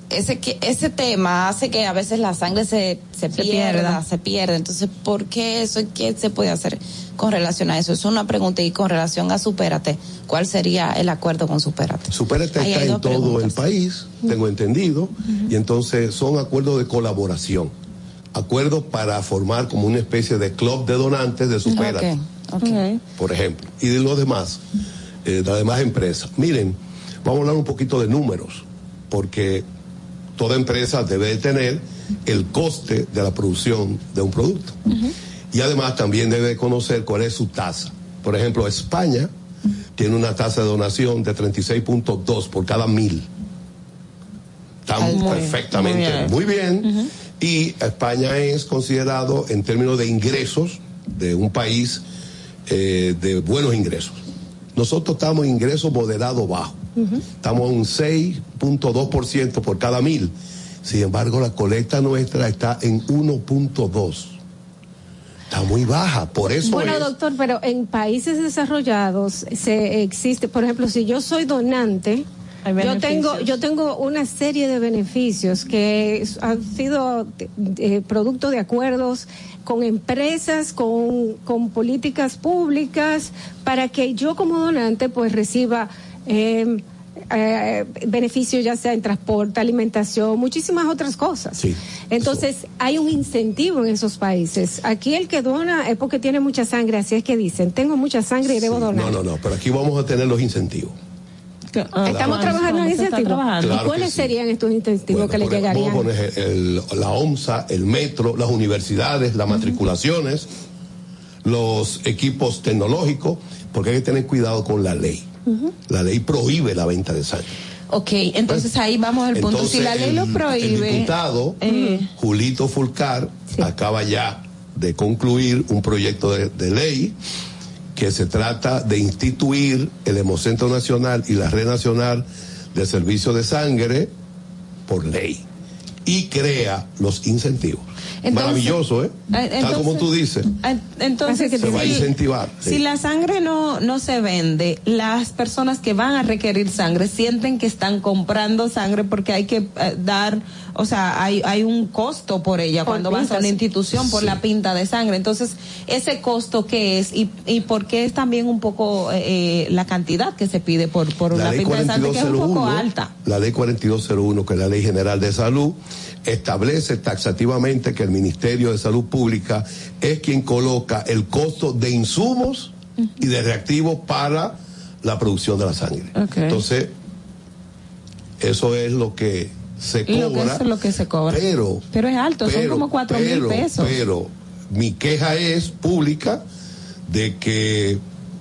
ese tema hace que a veces la sangre se pierde. Entonces, ¿por qué eso? ¿Qué se puede hacer con relación a eso? Es una pregunta. Y con relación a Supérate, ¿cuál sería el acuerdo con Supérate? Supérate está en todo el país, tengo entendido, y entonces son acuerdos de colaboración, acuerdos para formar como una especie de club de donantes de Supérate, por ejemplo, y de los demás, las demás empresas. Miren, vamos a hablar un poquito de números, porque toda empresa debe de tener el coste de la producción de un producto. Y además también debe de conocer cuál es su tasa. Por ejemplo, España tiene una tasa de donación de 36.2 por cada 1,000. Están perfectamente muy bien. Y España es considerado en términos de ingresos de un país de buenos ingresos. Nosotros estamos en ingresos moderado bajo. Estamos en un 6.2% por cada 1,000. Sin embargo, la colecta nuestra está en 1.2. Está muy baja, por eso. Bueno, doctor, pero en países desarrollados existe, por ejemplo, si yo soy donante, yo tengo una serie de beneficios que han sido producto de acuerdos con empresas, con políticas públicas, para que yo como donante pues reciba beneficios, ya sea en transporte, alimentación, muchísimas otras cosas. Entonces hay un incentivo en esos países. Aquí el que dona es porque tiene mucha sangre, así es que dicen, tengo mucha sangre y debo donar. No, pero aquí vamos a tener los incentivos. Estamos trabajando en incentivos. Claro. ¿Y cuáles serían estos incentivos que le llegarían? Vamos a poner la OMSA, el metro, las universidades, las matriculaciones, los equipos tecnológicos, porque hay que tener cuidado con la ley. La ley prohíbe la venta de sangre. Ok, entonces ahí vamos al punto. Si la ley lo prohíbe. El diputado Julito Fulcar acaba ya de concluir un proyecto de ley que se trata de instituir el Hemocentro Nacional y la Red Nacional de Servicio de Sangre por ley y crea los incentivos. Entonces, maravilloso, tal como tú dices. Entonces se va a incentivar. Si la sangre no se vende, las personas que van a requerir sangre sienten que están comprando sangre porque hay que dar, o sea, hay un costo por ella cuando vas a una institución por la pinta de sangre. Entonces, ese costo ¿qué es? Y por qué es también un poco la cantidad que se pide por una pinta de sangre, que es un poco alta. La ley 4201, que es la Ley General de Salud, establece taxativamente que el Ministerio de Salud Pública es quien coloca el costo de insumos y de reactivos para la producción de la sangre. Entonces, eso es lo que se cobra. Eso es lo que se cobra. Pero es alto, son como 4,000 pesos. Pero mi queja es pública de que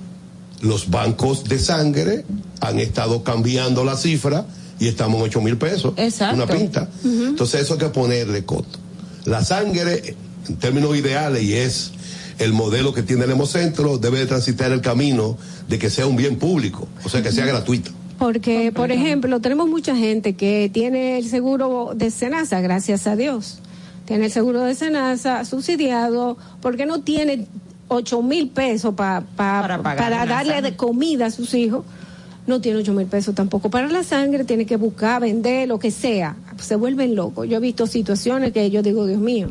los bancos de sangre han estado cambiando la cifra y estamos en 8,000 pesos. Exacto. Una pinta. Entonces eso hay que ponerle costo. La sangre, en términos ideales, y es el modelo que tiene el Hemocentro, debe de transitar el camino de que sea un bien público, o sea, que sea gratuito. Porque, por ejemplo, tenemos mucha gente que tiene el seguro de SENASA, gracias a Dios. Tiene el seguro de SENASA subsidiado porque no tiene 8,000 pesos para darle de comida a sus hijos. No tiene 8,000 pesos tampoco para la sangre, tiene que buscar, vender, lo que sea. Se vuelven locos. Yo he visto situaciones que yo digo, Dios mío.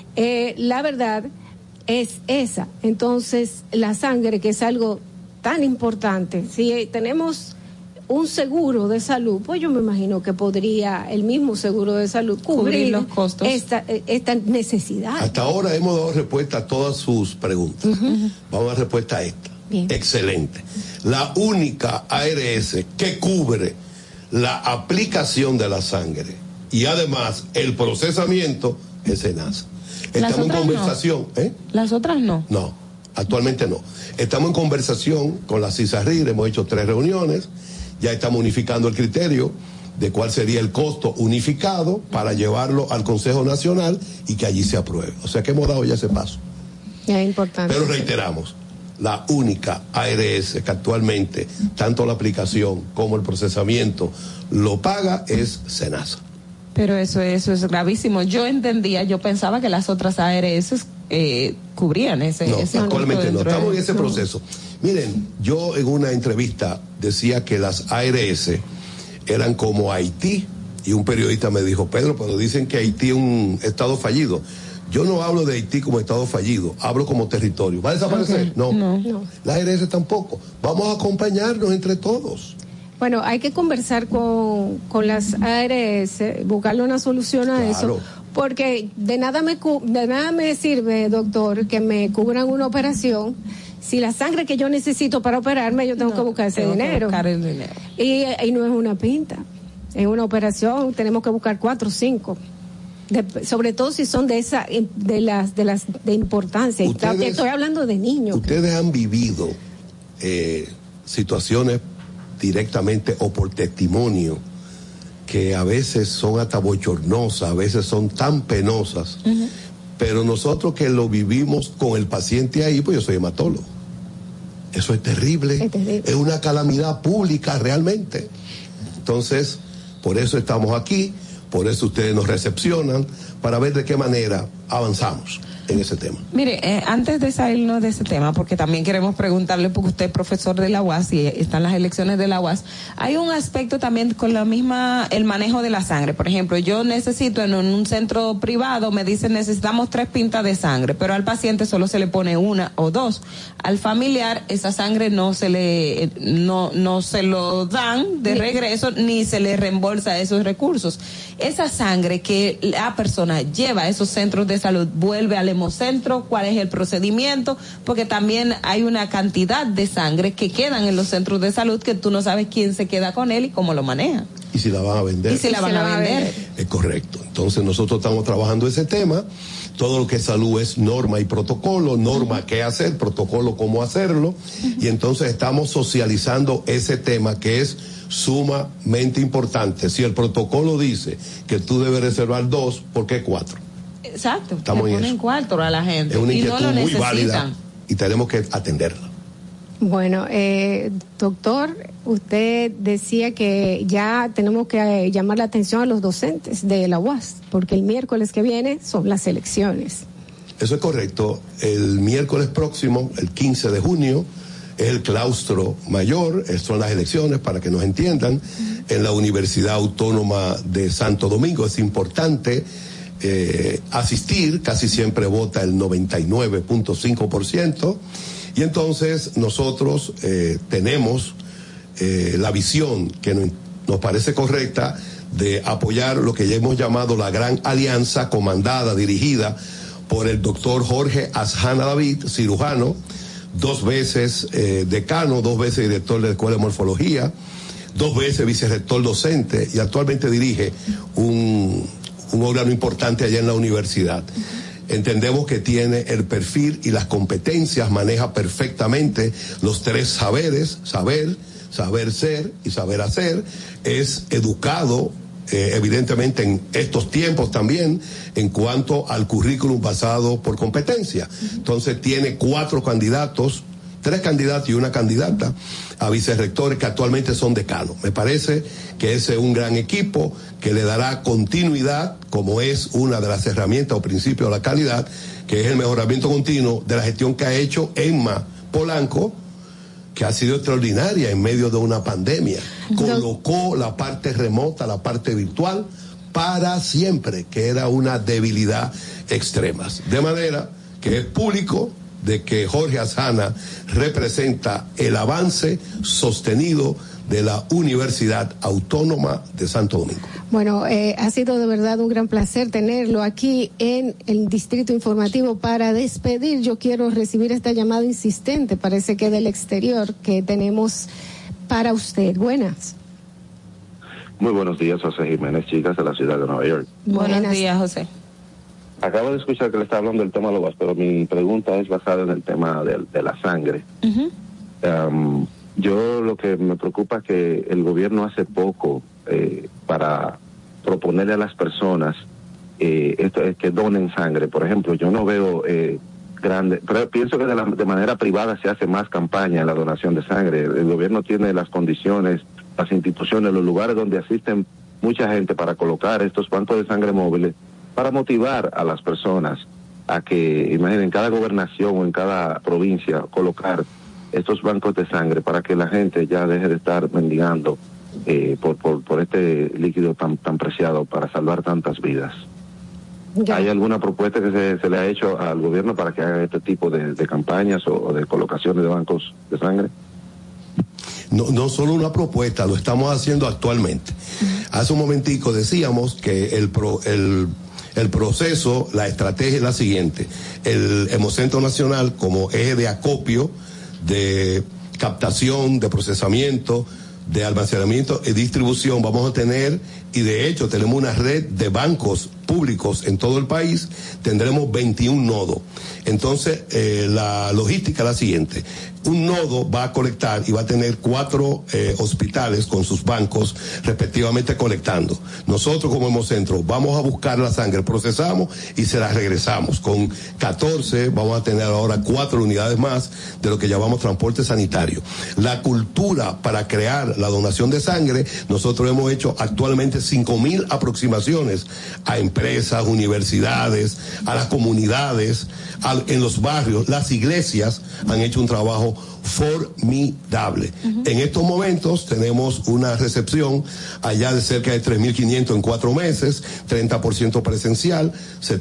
La verdad es esa. Entonces, la sangre, que es algo tan importante, si tenemos un seguro de salud, pues yo me imagino que podría el mismo seguro de salud cubrir los costos. Esta necesidad. Hasta ahora hemos dado respuesta a todas sus preguntas. Vamos a dar respuesta a esta. Bien. Excelente. La única ARS que cubre la aplicación de la sangre y además el procesamiento es SENASA. Estamos en conversación. No. ¿Las otras no? No, actualmente no. Estamos en conversación con la CISARRIR, hemos hecho 3 reuniones, ya estamos unificando el criterio de cuál sería el costo unificado para llevarlo al Consejo Nacional y que allí se apruebe. O sea que hemos dado ya ese paso. Es importante. Pero reiteramos, la única ARS que actualmente tanto la aplicación como el procesamiento lo paga es SENASA. Pero eso es gravísimo. Yo pensaba que las otras ARS cubrían ese actualmente no, estamos en ese proceso. Miren, yo en una entrevista decía que las ARS eran como Haití Y un periodista me dijo, Pedro, pero dicen que Haití es un estado fallido. Yo no hablo de Haití como estado fallido, hablo como territorio. ¿Va a desaparecer? No. La ARS tampoco. Vamos a acompañarnos entre todos. Bueno, hay que conversar con las ARS, buscarle una solución a eso, porque de nada me sirve, doctor, que me cubran una operación si la sangre que yo necesito para operarme, yo tengo que buscar ese dinero. Y no es una pinta, es una operación, tenemos que buscar 4 o 5. Sobre todo si son de las de importancia. Estoy hablando de niños. Ustedes han vivido situaciones directamente o por testimonio que a veces son hasta bochornosas, a veces son tan penosas, pero nosotros que lo vivimos con el paciente ahí, pues yo soy hematólogo. Eso es terrible, es una calamidad pública realmente. Entonces, por eso estamos aquí, por eso ustedes nos recepcionan, para ver de qué manera avanzamos en ese tema. Mire, antes de salirnos de ese tema, porque también queremos preguntarle, porque usted es profesor de la UAS y están las elecciones de la UAS, hay un aspecto también con el manejo de la sangre. Por ejemplo, yo necesito en un centro privado, me dicen necesitamos 3 pintas de sangre, pero al paciente solo se le pone 1 o 2. Al familiar esa sangre no se lo dan de regreso ni se le reembolsa esos recursos. Esa sangre que la persona lleva a esos centros de salud vuelve al hemocentro, ¿cuál es el procedimiento? Porque también hay una cantidad de sangre que quedan en los centros de salud que tú no sabes quién se queda con él y cómo lo maneja. Y si la van a vender. Es correcto. Entonces nosotros estamos trabajando ese tema. Todo lo que es salud es norma y protocolo, norma qué hacer, protocolo cómo hacerlo. Y entonces estamos socializando ese tema que es sumamente importante. Si el protocolo dice que tú debes reservar 2, ¿por qué 4? Exacto, estamos le ponen 4 a la gente. Es una inquietud y no lo muy necesitan. válida y tenemos que atenderla. Bueno, doctor, usted decía que ya tenemos que llamar la atención a los docentes de la UAS, porque el miércoles que viene son las elecciones. Eso es correcto. El miércoles próximo, el 15 de junio, es el claustro mayor, son las elecciones, para que nos entiendan, en la Universidad Autónoma de Santo Domingo. Es importante asistir, casi siempre vota el 99.5%, y entonces nosotros tenemos la visión que nos parece correcta de apoyar lo que ya hemos llamado la Gran Alianza, comandada, dirigida por el doctor Jorge Asjana David, cirujano, 2 veces decano, 2 veces director de la Escuela de Morfología, 2 veces vicerrector docente, y actualmente dirige un órgano importante allá en la universidad. Entendemos que tiene el perfil y las competencias, maneja perfectamente los 3 saberes: saber ser y saber hacer. Es educado, evidentemente en estos tiempos también, en cuanto al currículum basado por competencia. Entonces tiene 4 candidatos, 3 candidatos y una candidata a vicerrectores que actualmente son decanos. Me parece que ese es un gran equipo que le dará continuidad, como es una de las herramientas o principios de la calidad, que es el mejoramiento continuo de la gestión que ha hecho Emma Polanco, que ha sido extraordinaria en medio de una pandemia. Colocó la parte remota, la parte virtual, para siempre, que era una debilidad extrema. De manera que es público de que Jorge Asjana representa el avance sostenido de la Universidad Autónoma de Santo Domingo. Bueno, ha sido de verdad un gran placer tenerlo aquí en el Distrito Informativo. Para despedir, yo quiero recibir esta llamada insistente, parece que del exterior, que tenemos para usted. Buenas. Muy buenos días, José Jiménez, chicas de la ciudad de Nueva York. Buenos días, José. Acabo de escuchar que le está hablando del tema de los, pero mi pregunta es basada en el tema de la sangre. Yo lo que me preocupa es que el gobierno hace poco para proponerle a las personas que donen sangre. Por ejemplo, yo no veo grande, pero pienso que de manera privada se hace más campaña en la donación de sangre. El gobierno tiene las condiciones, las instituciones, los lugares donde asisten mucha gente para colocar estos bancos de sangre móviles, para motivar a las personas a que, imaginen, en cada gobernación o en cada provincia colocar estos bancos de sangre para que la gente ya deje de estar mendigando por este líquido tan preciado para salvar tantas vidas. ¿Hay alguna propuesta que se le ha hecho al gobierno para que haga este tipo de campañas o de colocaciones de bancos de sangre? No solo una propuesta, lo estamos haciendo actualmente. Hace un momentico decíamos que el proceso, la estrategia es la siguiente. El Hemocentro Nacional, como eje de acopio, de captación, de procesamiento, de almacenamiento y distribución, vamos a tener, y de hecho tenemos una red de bancos públicos en todo el país, tendremos 21 nodos. Entonces, la logística es la siguiente. Un nodo va a colectar y va a tener 4 hospitales con sus bancos respectivamente colectando. Nosotros como Hemocentro vamos a buscar la sangre, procesamos y se la regresamos. Con 14 vamos a tener ahora 4 unidades más de lo que llamamos transporte sanitario. La cultura para crear la donación de sangre, nosotros hemos hecho actualmente 5,000 aproximaciones a empresas, universidades, a las comunidades, en los barrios. Las iglesias han hecho un trabajo formidable. En estos momentos tenemos una recepción allá de cerca de 3.500 en 4 meses, 30% presencial,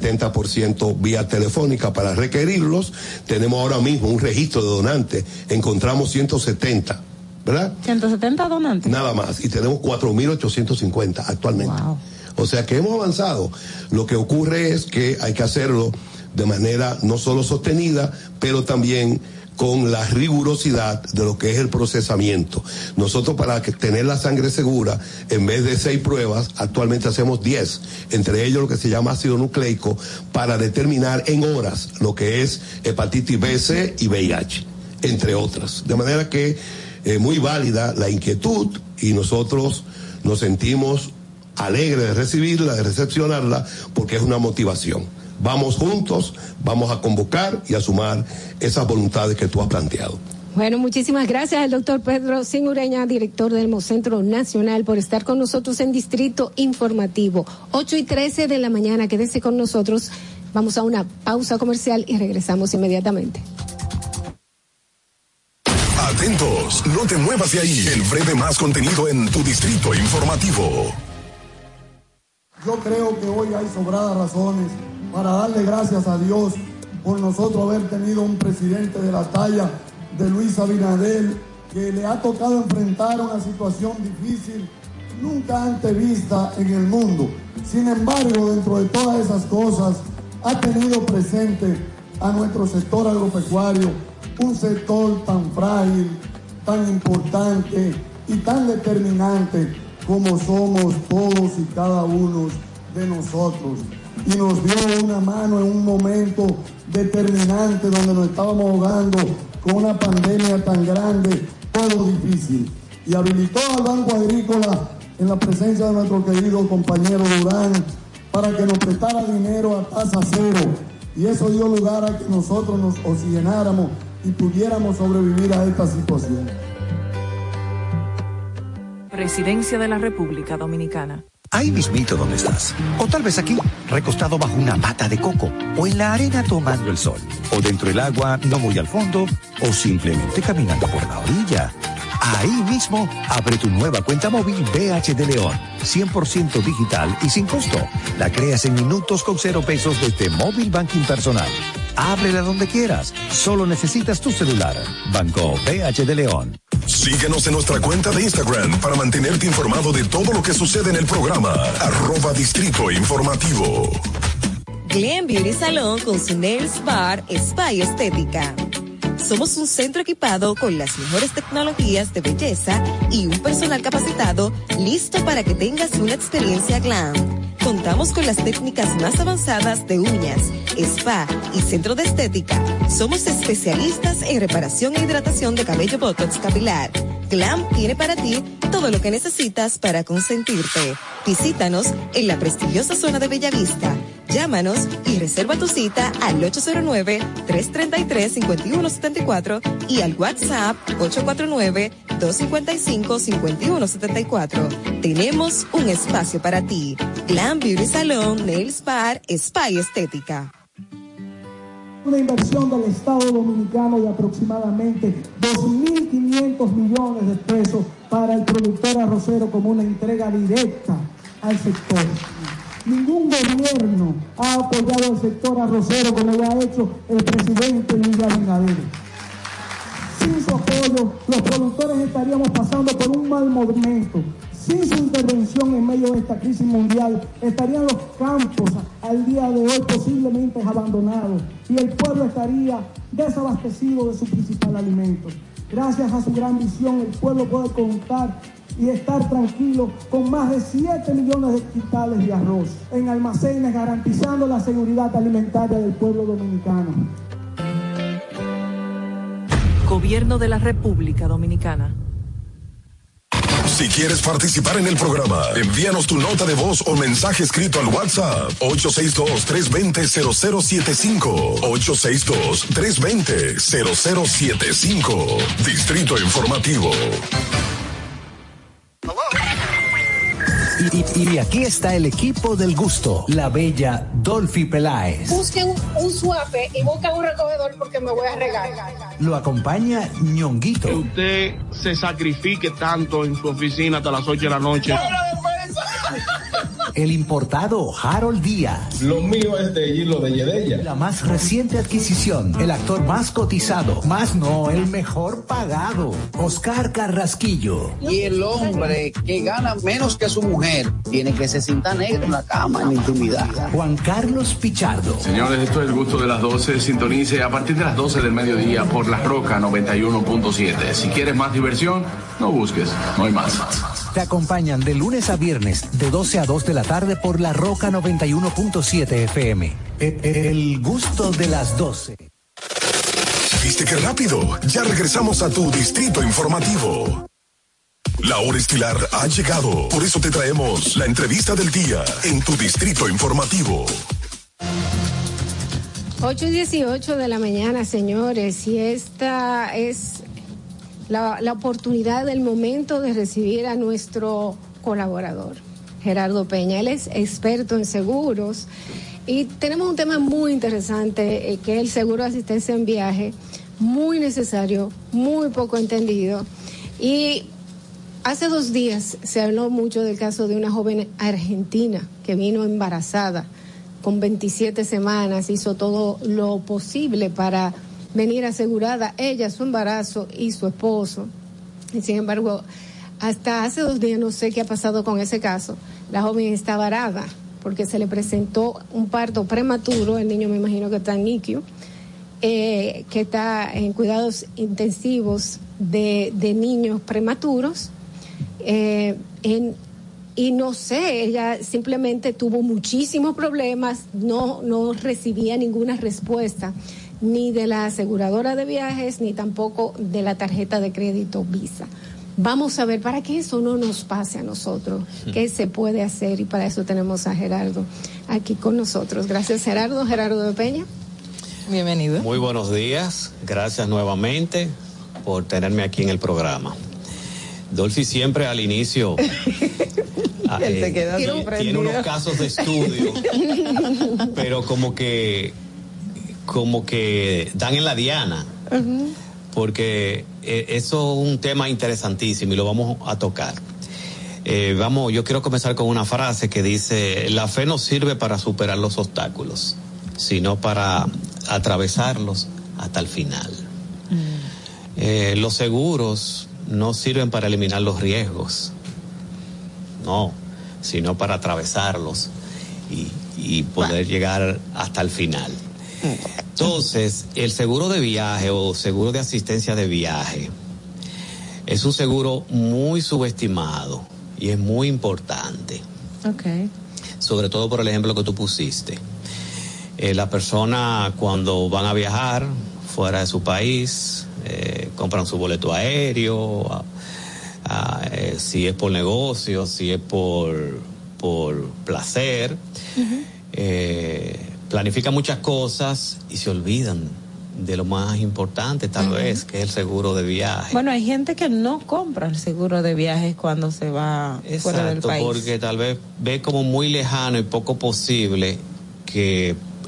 70% vía telefónica para requerirlos. Tenemos ahora mismo un registro de donantes, encontramos 170, ¿verdad? 170 donantes. Nada más, y tenemos 4.850 actualmente. Wow. O sea que hemos avanzado. Lo que ocurre es que hay que hacerlo de manera no solo sostenida, pero también con la rigurosidad de lo que es el procesamiento. Nosotros, para tener la sangre segura, en vez de 6 pruebas, actualmente hacemos 10, entre ellos lo que se llama ácido nucleico, para determinar en horas lo que es hepatitis B, C y VIH, entre otras. De manera que muy válida la inquietud, y nosotros nos sentimos alegres de recibirla, de recepcionarla, porque es una motivación. Vamos juntos, vamos a convocar y a sumar esas voluntades que tú has planteado. Bueno, muchísimas gracias al doctor Pedro Sin Ureña, director del Hemocentro Nacional, por estar con nosotros en Distrito Informativo. 8:13 de la mañana, quédese con nosotros. Vamos a una pausa comercial y regresamos inmediatamente. Atentos, no te muevas de ahí. El breve más contenido en tu Distrito Informativo. Yo creo que hoy hay sobradas razones para darle gracias a Dios por nosotros haber tenido un presidente de la talla de Luis Abinader, que le ha tocado enfrentar una situación difícil nunca antes vista en el mundo. Sin embargo, dentro de todas esas cosas, ha tenido presente a nuestro sector agropecuario, un sector tan frágil, tan importante y tan determinante como somos todos y cada uno de nosotros. Y nos dio una mano en un momento determinante donde nos estábamos ahogando con una pandemia tan grande, todo difícil. Y habilitó al Banco Agrícola en la presencia de nuestro querido compañero Durán para que nos prestara dinero a tasa cero. Y eso dio lugar a que nosotros nos oxigenáramos y pudiéramos sobrevivir a esta situación. Presidencia de la República Dominicana. Ahí mismito donde estás. O tal vez aquí, recostado bajo una mata de coco. O en la arena tomando el sol. O dentro del agua, no muy al fondo. O simplemente caminando por la orilla. Ahí mismo, abre tu nueva cuenta móvil BH de León. 100% digital y sin costo. La creas en minutos con 0 pesos desde Móvil Banking Personal. Ábrela donde quieras. Solo necesitas tu celular. Banco BH de León. Síguenos en nuestra cuenta de Instagram para mantenerte informado de todo lo que sucede en el programa. @Distrito Informativo. Glam Beauty Salon con su Nails Bar Spa y Estética. Somos un centro equipado con las mejores tecnologías de belleza y un personal capacitado listo para que tengas una experiencia glam. Contamos con las técnicas más avanzadas de uñas, spa y centro de estética. Somos especialistas en reparación e hidratación de cabello botox capilar. Glam tiene para ti todo lo que necesitas para consentirte. Visítanos en la prestigiosa zona de Bellavista. Llámanos y reserva tu cita al 809-333-5174 y al WhatsApp 849-255-5174. Tenemos un espacio para ti. Glam Beauty Salon, Nails Bar, Spa y Estética. una inversión del Estado Dominicano de aproximadamente 2.500 millones de pesos para el productor arrocero como una entrega directa al sector. Ningún gobierno ha apoyado al sector arrocero como lo ha hecho el presidente Luis Abinader. Sin su apoyo, los productores estaríamos pasando por un mal momento. Sin su intervención en medio de esta crisis mundial, estarían los campos al día de hoy posiblemente abandonados y el pueblo estaría desabastecido de su principal alimento. Gracias a su gran visión, el pueblo puede contar y estar tranquilo con más de 7 millones de quintales de arroz en almacenes, garantizando la seguridad alimentaria del pueblo dominicano. Gobierno de la República Dominicana. Si quieres participar en el programa, envíanos tu nota de voz o mensaje escrito al WhatsApp 862-320-0075. 862-320-0075. Distrito Informativo. Y aquí está el equipo del gusto, la bella Dolphy Peláez. Busquen un suape y busquen un recogedor porque me voy a regar. Lo acompaña Ñonguito. Que usted se sacrifique tanto en su oficina hasta las 8 de la noche. El importado Harold Díaz. Lo mío es de Hilo de Yedella. La más reciente adquisición, el actor más cotizado, más no, el mejor pagado, Oscar Carrasquillo. Y el hombre que gana menos que su mujer tiene que se sienta negro en la cama, en la intimidad. Juan Carlos Pichardo. Señores, esto es el gusto de las 12. Sintonice a partir de las 12 del mediodía por La Roca 91.7. Si quieres más diversión, no busques, no hay más. Te acompañan de lunes a viernes, de 12 a 2 de la tarde por La Roca 91.7 FM. El gusto de las 12. ¿Viste qué rápido? Ya regresamos a tu Distrito Informativo. La hora estilar ha llegado. Por eso te traemos la entrevista del día en tu Distrito Informativo. 8:18 de la mañana, señores, y esta es la oportunidad del momento de recibir a nuestro colaborador, Gerardo Peña. Él es experto en seguros y tenemos un tema muy interesante, que es el seguro de asistencia en viaje, muy necesario, muy poco entendido. Y hace 2 días se habló mucho del caso de una joven argentina que vino embarazada con 27 semanas, hizo todo lo posible para venir asegurada ella, su embarazo y su esposo. Y sin embargo, hasta hace 2 días no sé qué ha pasado con ese caso. La joven está varada porque se le presentó un parto prematuro. El niño me imagino que está en NICU, que está en cuidados intensivos de niños prematuros. Y no sé, ella simplemente tuvo muchísimos problemas, no recibía ninguna respuesta, ni de la aseguradora de viajes, ni tampoco de la tarjeta de crédito Visa. Vamos a ver, para que eso no nos pase a nosotros, qué se puede hacer, y para eso tenemos a Gerardo aquí con nosotros. Gracias, Gerardo. Gerardo de Peña. Bienvenido. Muy buenos días, gracias nuevamente por tenerme aquí en el programa. Dolphy siempre al inicio tiene unos casos de estudio, pero como que dan en la diana, porque eso es un tema interesantísimo y lo vamos a tocar. Yo quiero comenzar con una frase que dice: la fe no sirve para superar los obstáculos, sino para atravesarlos hasta el final. Los seguros no sirven para eliminar los riesgos, no, sino para atravesarlos y poder llegar hasta el final. Entonces, el seguro de viaje o seguro de asistencia de viaje es un seguro muy subestimado y es muy importante. Okay. Sobre todo por el ejemplo que tú pusiste. La persona, cuando van a viajar fuera de su país, compran su boleto aéreo, si es por negocio, si es por placer, planifican muchas cosas y se olvidan de lo más importante, tal vez, que es el seguro de viaje. Bueno, hay gente que no compra el seguro de viajes cuando se va fuera del país. Porque tal vez ve como muy lejano y poco posible que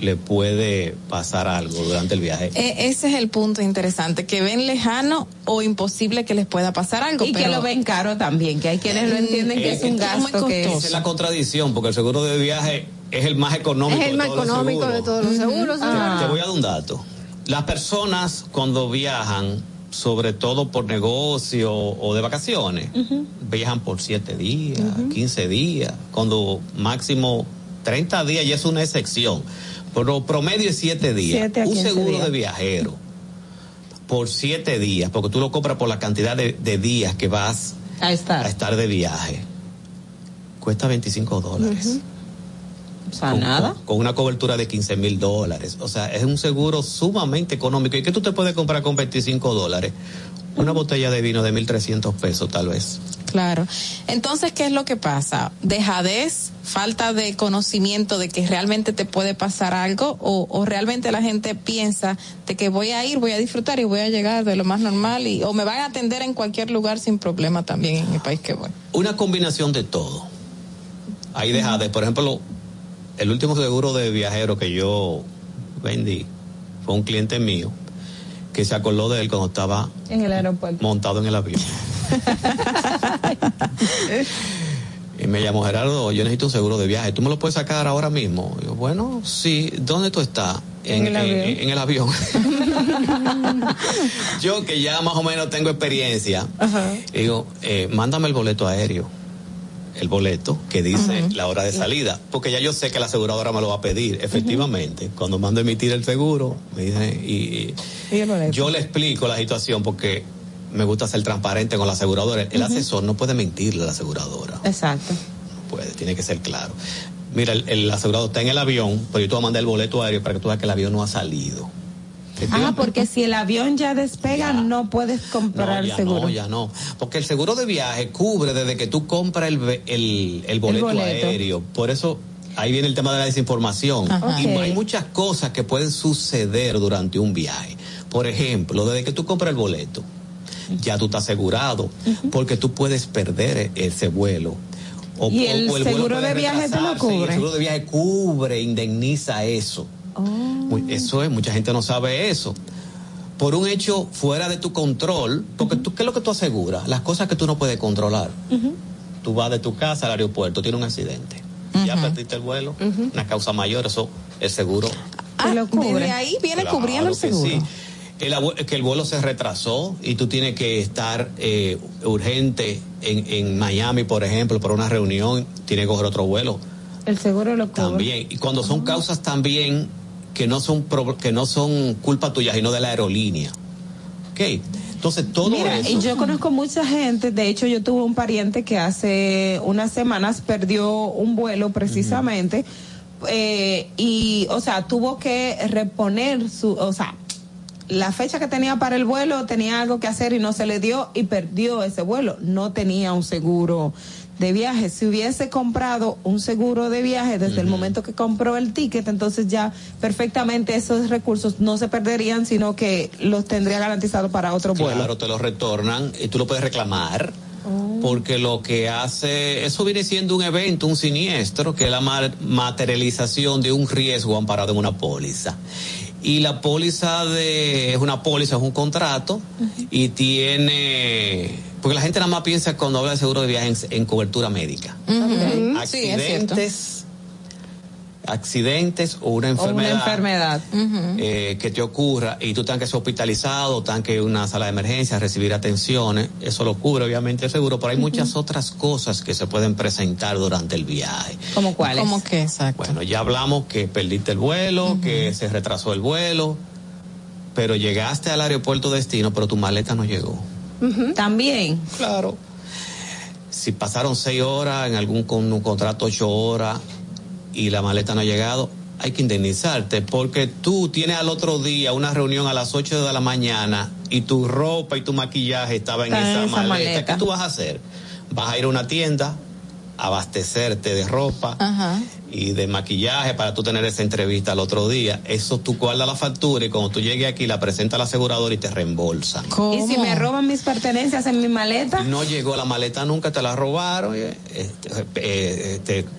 le puede pasar algo durante el viaje. Ese es el punto interesante, que ven lejano o imposible que les pueda pasar algo. Y pero que lo ven caro también, que hay quienes lo entienden que es un gasto que es la contradicción, porque el seguro de viaje es el más económico. Es el más económico de todos los seguros. Te voy a dar un dato. Las personas cuando viajan, sobre todo por negocio o de vacaciones, viajan por 7 días, 15 días, cuando máximo 30 días ya es una excepción, pero promedio es 7 días. Un seguro de viajero por 7 días, porque tú lo compras por la cantidad de días que vas a estar de viaje, cuesta $25. O sea, nada. Con una cobertura de $15,000. O sea, es un seguro sumamente económico. ¿Y qué tú te puedes comprar con $25? Una botella de vino de $1,300 tal vez. Claro. Entonces, ¿qué es lo que pasa? ¿Dejadez? ¿Falta de conocimiento de que realmente te puede pasar algo? ¿O realmente la gente piensa de que voy a ir, voy a disfrutar y voy a llegar de lo más normal? O me van a atender en cualquier lugar sin problema también en el país que voy. Una combinación de todo. Hay dejadez. Por ejemplo, el último seguro de viajero que yo vendí fue un cliente mío que se acordó de él cuando estaba en el aeropuerto, montado en el avión. Y me llamó: Gerardo, yo necesito un seguro de viaje, ¿tú me lo puedes sacar ahora mismo? Y yo, bueno, sí. ¿Dónde tú estás? En el avión. Yo, que ya más o menos tengo experiencia, digo, mándame el boleto aéreo, el boleto que dice la hora de salida, porque ya yo sé que la aseguradora me lo va a pedir. Efectivamente, cuando mando a emitir el seguro, me dice, y yo le explico la situación, porque me gusta ser transparente con la aseguradora. El asesor no puede mentirle a la aseguradora. Exacto. No puede, tiene que ser claro. Mira, el asegurador está en el avión, pero yo te voy a mandar el boleto aéreo para que tú veas que el avión no ha salido. Porque si el avión ya despega, no puedes comprar el seguro. No, ya no. Porque el seguro de viaje cubre desde que tú compras el boleto aéreo. Por eso ahí viene el tema de la desinformación. Y hay muchas cosas que pueden suceder durante un viaje. Por ejemplo, desde que tú compras el boleto, ya tú estás asegurado, porque tú puedes perder ese vuelo. ¿Y el seguro de viaje te lo cubre? El seguro de viaje cubre, indemniza eso. Eso es, mucha gente no sabe eso. Por un hecho fuera de tu control, porque tú, ¿qué es lo que tú aseguras? Las cosas que tú no puedes controlar. Tú vas de tu casa al aeropuerto, tiene un accidente, ya perdiste el vuelo, una causa mayor, eso el seguro lo cubre. Desde ahí viene cubriendo el seguro. Sí. Que el vuelo se retrasó y tú tienes que estar urgente en Miami, por ejemplo, para una reunión, tienes que coger otro vuelo. El seguro lo cubre. También. Y cuando son causas también que no son culpa tuya, sino de la aerolínea. ¿Ok? Entonces, todo eso. Y yo conozco mucha gente, de hecho yo tuve un pariente que hace unas semanas perdió un vuelo precisamente, y, o sea, tuvo que reponer la fecha que tenía para el vuelo, tenía algo que hacer y no se le dio y perdió ese vuelo. No tenía un seguro de viaje. Si hubiese comprado un seguro de viaje desde el momento que compró el ticket, entonces ya perfectamente esos recursos no se perderían, sino que los tendría garantizados para otro vuelo. Claro, te los retornan y tú lo puedes reclamar. Porque lo que hace, eso viene siendo un evento, un siniestro, que es la materialización de un riesgo amparado en una póliza. Y la póliza es un contrato y tiene, porque la gente nada más piensa cuando habla de seguro de viaje en cobertura médica. Accidentes o una enfermedad, que te ocurra y tú tengas que ser hospitalizado, tengas que ir a una sala de emergencia, recibir atenciones, eso lo cubre obviamente el seguro, pero hay muchas otras cosas que se pueden presentar durante el viaje. ¿Cómo cuáles? ¿Cómo qué? Exacto. Bueno, ya hablamos que perdiste el vuelo, que se retrasó el vuelo, pero llegaste al aeropuerto destino, pero tu maleta no llegó. También. Claro. Si pasaron 6 horas, con un contrato 8 horas, y la maleta no ha llegado, hay que indemnizarte, porque tú tienes al otro día una reunión a las 8 de la mañana y tu ropa y tu maquillaje estaba en esa maleta. ¿Qué tú vas a hacer? Vas a ir a una tienda, abastecerte de ropa y de maquillaje para tú tener esa entrevista al otro día. Eso tú guardas la factura y cuando tú llegues aquí la presentas al asegurador y te reembolsan. ¿Cómo? ¿Y si me roban mis pertenencias en mi maleta? No llegó la maleta nunca, te la robaron.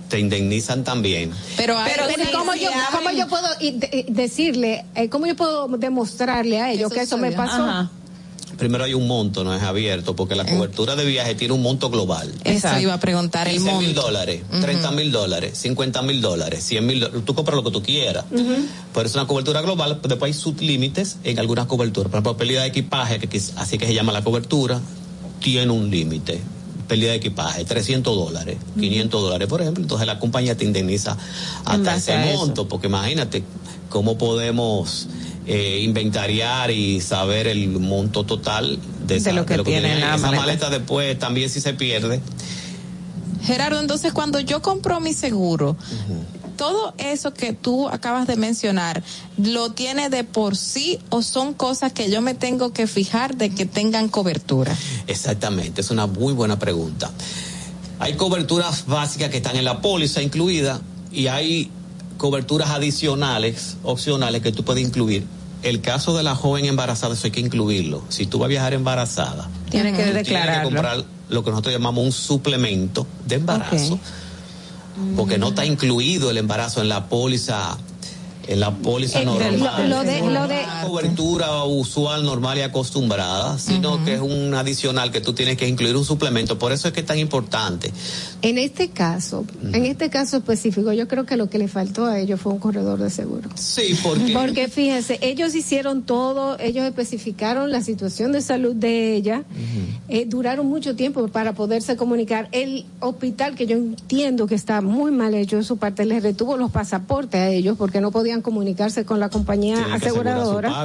te indemnizan también. Pero ¿cómo yo puedo decirle, cómo yo puedo demostrarle a ellos que eso me pasó? Ajá. Primero hay un monto, no es abierto, porque la cobertura de viaje tiene un monto global. Eso iba a preguntar, el monto. $15,000, $30,000, $50,000, $100,000, tú compras lo que tú quieras. Pero es una cobertura global, después hay sublímites en algunas coberturas. Por ejemplo, pérdida de equipaje, así que se llama la cobertura, tiene un límite. Pérdida de equipaje, $300, $500, por ejemplo. Entonces la compañía te indemniza hasta ese monto, porque imagínate cómo podemos inventariar y saber el monto total de lo que tiene esa maleta. Después también si se pierde. Gerardo, entonces cuando yo compro mi seguro, todo eso que tú acabas de mencionar, ¿lo tiene de por sí o son cosas que yo me tengo que fijar de que tengan cobertura? Exactamente, es una muy buena pregunta. Hay coberturas básicas que están en la póliza incluida y hay coberturas adicionales, opcionales que tú puedes incluir. El caso de la joven embarazada, eso hay que incluirlo. Si tú vas a viajar embarazada, tienes que declararlo. Tienes que comprar lo que nosotros llamamos un suplemento de embarazo, porque no está incluido el embarazo en la póliza. En la póliza normal. Lo de cobertura usual, normal y acostumbrada, sino que es un adicional que tú tienes que incluir un suplemento. Por eso es que es tan importante. En este caso específico, yo creo que lo que le faltó a ellos fue un corredor de seguro. Sí, porque fíjense, ellos hicieron todo, ellos especificaron la situación de salud de ella, duraron mucho tiempo para poderse comunicar. El hospital, que yo entiendo que está muy mal hecho de su parte, les retuvo los pasaportes a ellos porque no podían comunicarse con la compañía aseguradora,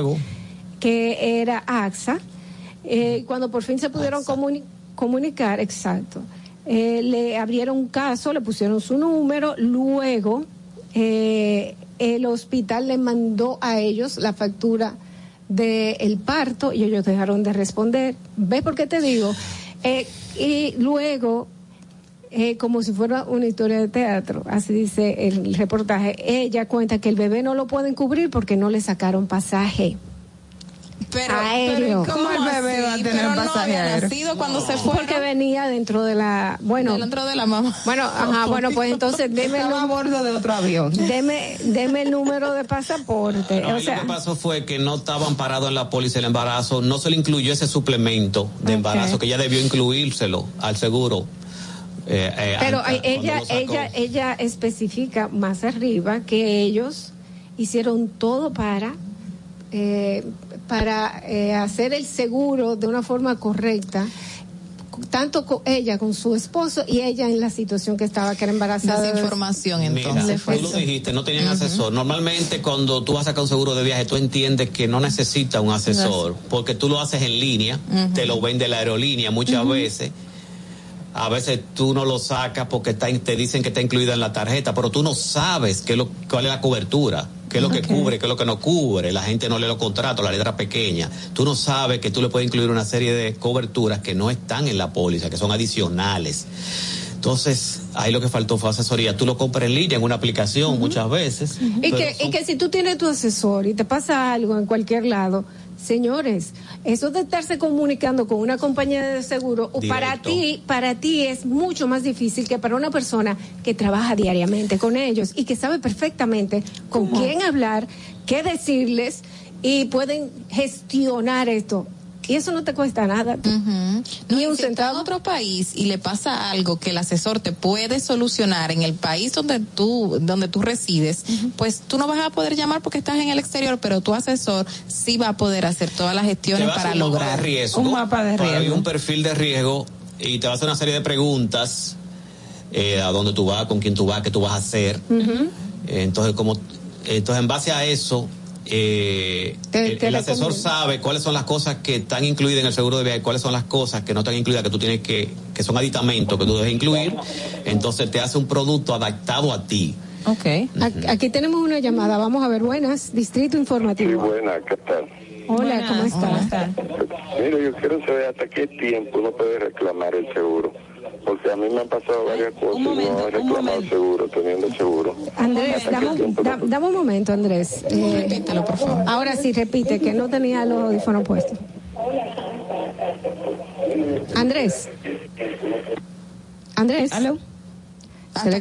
que era AXA. Cuando por fin se pudieron comunicar, exacto, le abrieron un caso, le pusieron su número, luego el hospital le mandó a ellos la factura del parto y ellos dejaron de responder. ¿Ves por qué te digo? Y luego, como si fuera una historia de teatro, así dice el reportaje, ella cuenta que el bebé no lo pueden cubrir porque no le sacaron pasaje. Pero ¿cómo el bebé va a tener un pasaje aéreo? Nacido cuando se fue, porque venía dentro de la, dentro de la mamá. Pues entonces deme a bordo de otro avión. Deme el número de pasaporte. Lo que pasó fue que no estaban parados en la póliza del embarazo, no se le incluyó ese suplemento de embarazo que ella debió incluírselo al seguro. Pero ella especifica más arriba que ellos hicieron todo para hacer el seguro de una forma correcta, tanto ella con su esposo y ella en la situación que estaba, que era embarazada. Desinformación, entonces. Mira, tú lo dijiste, no tenían asesor. Normalmente cuando tú vas a sacar un seguro de viaje, tú entiendes que no necesitas un asesor, porque tú lo haces en línea, te lo vende la aerolínea muchas veces. A veces tú no lo sacas porque te dicen que está incluida en la tarjeta, pero tú no sabes cuál es la cobertura, qué es lo que cubre, qué es lo que no cubre. La gente no lee los contratos, la letra pequeña. Tú no sabes que tú le puedes incluir una serie de coberturas que no están en la póliza, que son adicionales. Entonces, ahí lo que faltó fue asesoría. Tú lo compras en línea, en una aplicación muchas veces. Y que si tú tienes tu asesor y te pasa algo en cualquier lado, señores, eso de estarse comunicando con una compañía de seguro, para ti es mucho más difícil que para una persona que trabaja diariamente con ellos y que sabe perfectamente con quién hablar, qué decirles y pueden gestionar esto. Y eso no te cuesta nada. Ni un centavo. En otro país y le pasa algo que el asesor te puede solucionar en el país donde tú resides, pues tú no vas a poder llamar porque estás en el exterior, pero tu asesor sí va a poder hacer todas las gestiones para lograr un mapa de riesgo. Hay un perfil de riesgo y te va a hacer una serie de preguntas, a dónde tú vas, con quién tú vas, qué tú vas a hacer. Entonces en base a eso, el asesor sabe cuáles son las cosas que están incluidas en el seguro de viaje, cuáles son las cosas que no están incluidas, que tú tienes que son aditamentos que tú debes incluir. Entonces te hace un producto adaptado a ti. Okay. Aquí tenemos una llamada, vamos a ver. Buenas, Distrito Informativo. Sí, buenas, ¿qué tal? Hola, ¿cómo estás? Mira, yo quiero saber hasta qué tiempo uno puede reclamar el seguro, porque a mí me han pasado varias cosas y no he reclamado seguro, teniendo seguro. Andrés, dame un momento, Andrés. Repítelo, por favor. Ahora sí, repite, que no tenía los audífonos puestos. Andrés. ¿Aló? ¿Hasta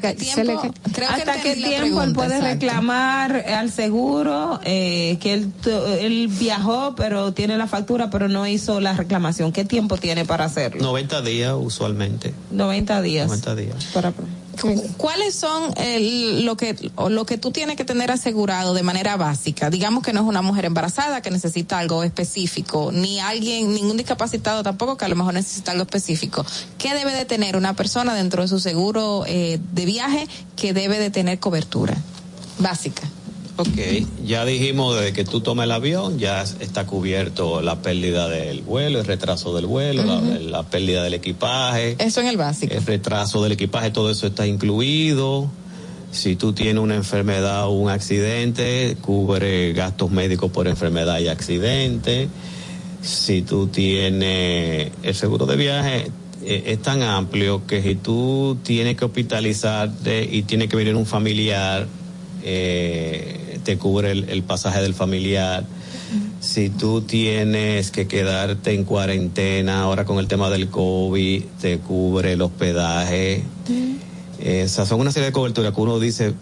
qué tiempo él puede reclamar al seguro que él viajó, pero tiene la factura, pero no hizo la reclamación? ¿Qué tiempo tiene para hacerlo? 90 días usualmente. 90 días. 90 días. ¿Cuáles son lo que tú tienes que tener asegurado de manera básica? Digamos que no es una mujer embarazada que necesita algo específico, ni ningún discapacitado tampoco que a lo mejor necesita algo específico. ¿Qué debe de tener una persona dentro de su seguro de viaje que debe de tener cobertura básica? Ok, ya dijimos desde que tú tomes el avión, ya está cubierto la pérdida del vuelo, el retraso del vuelo, la pérdida del equipaje. Eso en el básico. El retraso del equipaje, todo eso está incluido. Si tú tienes una enfermedad o un accidente, cubre gastos médicos por enfermedad y accidente. Si tú tienes el seguro de viaje, es tan amplio que si tú tienes que hospitalizarte y tiene que venir un familiar, te cubre el pasaje del familiar. Si tú tienes que quedarte en cuarentena ahora con el tema del COVID, te cubre el hospedaje. Esas son una serie de coberturas que uno dice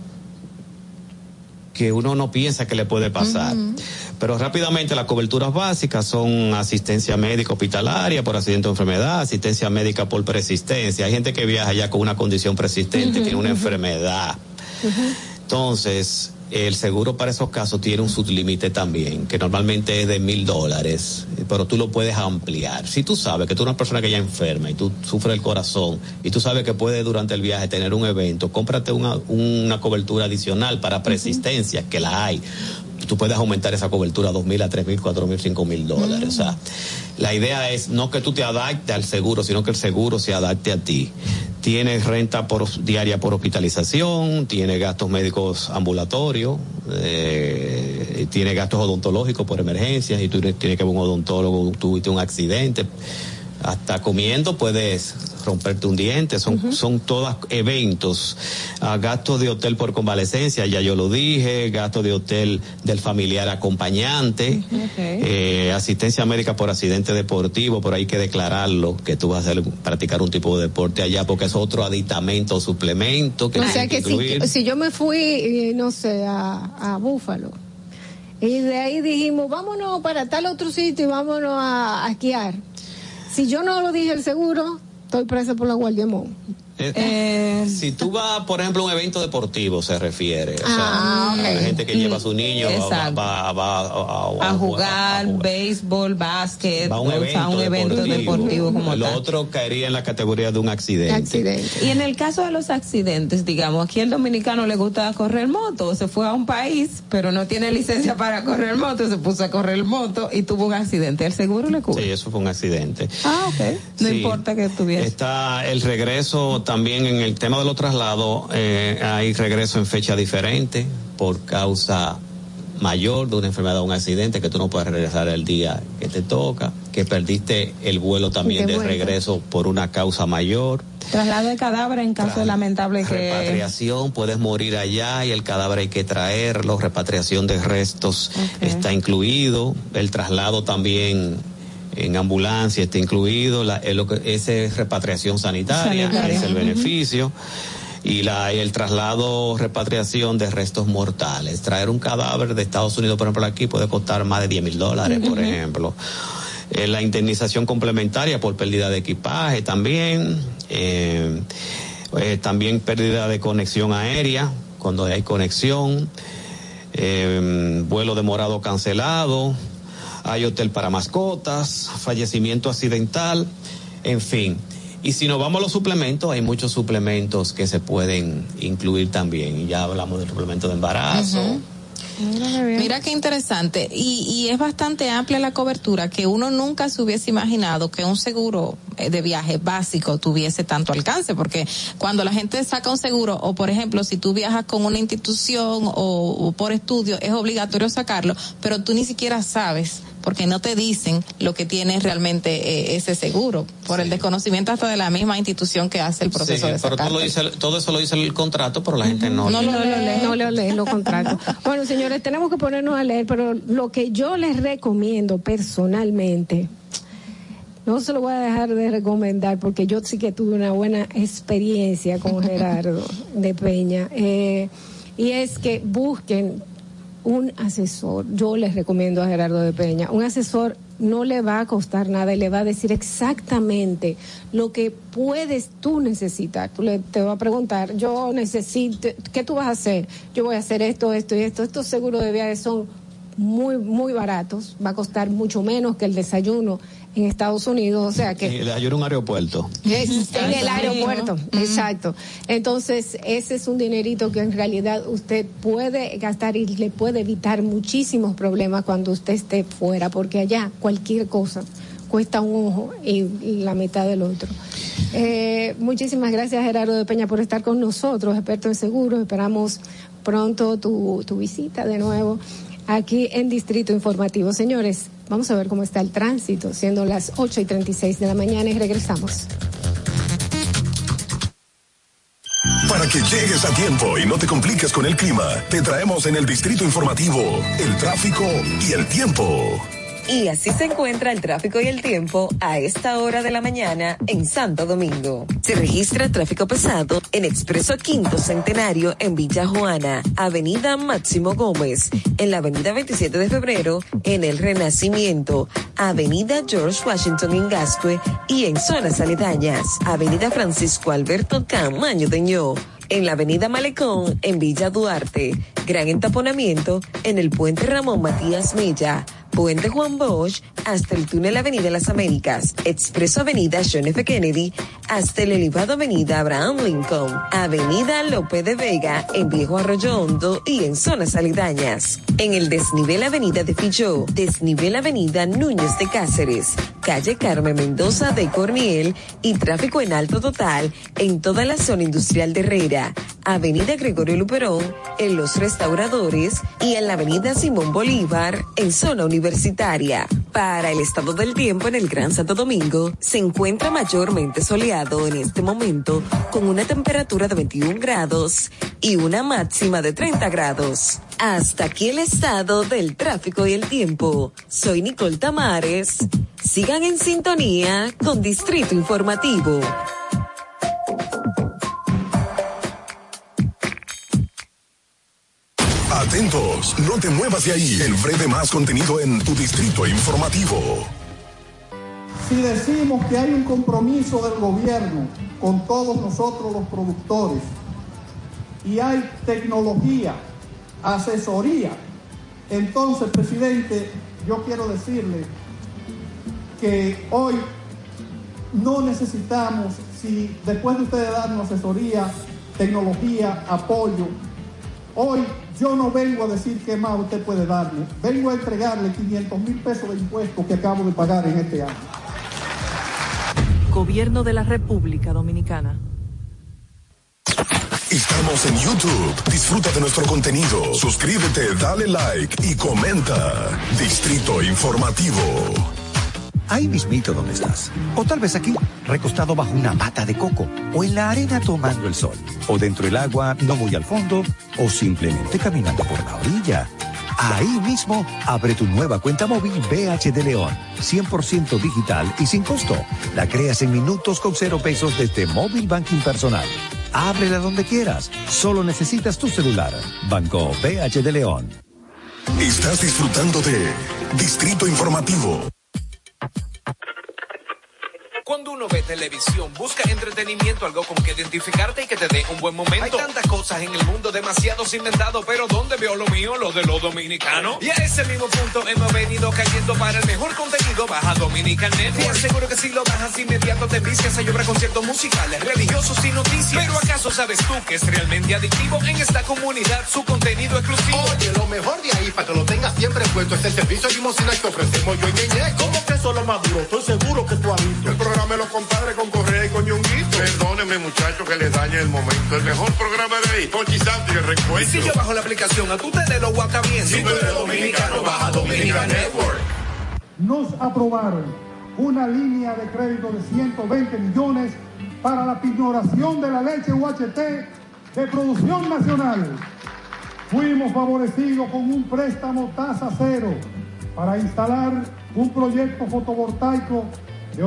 que uno no piensa que le puede pasar. Pero rápidamente las coberturas básicas son asistencia médica hospitalaria por accidente o enfermedad, asistencia médica por persistencia. Hay gente que viaja ya con una condición persistente, tiene una enfermedad. Entonces, el seguro para esos casos tiene un sublímite también, que normalmente es de $1,000, pero tú lo puedes ampliar. Si tú sabes que tú eres una persona que ya enferma y tú sufres el corazón y tú sabes que puedes durante el viaje tener un evento, cómprate una cobertura adicional para persistencia, que la hay. Tú puedes aumentar esa cobertura a $2,000, a $3,000, $4,000, $5,000. O sea, la idea es no que tú te adaptes al seguro, sino que el seguro se adapte a ti. Tienes renta diaria por hospitalización, tienes gastos médicos ambulatorios, tienes gastos odontológicos por emergencias, y tú tienes que ver un odontólogo, tuviste un accidente. Hasta comiendo puedes romperte un diente, son todos eventos. Gastos de hotel por convalecencia, ya yo lo dije, gastos de hotel del familiar acompañante, asistencia médica por accidente deportivo, pero hay que declararlo, que tú vas a practicar un tipo de deporte allá, porque es otro aditamento o suplemento que o sea que si yo me fui, no sé, a Búfalo, y de ahí dijimos, vámonos para tal otro sitio y vámonos a esquiar. Si yo no lo dije el seguro, estoy presa por la Guardia Mon. Si tú vas, por ejemplo, a un evento deportivo, se refiere. Hay gente que lleva a su niño, va a jugar béisbol, básquet, va a un evento deportivo como tal. Lo otro caería en la categoría de un accidente. Y en el caso de los accidentes, digamos, aquí el dominicano le gusta correr moto, se fue a un país, pero no tiene licencia para correr moto, se puso a correr moto y tuvo un accidente. ¿El seguro le cubre? Sí, eso fue un accidente. No importa que tuviera. Está el regreso también en el tema de los traslados, hay regreso en fecha diferente por causa mayor de una enfermedad o un accidente, que tú no puedes regresar el día que te toca, que perdiste el vuelo también de regreso por una causa mayor. Traslado de cadáver en caso lamentable que... Repatriación, puedes morir allá y el cadáver hay que traerlo, repatriación de restos está incluido, el traslado también en ambulancia está incluido, esa es repatriación sanitaria, es el beneficio. Y el traslado, repatriación de restos mortales. Traer un cadáver de Estados Unidos, por ejemplo, aquí puede costar más de $10,000, por ejemplo. La indemnización complementaria por pérdida de equipaje también. También pérdida de conexión aérea, cuando hay conexión. Vuelo demorado o cancelado. Hay hotel para mascotas, fallecimiento accidental, en fin. Y si nos vamos a los suplementos, hay muchos suplementos que se pueden incluir también. Ya hablamos del suplemento de embarazo. Mira qué interesante. Y es bastante amplia la cobertura, que uno nunca se hubiese imaginado que un seguro de viaje básico tuviese tanto alcance, porque cuando la gente saca un seguro, o por ejemplo, si tú viajas con una institución o por estudio, es obligatorio sacarlo, pero tú ni siquiera sabes, porque no te dicen lo que tiene realmente ese seguro, por el desconocimiento hasta de la misma institución que hace el proceso de sacarlo. Pero todo eso lo dice el contrato, pero la gente no lo lee los contratos. Bueno, señores, tenemos que ponernos a leer, pero lo que yo les recomiendo personalmente, No se lo voy a dejar de recomendar porque yo sí que tuve una buena experiencia con Gerardo de Peña. Y es que busquen un asesor. Yo les recomiendo a Gerardo de Peña. Un asesor no le va a costar nada y le va a decir exactamente lo que puedes tú necesitar. Te va a preguntar, yo necesito, ¿qué tú vas a hacer? Yo voy a hacer esto, esto y esto. Estos seguros de viajes son muy, muy baratos. Va a costar mucho menos que el desayuno en Estados Unidos, o sea que... El desayuno en un aeropuerto. En el aeropuerto, exacto. Entonces, ese es un dinerito que en realidad usted puede gastar y le puede evitar muchísimos problemas cuando usted esté fuera, porque allá cualquier cosa cuesta un ojo y la mitad del otro. Muchísimas gracias, Gerardo de Peña, por estar con nosotros, experto en seguros. Esperamos pronto tu visita de nuevo aquí en Distrito Informativo. Señores, vamos a ver cómo está el tránsito, siendo las 8:36 de la mañana y regresamos. Para que llegues a tiempo y no te compliques con el clima, te traemos en el Distrito Informativo el tráfico y el tiempo. Y así se encuentra el tráfico y el tiempo a esta hora de la mañana en Santo Domingo. Se registra tráfico pesado en Expreso Quinto Centenario en Villa Juana, Avenida Máximo Gómez, en la Avenida 27 de Febrero en El Renacimiento, Avenida George Washington en Gascue y en zonas aledañas, Avenida Francisco Alberto Camaño Deñó, en la Avenida Malecón en Villa Duarte, gran entaponamiento en el Puente Ramón Matías Mella, Puente Juan Bosch hasta el túnel Avenida Las Américas, Expreso Avenida John F. Kennedy hasta el elevado Avenida Abraham Lincoln, Avenida Lope de Vega en Viejo Arroyo Hondo y en zonas aledañas. En el desnivel Avenida de Filló, desnivel Avenida Núñez de Cáceres, calle Carmen Mendoza de Corniel y tráfico en alto total en toda la zona industrial de Herrera, Avenida Gregorio Luperón en Los Restauradores y en la Avenida Simón Bolívar en zona universitaria. Para el estado del tiempo en el Gran Santo Domingo, se encuentra mayormente soleado en este momento con una temperatura de 21 grados y una máxima de 30 grados. Hasta aquí el estado del tráfico y el tiempo. Soy Nicole Tamares. Sigan en sintonía con Distrito Informativo. Atentos, no te muevas de ahí. El breve más contenido en tu Distrito Informativo. Si decimos que hay un compromiso del gobierno con todos nosotros los productores y hay tecnología, asesoría, entonces, presidente, yo quiero decirle que hoy no necesitamos, si después de ustedes darnos asesoría, tecnología, apoyo, hoy yo no vengo a decir qué más usted puede darle, vengo a entregarle 500,000 pesos de impuestos que acabo de pagar en este año. Gobierno de la República Dominicana. Estamos en YouTube. Disfruta de nuestro contenido. Suscríbete, dale like y comenta. Distrito Informativo. Ahí mismito donde estás. O tal vez aquí, recostado bajo una mata de coco. O en la arena tomando el sol. O dentro del agua, no muy al fondo. O simplemente caminando por la orilla. Ahí mismo, abre tu nueva cuenta móvil BH de León. 100% digital y sin costo. La creas en minutos con 0 pesos desde Móvil Banking Personal. Ábrela donde quieras. Solo necesitas tu celular. Banco BH de León. Estás disfrutando de Distrito Informativo. Cuando uno ve televisión, busca entretenimiento, algo con que identificarte y que te dé un buen momento. Hay tantas cosas en el mundo, demasiados inventados, pero ¿dónde veo lo mío? Lo de los dominicanos. Y a ese mismo punto hemos venido cayendo para el mejor contenido. Baja Dominican Network. Te aseguro que si lo bajas inmediato te vicias a llorar conciertos musicales, religiosos y noticias. Pero ¿acaso sabes tú que es realmente adictivo en esta comunidad su contenido exclusivo? Oye, lo mejor de ahí, para que lo tengas siempre puesto, es el servicio de limosina que ofrecemos yo y Ñeñe. ¿Cómo que eso es lo más duro? Estoy seguro que tú has visto. El programa de los compadres con Correa y con Ñonguito. Perdónenme, muchachos, que les dañe el momento. El mejor programa de ahí, Pochi Santo y el recuento. Y si yo bajo la aplicación, a tú te de lo guata bien. Si tú eres dominicano, baja Dominican Network. Nos aprobaron una línea de crédito de 120 millones para la pignoración de la leche UHT de producción nacional. Fuimos favorecidos con un préstamo tasa cero para instalar un proyecto fotovoltaico de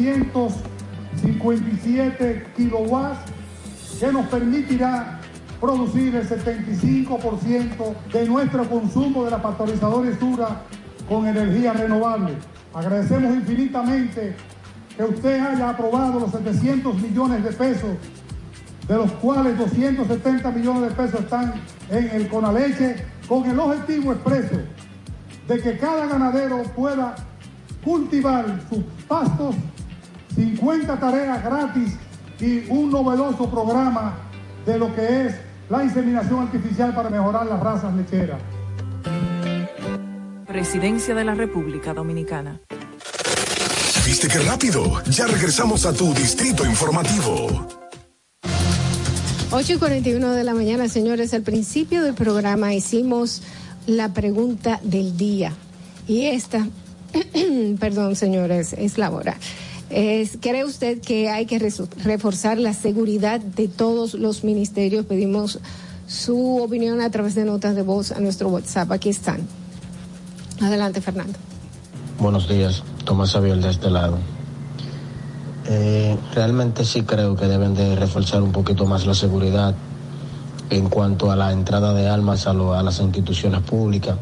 857 kilowatts que nos permitirá producir el 75% de nuestro consumo de la pasteurizadora Sura con energía renovable. Agradecemos infinitamente que usted haya aprobado los 700 millones de pesos, de los cuales 270 millones de pesos están en el Conaleche, con el objetivo expreso de que cada ganadero pueda cultivar sus pastos, 50 tareas gratis y un novedoso programa de lo que es la inseminación artificial para mejorar las razas lecheras. Presidencia de la República Dominicana. ¿Viste qué rápido? Ya regresamos a tu distrito informativo. 8:41 de la mañana, señores. Al principio del programa hicimos la pregunta del día. Y esta, perdón, señores, es la hora. ¿Cree usted que hay que reforzar la seguridad de todos los ministerios? Pedimos su opinión a través de notas de voz a nuestro WhatsApp. Aquí están. Adelante, Fernando. Buenos días, Tomás Xavier de este lado. Realmente sí creo que deben de reforzar un poquito más la seguridad en cuanto a la entrada de armas a las instituciones públicas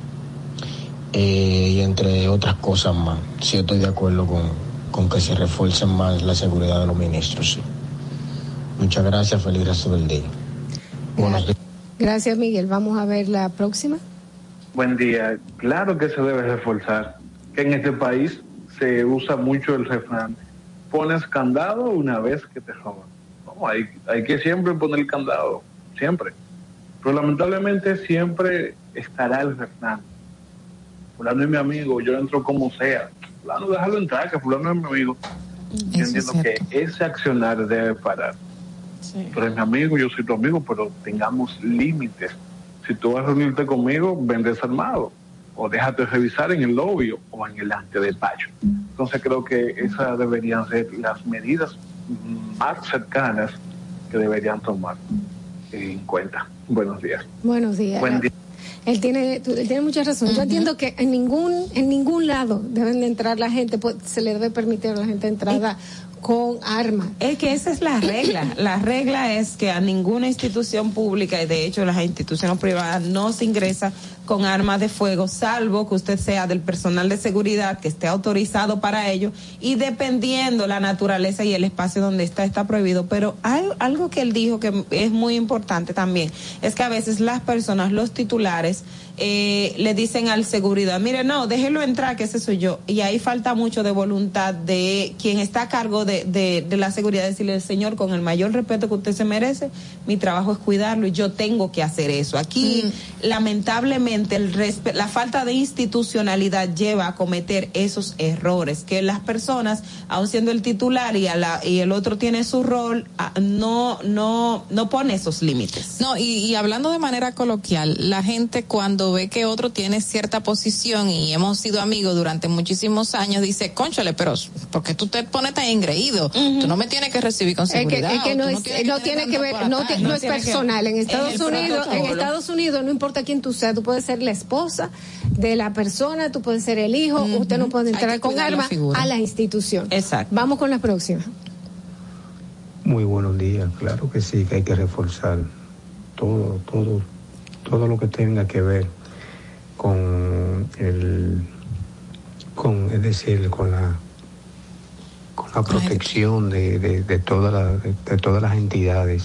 y entre otras cosas más. Sí estoy de acuerdo con que se refuercen más la seguridad de los ministros. Sí. Muchas gracias, feliz resto del día. Buenos días. Gracias, Miguel. Vamos a ver la próxima. Buen día. Claro que se debe reforzar. Que en este país se usa mucho el refrán: pones candado una vez que te roban. No, hay que siempre poner candado, siempre. Pero lamentablemente siempre estará el refrán: fulano es mi amigo, yo entro como sea. Fulano, déjalo entrar, que fulano es mi amigo. Yo entiendo que ese accionar debe parar. Sí. Tú eres mi amigo, yo soy tu amigo, pero tengamos límites. Si tú vas a reunirte conmigo, ven desarmado, o déjate revisar en el lobby o en el antedespacho. Entonces creo que esas deberían ser las medidas más cercanas que deberían tomar en cuenta. Buenos días. Buenos días. Buen día. Él tiene mucha razón. Yo entiendo que en ningún lado deben de entrar la gente, pues, se le debe permitir a la gente entrada con armas. Es que esa es la regla. La regla es que a ninguna institución pública, y de hecho las instituciones privadas, no se ingresa con armas de fuego, salvo que usted sea del personal de seguridad que esté autorizado para ello, y dependiendo la naturaleza y el espacio donde está prohibido. Pero hay algo que él dijo que es muy importante también, es que a veces las personas, los titulares, le dicen al seguridad: mire, no, déjelo entrar, que ese soy yo. Y ahí falta mucho de voluntad de quien está a cargo de la seguridad, decirle: señor, con el mayor respeto que usted se merece, mi trabajo es cuidarlo y yo tengo que hacer eso. Aquí, lamentablemente, la falta de institucionalidad lleva a cometer esos errores, que las personas, aun siendo el titular y el otro tiene su rol, no pone esos límites. No, y hablando de manera coloquial, la gente cuando ve que otro tiene cierta posición y hemos sido amigos durante muchísimos años, dice: cónchale, pero ¿por qué tú te pones tan engreído? Tú no me tienes que recibir con seguridad. Es que no tiene que ver, no es personal. En Estados Unidos, no importa quién tú seas, tú puedes ser la esposa de la persona, tú puedes ser el hijo, usted no puede entrar con armas a la institución. Exacto. Vamos con la próxima. Muy buenos días. Claro que sí, que hay que reforzar todo lo que tenga que ver con la protección de todas las entidades.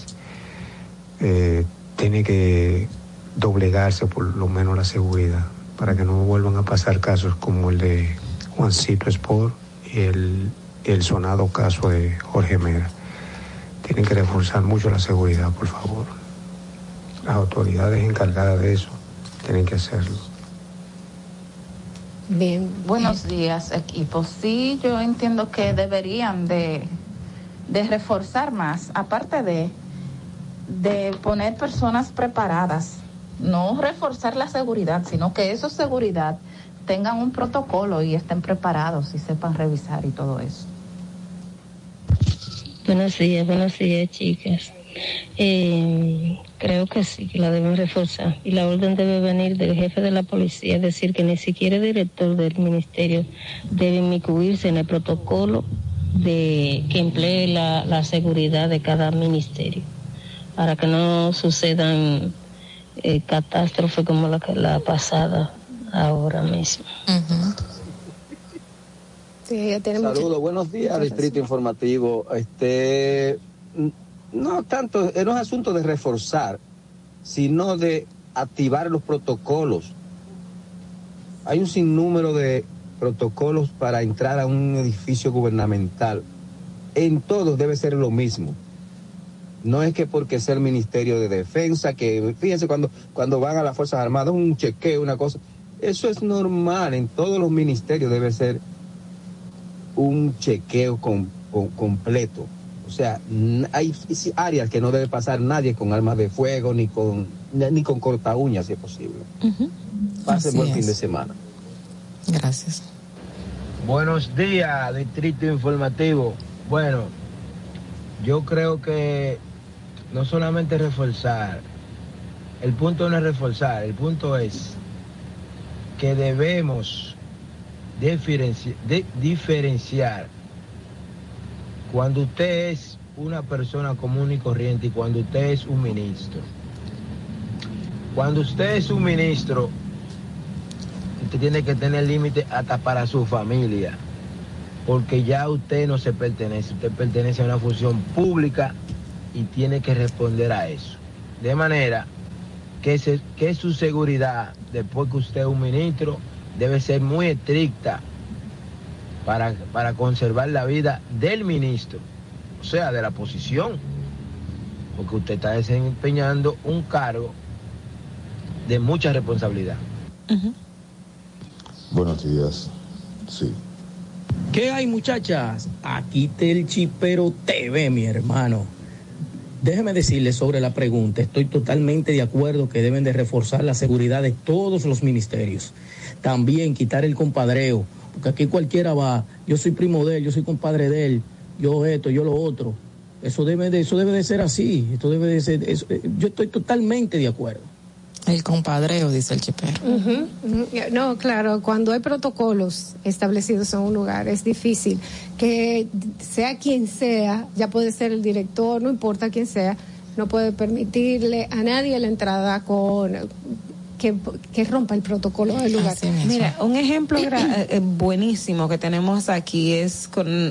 Tiene que doblegarse por lo menos la seguridad para que no vuelvan a pasar casos como el de Juancito Sport y el sonado caso de Jorge Mera. Tienen que reforzar mucho la seguridad, por favor. Las autoridades encargadas de eso tienen que hacerlo. Bien. Buenos días, equipo. Sí, yo entiendo que deberían de reforzar más, aparte de poner personas preparadas, no reforzar la seguridad, sino que esos seguridad tengan un protocolo y estén preparados y sepan revisar y todo eso. Buenos días, chicas. Creo que sí, que la deben reforzar. Y la orden debe venir del jefe de la policía, es decir, que ni siquiera el director del ministerio debe inmiscuirse en el protocolo de que emplee la seguridad de cada ministerio, para que no sucedan catástrofes como la pasada ahora mismo. Uh-huh. Sí, saludos, buenos días, Distrito Informativo. No tanto, no es asunto de reforzar, sino de activar los protocolos. Hay un sinnúmero de protocolos para entrar a un edificio gubernamental. En todos debe ser lo mismo. No es que porque sea el Ministerio de Defensa, que fíjense cuando van a las Fuerzas Armadas, un chequeo, una cosa. Eso es normal, en todos los ministerios debe ser un chequeo completo. O sea, hay áreas que no debe pasar nadie con armas de fuego ni con corta uñas, si es posible. Uh-huh. Pase buen fin de semana. Gracias. Buenos días, Distrito Informativo. Bueno, yo creo que no solamente reforzar, el punto no es reforzar, el punto es que debemos diferenciar cuando usted es una persona común y corriente y cuando usted es un ministro. Cuando usted es un ministro, usted tiene que tener límite hasta para su familia, porque ya usted no se pertenece, usted pertenece a una función pública y tiene que responder a eso. De manera que su seguridad, después que usted es un ministro, debe ser muy estricta para conservar la vida del ministro, o sea, de la posición, porque usted está desempeñando un cargo de mucha responsabilidad. Uh-huh. Buenos días, sí. ¿Qué hay, muchachas? Aquí el Chipero TV, mi hermano. Déjeme decirles sobre la pregunta, estoy totalmente de acuerdo que deben de reforzar la seguridad de todos los ministerios. También quitar el compadreo, porque aquí cualquiera va, yo soy primo de él, yo soy compadre de él, yo esto, yo lo otro. Eso debe de ser así, yo estoy totalmente de acuerdo. El compadreo, dice el Chipero. Uh-huh, uh-huh. No, claro, cuando hay protocolos establecidos en un lugar, es difícil que sea quien sea, ya puede ser el director, no importa quién sea, no puede permitirle a nadie la entrada que rompa el protocolo del lugar. Mira, un ejemplo buenísimo que tenemos aquí es con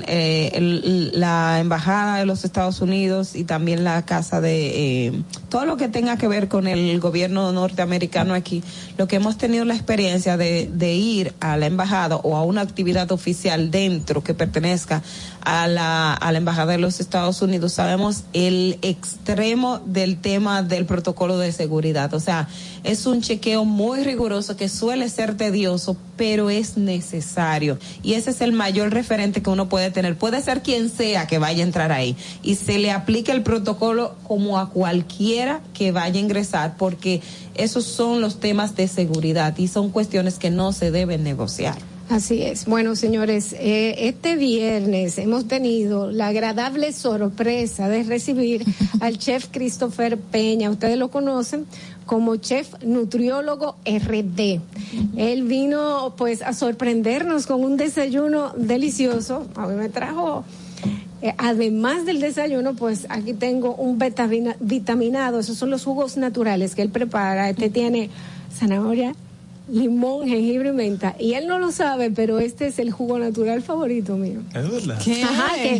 la Embajada de los Estados Unidos y también la Casa de todo lo que tenga que ver con el gobierno norteamericano aquí. Lo que hemos tenido la experiencia de ir a la embajada o a una actividad oficial dentro que pertenezca a la Embajada de los Estados Unidos, sabemos el extremo del tema del protocolo de seguridad. O sea, es un chequeo muy riguroso que suele ser tedioso, pero es necesario. Y ese es el mayor referente que uno puede tener. Puede ser quien sea que vaya a entrar ahí. Y se le aplica el protocolo como a cualquiera que vaya a ingresar, porque esos son los temas de seguridad y son cuestiones que no se deben negociar. Así es. Bueno, señores, este viernes hemos tenido la agradable sorpresa de recibir al chef Christopher Peña. Ustedes lo conocen como chef nutriólogo RD. Él vino pues a sorprendernos con un desayuno delicioso. A mí me trajo, además del desayuno, pues aquí tengo un vitaminado. Esos son los jugos naturales que él prepara. Este tiene zanahoria, limón, jengibre y menta. Y él no lo sabe, pero este es el jugo natural favorito mío. ¿Es verdad? ¿Qué? Ajá, que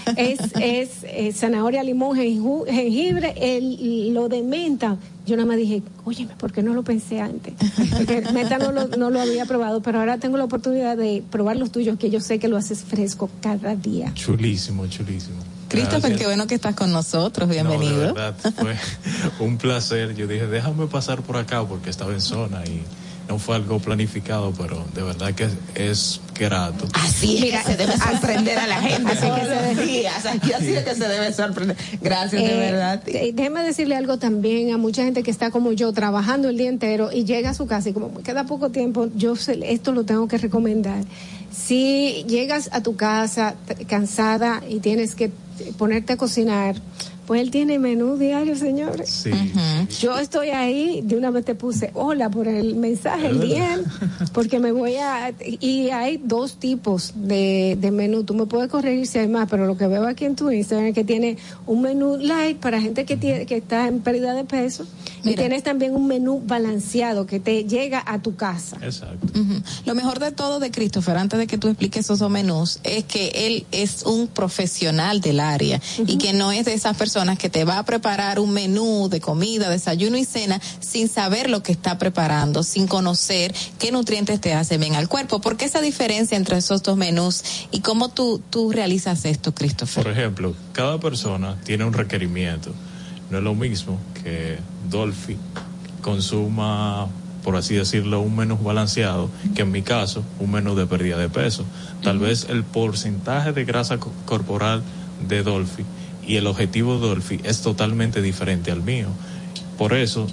es zanahoria, limón, jengibre, lo de menta. Yo nada más dije, óyeme, ¿por qué no lo pensé antes? Porque menta no lo había probado, pero ahora tengo la oportunidad de probar los tuyos, que yo sé que lo haces fresco cada día. Chulísimo, chulísimo. Christopher, qué bueno que estás con nosotros, bienvenido. No, de verdad, fue un placer. Yo dije, déjame pasar por acá porque estaba en zona y no fue algo planificado, pero de verdad que es grato. Así es que se debe sorprender a la gente todos los días. Así es que se debe sorprender. Gracias, de verdad. Déjeme decirle algo también a mucha gente que está como yo, trabajando el día entero y llega a su casa y como me queda poco tiempo, esto lo tengo que recomendar. Si llegas a tu casa cansada y tienes que ponerte a cocinar, Pues él tiene menú diario, señores. Sí. Yo estoy ahí, de una vez te puse hola por el mensaje, el DM, porque me voy a... Y hay 2 tipos de menú. Tú me puedes corregir si hay más, pero lo que veo aquí en tu Instagram es que tiene un menú light para gente que está en pérdida de peso. Mira. Y tienes también un menú balanceado que te llega a tu casa. Exacto. Lo mejor de todo de Christopher, antes de que tú expliques esos menús, es que él es un profesional del área y que no es de esas personas que te va a preparar un menú de comida, desayuno y cena sin saber lo que está preparando, sin conocer qué nutrientes te hacen bien al cuerpo. ¿Por qué esa diferencia entre esos 2 menús y cómo tú realizas esto, Christopher? Por ejemplo, cada persona tiene un requerimiento. No es lo mismo que Dolphy consuma, por así decirlo, un menú balanceado, que en mi caso, un menú de pérdida de peso. Tal vez el porcentaje de grasa corporal de Dolphy y el objetivo de Dolphy es totalmente diferente al mío. Por eso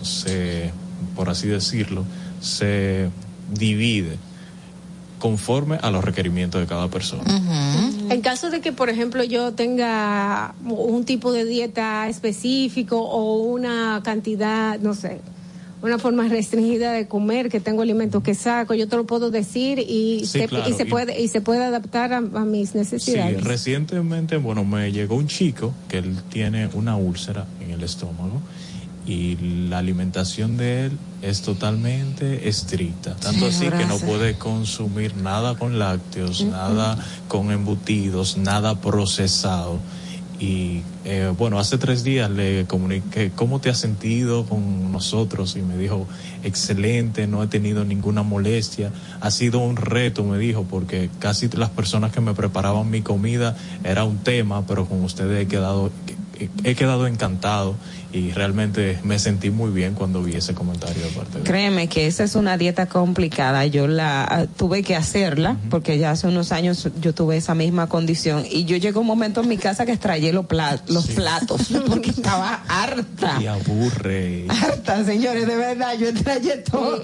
por así decirlo, se divide conforme a los requerimientos de cada persona. En caso de que, por ejemplo, yo tenga un tipo de dieta específico o una cantidad, no sé, una forma restringida de comer, que tengo alimentos que saco, yo te lo puedo decir y, sí, claro, y se puede adaptar a mis necesidades. Sí, recientemente, me llegó un chico que él tiene una úlcera en el estómago y la alimentación de él es totalmente estricta, tanto así que no puede consumir nada con lácteos, nada con embutidos, nada procesado. Y hace 3 días le comuniqué cómo te has sentido con nosotros y me dijo, excelente, no he tenido ninguna molestia, ha sido un reto, me dijo, porque casi las personas que me preparaban mi comida era un tema, pero con ustedes he quedado encantado y realmente me sentí muy bien cuando vi ese comentario de parte de él. Créeme que esa es una dieta complicada, yo la tuve que hacerla porque ya hace unos años yo tuve esa misma condición y yo llegó un momento en mi casa que extrañé los platos porque estaba harta. Y aburre. Harta, señores, de verdad, yo extrañé todo.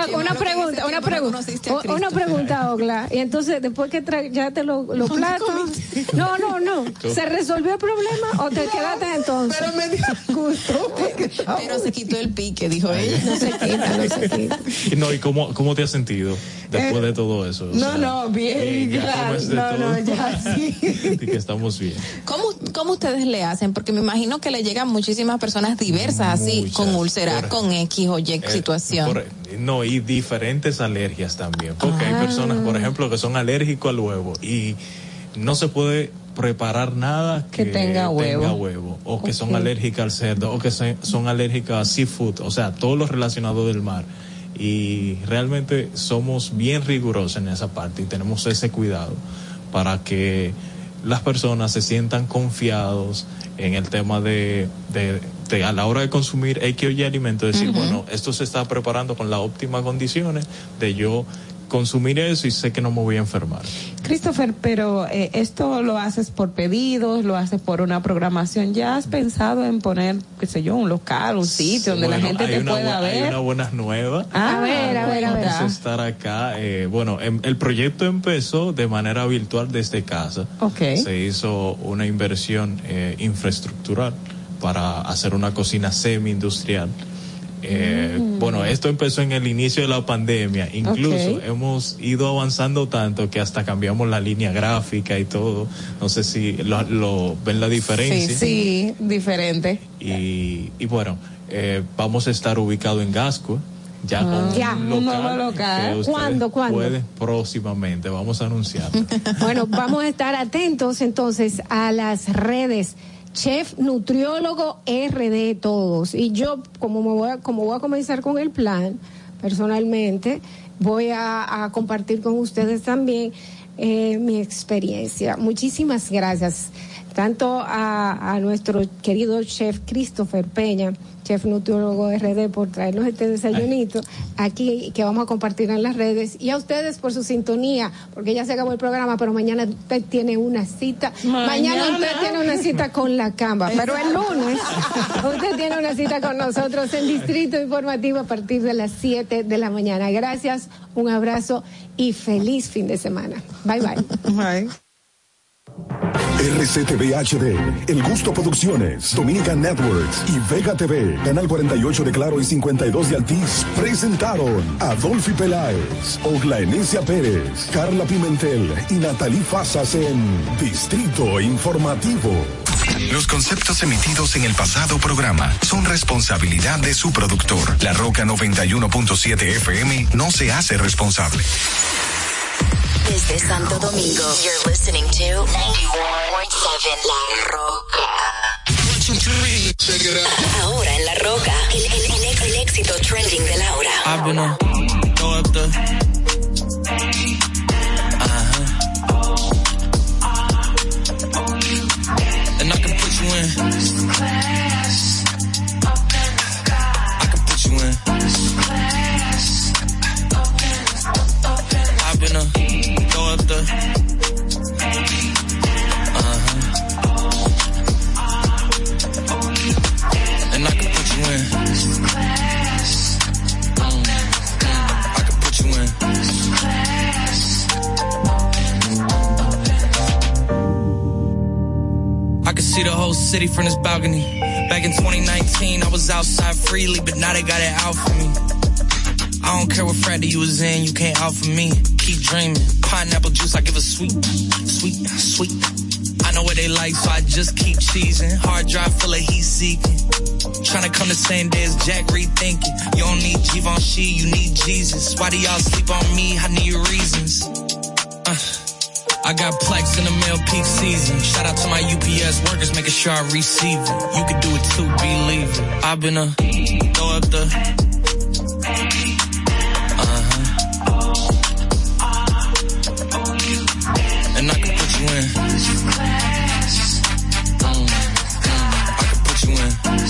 Una pregunta, Ogla. Y entonces, después que ya te los platos, no. ¿Se resolvió el problema o te quedaste entonces? Pero me dio gusto. Pero se quitó el pique, dijo ella. No se quita. No, ¿y cómo te has sentido después de todo eso? Bien, claro. Ya sí. Y que estamos bien. ¿Cómo ustedes le hacen? Porque me imagino que le llegan muchísimas personas diversas así, con úlcera, con X o Y situación. Y diferentes alergias también. Porque hay personas, por ejemplo, que son alérgicos al huevo y no se puede preparar nada que tenga huevo o que son alérgicas al cerdo o que son alérgicas a seafood, o sea, todo lo relacionado del mar. Y realmente somos bien rigurosos en esa parte y tenemos ese cuidado para que las personas se sientan confiados en el tema de a la hora de consumir X o Y alimentos, decir, esto se está preparando con las óptimas condiciones de yo consumir eso y sé que no me voy a enfermar. Christopher, pero esto lo haces por pedidos, lo haces por una programación. ¿Ya has pensado en poner, qué sé yo, un local, un sitio donde la gente te pueda ver? Hay una buena nueva. A ver. Vamos a estar acá. El proyecto empezó de manera virtual desde casa. Okay. Se hizo una inversión infraestructural para hacer una cocina semi-industrial. Esto empezó en el inicio de la pandemia, incluso hemos ido avanzando tanto que hasta cambiamos la línea gráfica y todo. No sé si lo ven la diferencia. Sí, diferente. Y vamos a estar ubicados en Gascue, ya con un nuevo local. ¿Cuándo? Pueden próximamente, vamos a anunciarlo. Bueno, vamos a estar atentos entonces a las redes. Chef Nutriólogo RD todos. Y yo, como voy a comenzar con el plan, personalmente, voy a compartir con ustedes también mi experiencia. Muchísimas gracias, tanto a nuestro querido chef Christopher Peña, Chef Nutriólogo RD, por traernos este desayunito aquí que vamos a compartir en las redes, y a ustedes por su sintonía, porque ya se acabó el programa, pero mañana usted tiene una cita. Mañana usted tiene una cita con la Camba, pero el lunes usted tiene una cita con nosotros en Distrito Informativo a partir de las 7 de la mañana. Gracias, un abrazo y feliz fin de semana. Bye. Bye. RCTV HD, El Gusto Producciones, Dominican Networks y Vega TV, Canal 48 de Claro y 52 de Altiz, presentaron a Adolfi Peláez, Oglaenecia Pérez, Carla Pimentel y Natalí Fasas en Distrito Informativo. Los conceptos emitidos en el pasado programa son responsabilidad de su productor. La Roca 91.7 FM no se hace responsable. Desde Santo Domingo, you're listening to 91.7 La Roca. 1, 2, 3, check it out. Ahora en La Roca, el éxito trending de Laura. I've been a throw up the and I can put you in. I can put you in. I've been a throw up the and I can put you in. I can put you in. I can see the whole city from this balcony. Back in 2019, I was outside freely, but now they got it out for me. I don't care what frat you was in, you can't out for me. Keep dreaming. Pineapple juice, I give a sweet, sweet, sweet. I know what they like, so I just keep cheesing. Hard drive full of heat seeking. Tryna come the same day as Jack rethinking. You don't need Givenchy, you need Jesus. Why do y'all sleep on me? I need reasons. I got plex in the mail peak season. Shout out to my UPS workers, making sure I receive it. You can do it too, believe it. I've been a throw up the and I can put you in. I can put you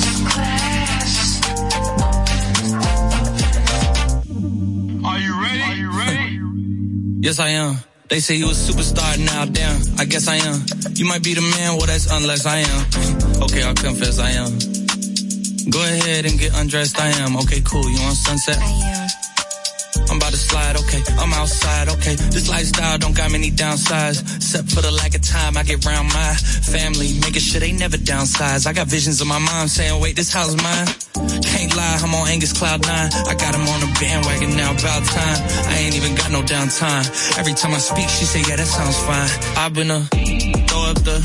in. Are you ready? Are you ready? Yes, I am. They say you a superstar now, damn, I guess I am. You might be the man, well that's unless I am. Okay, I'll confess I am. Go ahead and get undressed, I am. Okay, cool, you on Sunset? I am. I'm about to slide, okay, I'm outside, okay. This lifestyle don't got many downsides. Except for the lack of time I get around my family, making sure they never downsize. I got visions of my mom saying, wait, this house mine. Can't lie, I'm on Angus Cloud 9. I got him on the bandwagon now, about time. I ain't even got no downtime. Every time I speak, she say, yeah, that sounds fine. I've been a throw up the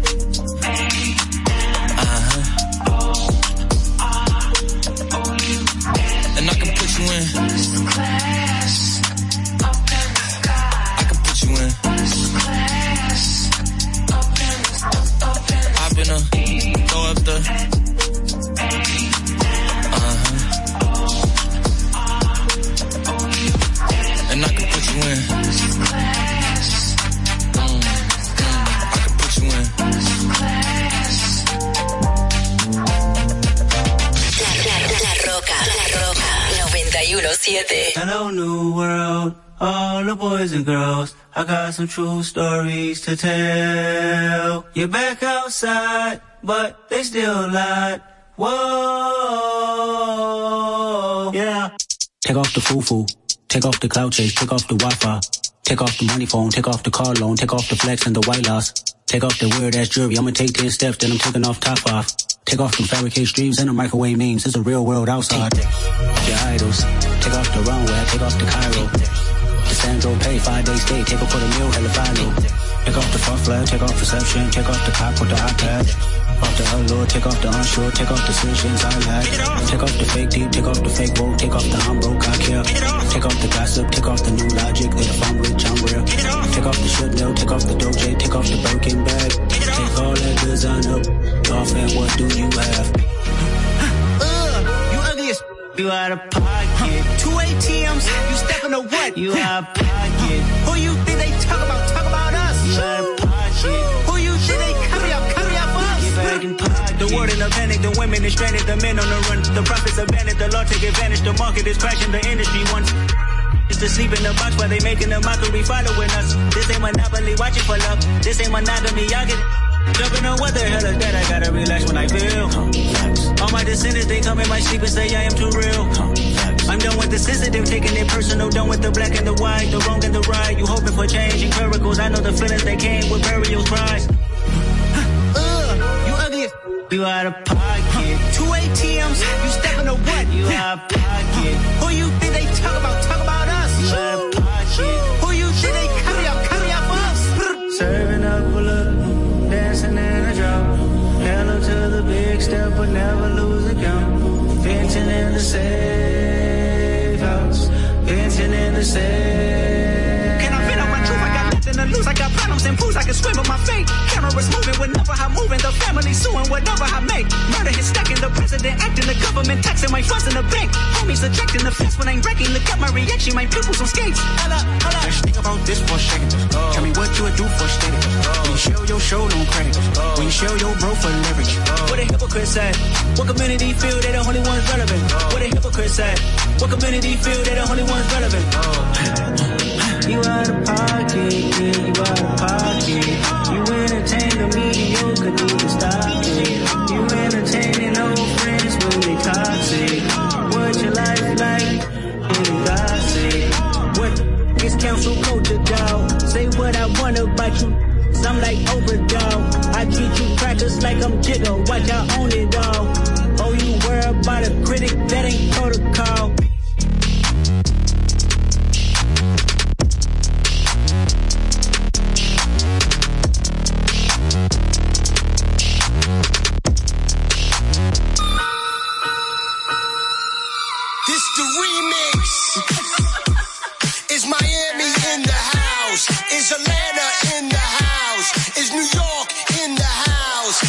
and I can put you in. I can put you in. I've been a throw up the and I can put you in. I can put you in. La Roca 91.7. Hello, new world, all the boys and girls. I got some true stories to tell. You're back outside, but they still lied. Whoa, yeah. Take off the foo-foo, take off the cloud chase, take off the Wi-Fi. Take off the money phone, take off the car loan, take off the flex and the white loss. Take off the weird ass jewelry, I'ma take 10 steps, then I'm taking off top off. Take off the fabricated streams and the microwave memes, it's a real world outside. Your idols, take off the runway, take off the Cairo. The Sandro pay, 5 days stay, take off for the meal, hella final. Take off the far flag, take off reception, take off the cop with the iPad. Off the allure, take off the unsure, take off the decisions I like. Take off the fake deep, take off the fake woke, take off the I'm broke, I care. Take off the gossip, take off the new logic, that if I'm rich, I'm real. Take off the shit mill, take off the Doja, take off the Birkin bag. Take all that design up, off and what do you have? You ugly as you out of pocket. 2 ATMs, you stepping to what? You out of pocket. Who you think they talk about? Talk about us. You out of pocket. Who you think they cover up for us? Get back in pocket. The world in a panic, the women is stranded, the men on the run. The profits abandoned, the law take advantage, the market is crashing, the industry wants is to sleep in the box while they making a mockery following us. This ain't Monopoly, watching for love. This ain't monogamy, y'all get it. Jumping on what the hell is that? I gotta relax when I feel. All my descendants, they come in my sleep and say I am too real. I'm done with the sensitive, taking it personal, done with the black and the white, the wrong and the right. You hoping for change and miracles, I know the feelings that came with burial cries. You out of pocket. 2 ATMs, you step in the what? You out of pocket. Who you think they talk about? Talk about us. You out of pocket. Who you think they carry up for us? Serving up a look, dancing in a drop. Hello to the big step, but never lose a count. Venting in the safe house. Venting in the safe. Can I fit on my truth? I got nothing to lose. I got problems and pools. I can swim with my fate. Cameras moving whenever I'm moving. The family suing whatever I make. Murder is stacking. The president acting. The government taxing. My funds in the bank. Homies ejecting the fence when I'm wrecking. Look at my reaction. My pupils on skates. Hold up. Let's think about this for a second. Tell me what you would do for steady. When you show your show, no credit. When you show your bro for leverage. What a hypocrite said. What community feel they the only ones relevant? What a hypocrite said. What community feel they the only ones relevant? You out of pocket, yeah, you out of pocket. You entertain the mediocre, need to stop it. You entertaining old friends when they toxic. What your life like? Really toxic. What is council culture, dog? Say what I want about you. I'm like overdog. I treat you crackers like I'm Jigga. Watch I own it all. Oh, you worry about a critic, that ain't protocol. This the remix. Is Miami in the house? Is Atlanta in the house? Is New York in the house?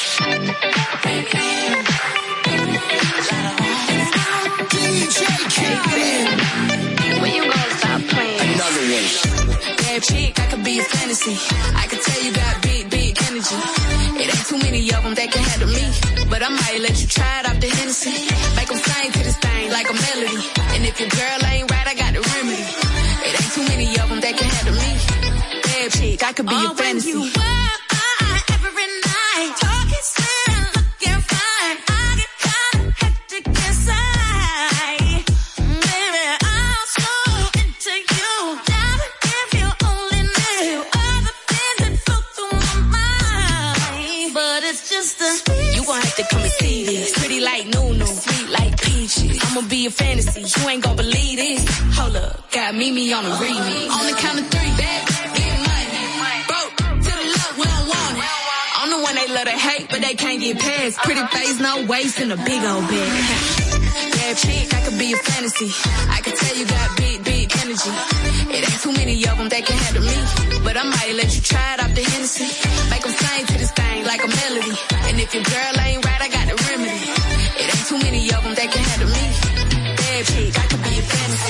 DJ Khaled. When you gonna stop playing? Another one. Bad chick, I could be a fantasy. I could tell you got big energy. It ain't too many of them that can handle me. But I might let you try it off the Hennessy. Make them sing to this thing like a melody. And if your girl ain't right, I got the remedy. It ain't too many of them that can handle me. Bad chick, I could be a fantasy. When you work every night, talking sweet and looking fine, I get kinda hectic inside. Baby, I'm so into you. Darling, if you only knew all the things that flow through my mind. But it's just you gon' have to come and see this. Pretty like Nunu, sweet like peaches. I'ma be a fantasy, you ain't gon' believe this. Hold up, got Mimi on the remix. On the count of 3, back, get money. Broke to the love, we don't want it. I'm the one they love to hate, but they can't get past. Pretty face, no waist, and a big old bag. Bad chick, I could be a fantasy. I could tell you got big energy. It ain't too many of them that can handle me. But I might let you try it off the Hennessy. Make them sing to this thing like a melody. And if your girl ain't right, I got the remedy. It ain't too many of them that can handle me. Bad chick, I could be a fantasy.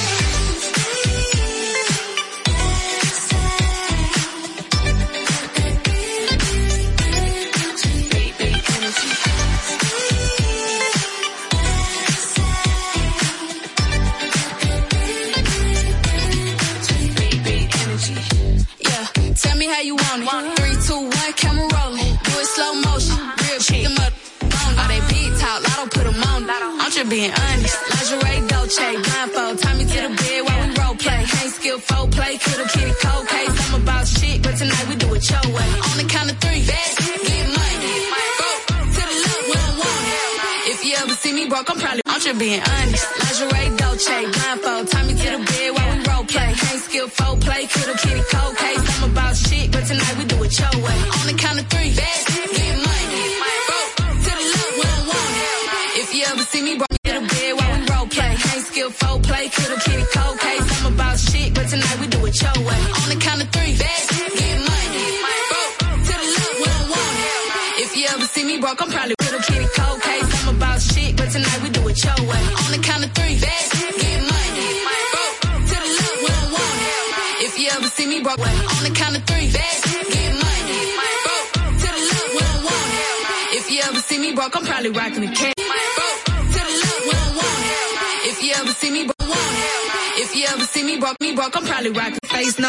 Tell me how you want it. 3, 2, 1, camera rolling. Do it slow motion. Real cheap. Them up on all they big talk. Lotto put them on. I'm just being honest. Lingerie, Dolce, blindfold. Tie me to the bed while we role play. Ain't skill, foul play. Kittle kitty, cold case. I'm about shit, but tonight we do it your way. On the count of 3, get money. Broke to the love, we don't want it. If you ever see me broke, I'm just being honest. Lingerie, Dolce, blindfold. Tie me to the bed while we role play. Ain't skill, foul play. Kittle kitty, cold case. I'm about shit, but tonight we do it your way. On the count of 3, get money. Broke to the love, we don't want it. If you ever see me broke to the bed while we role play. Ain't skill, foul play. Kittle kitty, cold case. I'm about shit, but tonight we do it your way. On the count of 3, get money. Broke to the love, we don't want it. If you ever see me broke, I'm probably little kitty, cold case. I'm about shit, but tonight we do it your way. On the count of 3, get money. Broke to the love, we don't want it. If you ever see me broke, on the count of 3, get money. Broke to the love, we don't want it. If you ever see me broke, I'm probably rocking the cat. Broke to the love, we don't want it. If you ever see me broke, if you ever see me broke, I'm probably rocking face no.